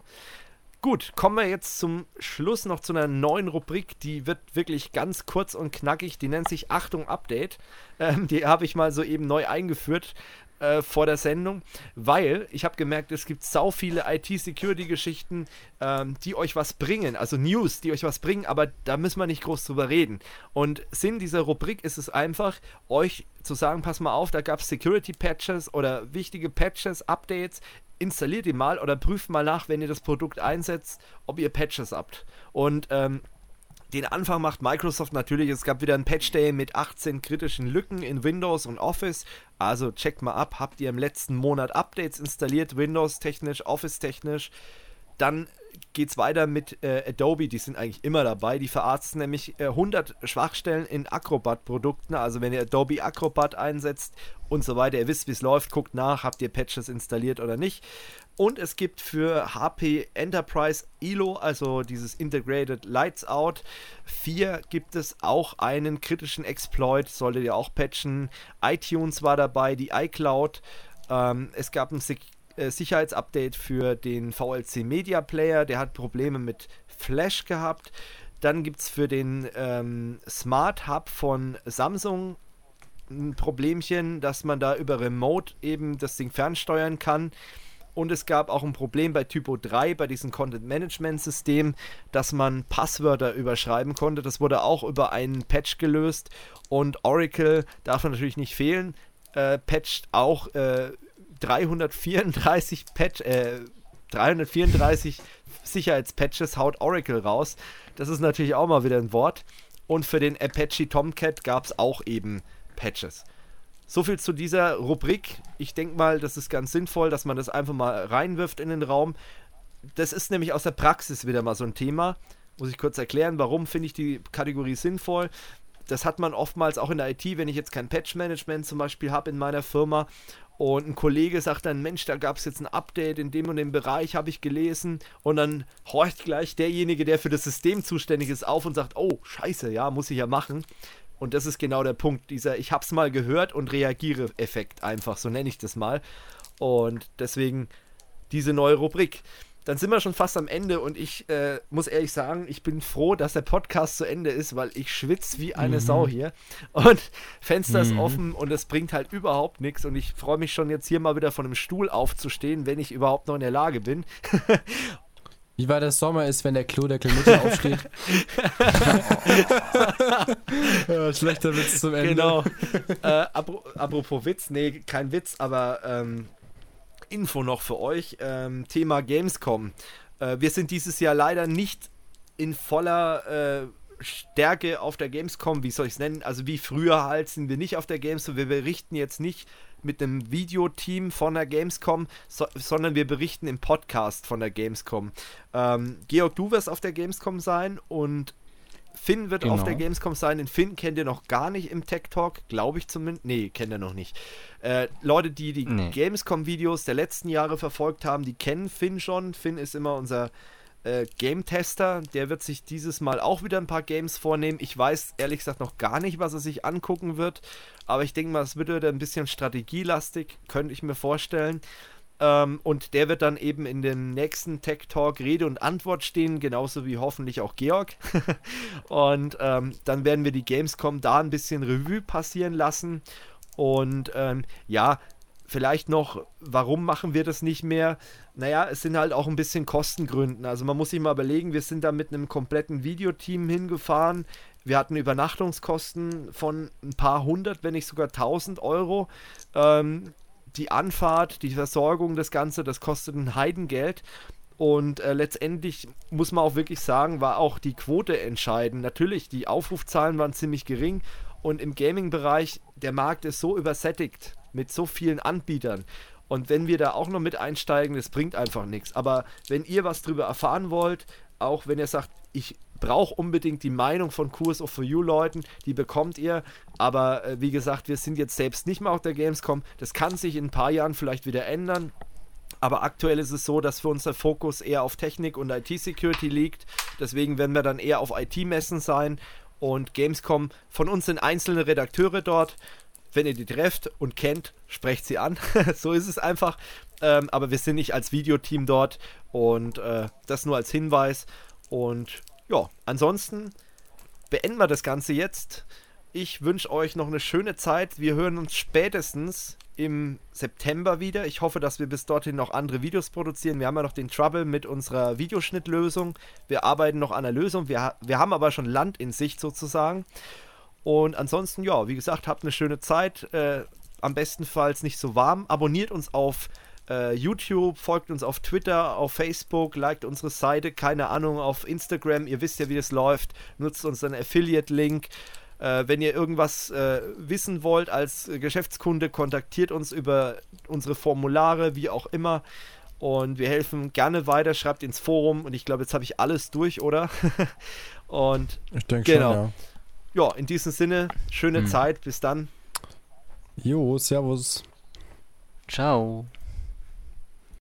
Gut, kommen wir jetzt zum Schluss noch zu einer neuen Rubrik, die wird wirklich ganz kurz und knackig, die nennt sich Achtung Update. Ähm, die habe ich mal so eben neu eingeführt äh, vor der Sendung, weil ich habe gemerkt, es gibt sau viele I T-Security-Geschichten, ähm, die euch was bringen, also News, die euch was bringen, aber da müssen wir nicht groß drüber reden. Und Sinn dieser Rubrik ist es einfach, euch zu sagen, pass mal auf, da gab es Security-Patches oder wichtige Patches, Updates, installiert die mal oder prüft mal nach, wenn ihr das Produkt einsetzt, ob ihr Patches habt. Und ähm, den Anfang macht Microsoft natürlich. Es gab wieder einen Patch-Day mit achtzehn kritischen Lücken in Windows und Office. Also checkt mal ab, habt ihr im letzten Monat Updates installiert, Windows-technisch, Office-technisch. Dann geht's weiter mit äh, Adobe, die sind eigentlich immer dabei. Die verarzten nämlich äh, hundert Schwachstellen in Acrobat-Produkten. Also wenn ihr Adobe Acrobat einsetzt und so weiter, ihr wisst, wie es läuft, guckt nach, habt ihr Patches installiert oder nicht. Und es gibt für H P Enterprise I L O, also dieses Integrated Lights Out vier, gibt es auch einen kritischen Exploit, solltet ihr auch patchen. iTunes war dabei, die iCloud. Ähm, es gab ein Sec- äh, Sicherheitsupdate für den V L C Media Player, der hat Probleme mit Flash gehabt. Dann gibt es für den ähm, Smart Hub von Samsung ein Problemchen, dass man da über Remote eben das Ding fernsteuern kann. Und es gab auch ein Problem bei Typo drei, bei diesem Content-Management-System, dass man Passwörter überschreiben konnte. Das wurde auch über einen Patch gelöst. Und Oracle, darf natürlich nicht fehlen, äh, patcht auch äh, dreihundertvierunddreißig, Patch, äh, dreihundertvierunddreißig Sicherheitspatches, haut Oracle raus. Das ist natürlich auch mal wieder ein Wort. und für den Apache Tomcat gab es auch eben Patches. So viel zu dieser Rubrik. Ich denke mal, das ist ganz sinnvoll, dass man das einfach mal reinwirft in den Raum. Das ist nämlich aus der Praxis wieder mal so ein Thema. Muss ich kurz erklären, warum finde ich die Kategorie sinnvoll. Das hat man oftmals auch in der I T, wenn ich jetzt kein Patch-Management zum Beispiel habe in meiner Firma und ein Kollege sagt dann, Mensch, da gab es jetzt ein Update in dem und dem Bereich, habe ich gelesen, und dann horcht gleich derjenige, der für das System zuständig ist, auf und sagt, oh, scheiße, ja, muss ich ja machen. Und das ist genau der Punkt, dieser ich hab's mal gehört und reagiere Effekt einfach, so nenne ich das mal. Und deswegen diese neue Rubrik. Dann sind wir schon fast am Ende und ich äh, muss ehrlich sagen, ich bin froh, dass der Podcast zu Ende ist, weil ich schwitze wie eine mhm. Sau hier und Fenster ist mhm. offen und es bringt halt überhaupt nichts und ich freue mich schon jetzt hier mal wieder von einem Stuhl aufzustehen, wenn ich überhaupt noch in der Lage bin. Wie war das Sommer ist, wenn der Klodeckel mit aufsteht? Ja, schlechter Witz zum Ende. Genau. äh, apropos Witz, nee, kein Witz, aber ähm, Info noch für euch, ähm, Thema Gamescom. Äh, wir sind dieses Jahr leider nicht in voller äh, Stärke auf der Gamescom, wie soll ich es nennen, also wie früher halt sind wir nicht auf der Gamescom, wir berichten jetzt nicht mit einem Videoteam von der Gamescom, so, sondern wir berichten im Podcast von der Gamescom. Ähm, Georg, du wirst auf der Gamescom sein und Finn wird genau. auf der Gamescom sein. Den Finn kennt ihr noch gar nicht im Tech Talk, glaube ich zumindest. Nee, kennt ihr noch nicht. Äh, Leute, die die nee. Gamescom-Videos der letzten Jahre verfolgt haben, die kennen Finn schon. Finn ist immer unser äh, Game-Tester. Der wird sich dieses Mal auch wieder ein paar Games vornehmen. Ich weiß ehrlich gesagt noch gar nicht, was er sich angucken wird. Aber ich denke mal, es wird wieder ein bisschen strategielastig, könnte ich mir vorstellen. Ähm, und der wird dann eben in dem nächsten Tech Talk Rede und Antwort stehen, genauso wie hoffentlich auch Georg. Und ähm, dann werden wir die Gamescom da ein bisschen Revue passieren lassen. Und ähm, ja, vielleicht noch, warum machen wir das nicht mehr? Naja, es sind halt auch ein bisschen Kostengründen. Also man muss sich mal überlegen, wir sind da mit einem kompletten Videoteam hingefahren. Wir hatten Übernachtungskosten von ein paar hundert, wenn nicht sogar tausend Euro. Ähm, die Anfahrt, die Versorgung, das Ganze, das kostet ein Heidengeld. Und äh, letztendlich muss man auch wirklich sagen, war auch die Quote entscheidend. Natürlich, die Aufrufzahlen waren ziemlich gering und im Gaming-Bereich, der Markt ist so übersättigt mit so vielen Anbietern. Und wenn wir da auch noch mit einsteigen, das bringt einfach nichts. Aber wenn ihr was drüber erfahren wollt, auch wenn ihr sagt, ich brauche unbedingt die Meinung von Q S O for You Leuten, die bekommt ihr, aber äh, wie gesagt, wir sind jetzt selbst nicht mehr auf der Gamescom, das kann sich in ein paar Jahren vielleicht wieder ändern, aber aktuell ist es so, dass für uns der Fokus eher auf Technik und I T-Security liegt, deswegen werden wir dann eher auf I T-Messen sein und Gamescom, von uns sind einzelne Redakteure dort, wenn ihr die trefft und kennt, sprecht sie an, so ist es einfach, ähm, aber wir sind nicht als Videoteam dort und äh, das nur als Hinweis und ja, ansonsten beenden wir das Ganze jetzt. Ich wünsche euch noch eine schöne Zeit. Wir hören uns spätestens im September wieder. Ich hoffe, dass wir bis dorthin noch andere Videos produzieren. Wir haben ja noch den Trouble mit unserer Videoschnittlösung. Wir arbeiten noch an der Lösung. Wir, wir haben aber schon Land in Sicht sozusagen. Und ansonsten, ja, wie gesagt, habt eine schöne Zeit. Äh, am bestenfalls nicht so warm. Abonniert uns auf Uh, YouTube, folgt uns auf Twitter, auf Facebook, liked unsere Seite, keine Ahnung, auf Instagram, ihr wisst ja, wie das läuft, nutzt unseren Affiliate-Link. Uh, wenn ihr irgendwas uh, wissen wollt als Geschäftskunde, kontaktiert uns über unsere Formulare, wie auch immer. Und wir helfen gerne weiter, schreibt ins Forum und ich glaube, jetzt habe ich alles durch, oder? Und ich denke genau. schon, ja. Ja, in diesem Sinne, schöne hm. Zeit, bis dann. Jo, servus. Ciao.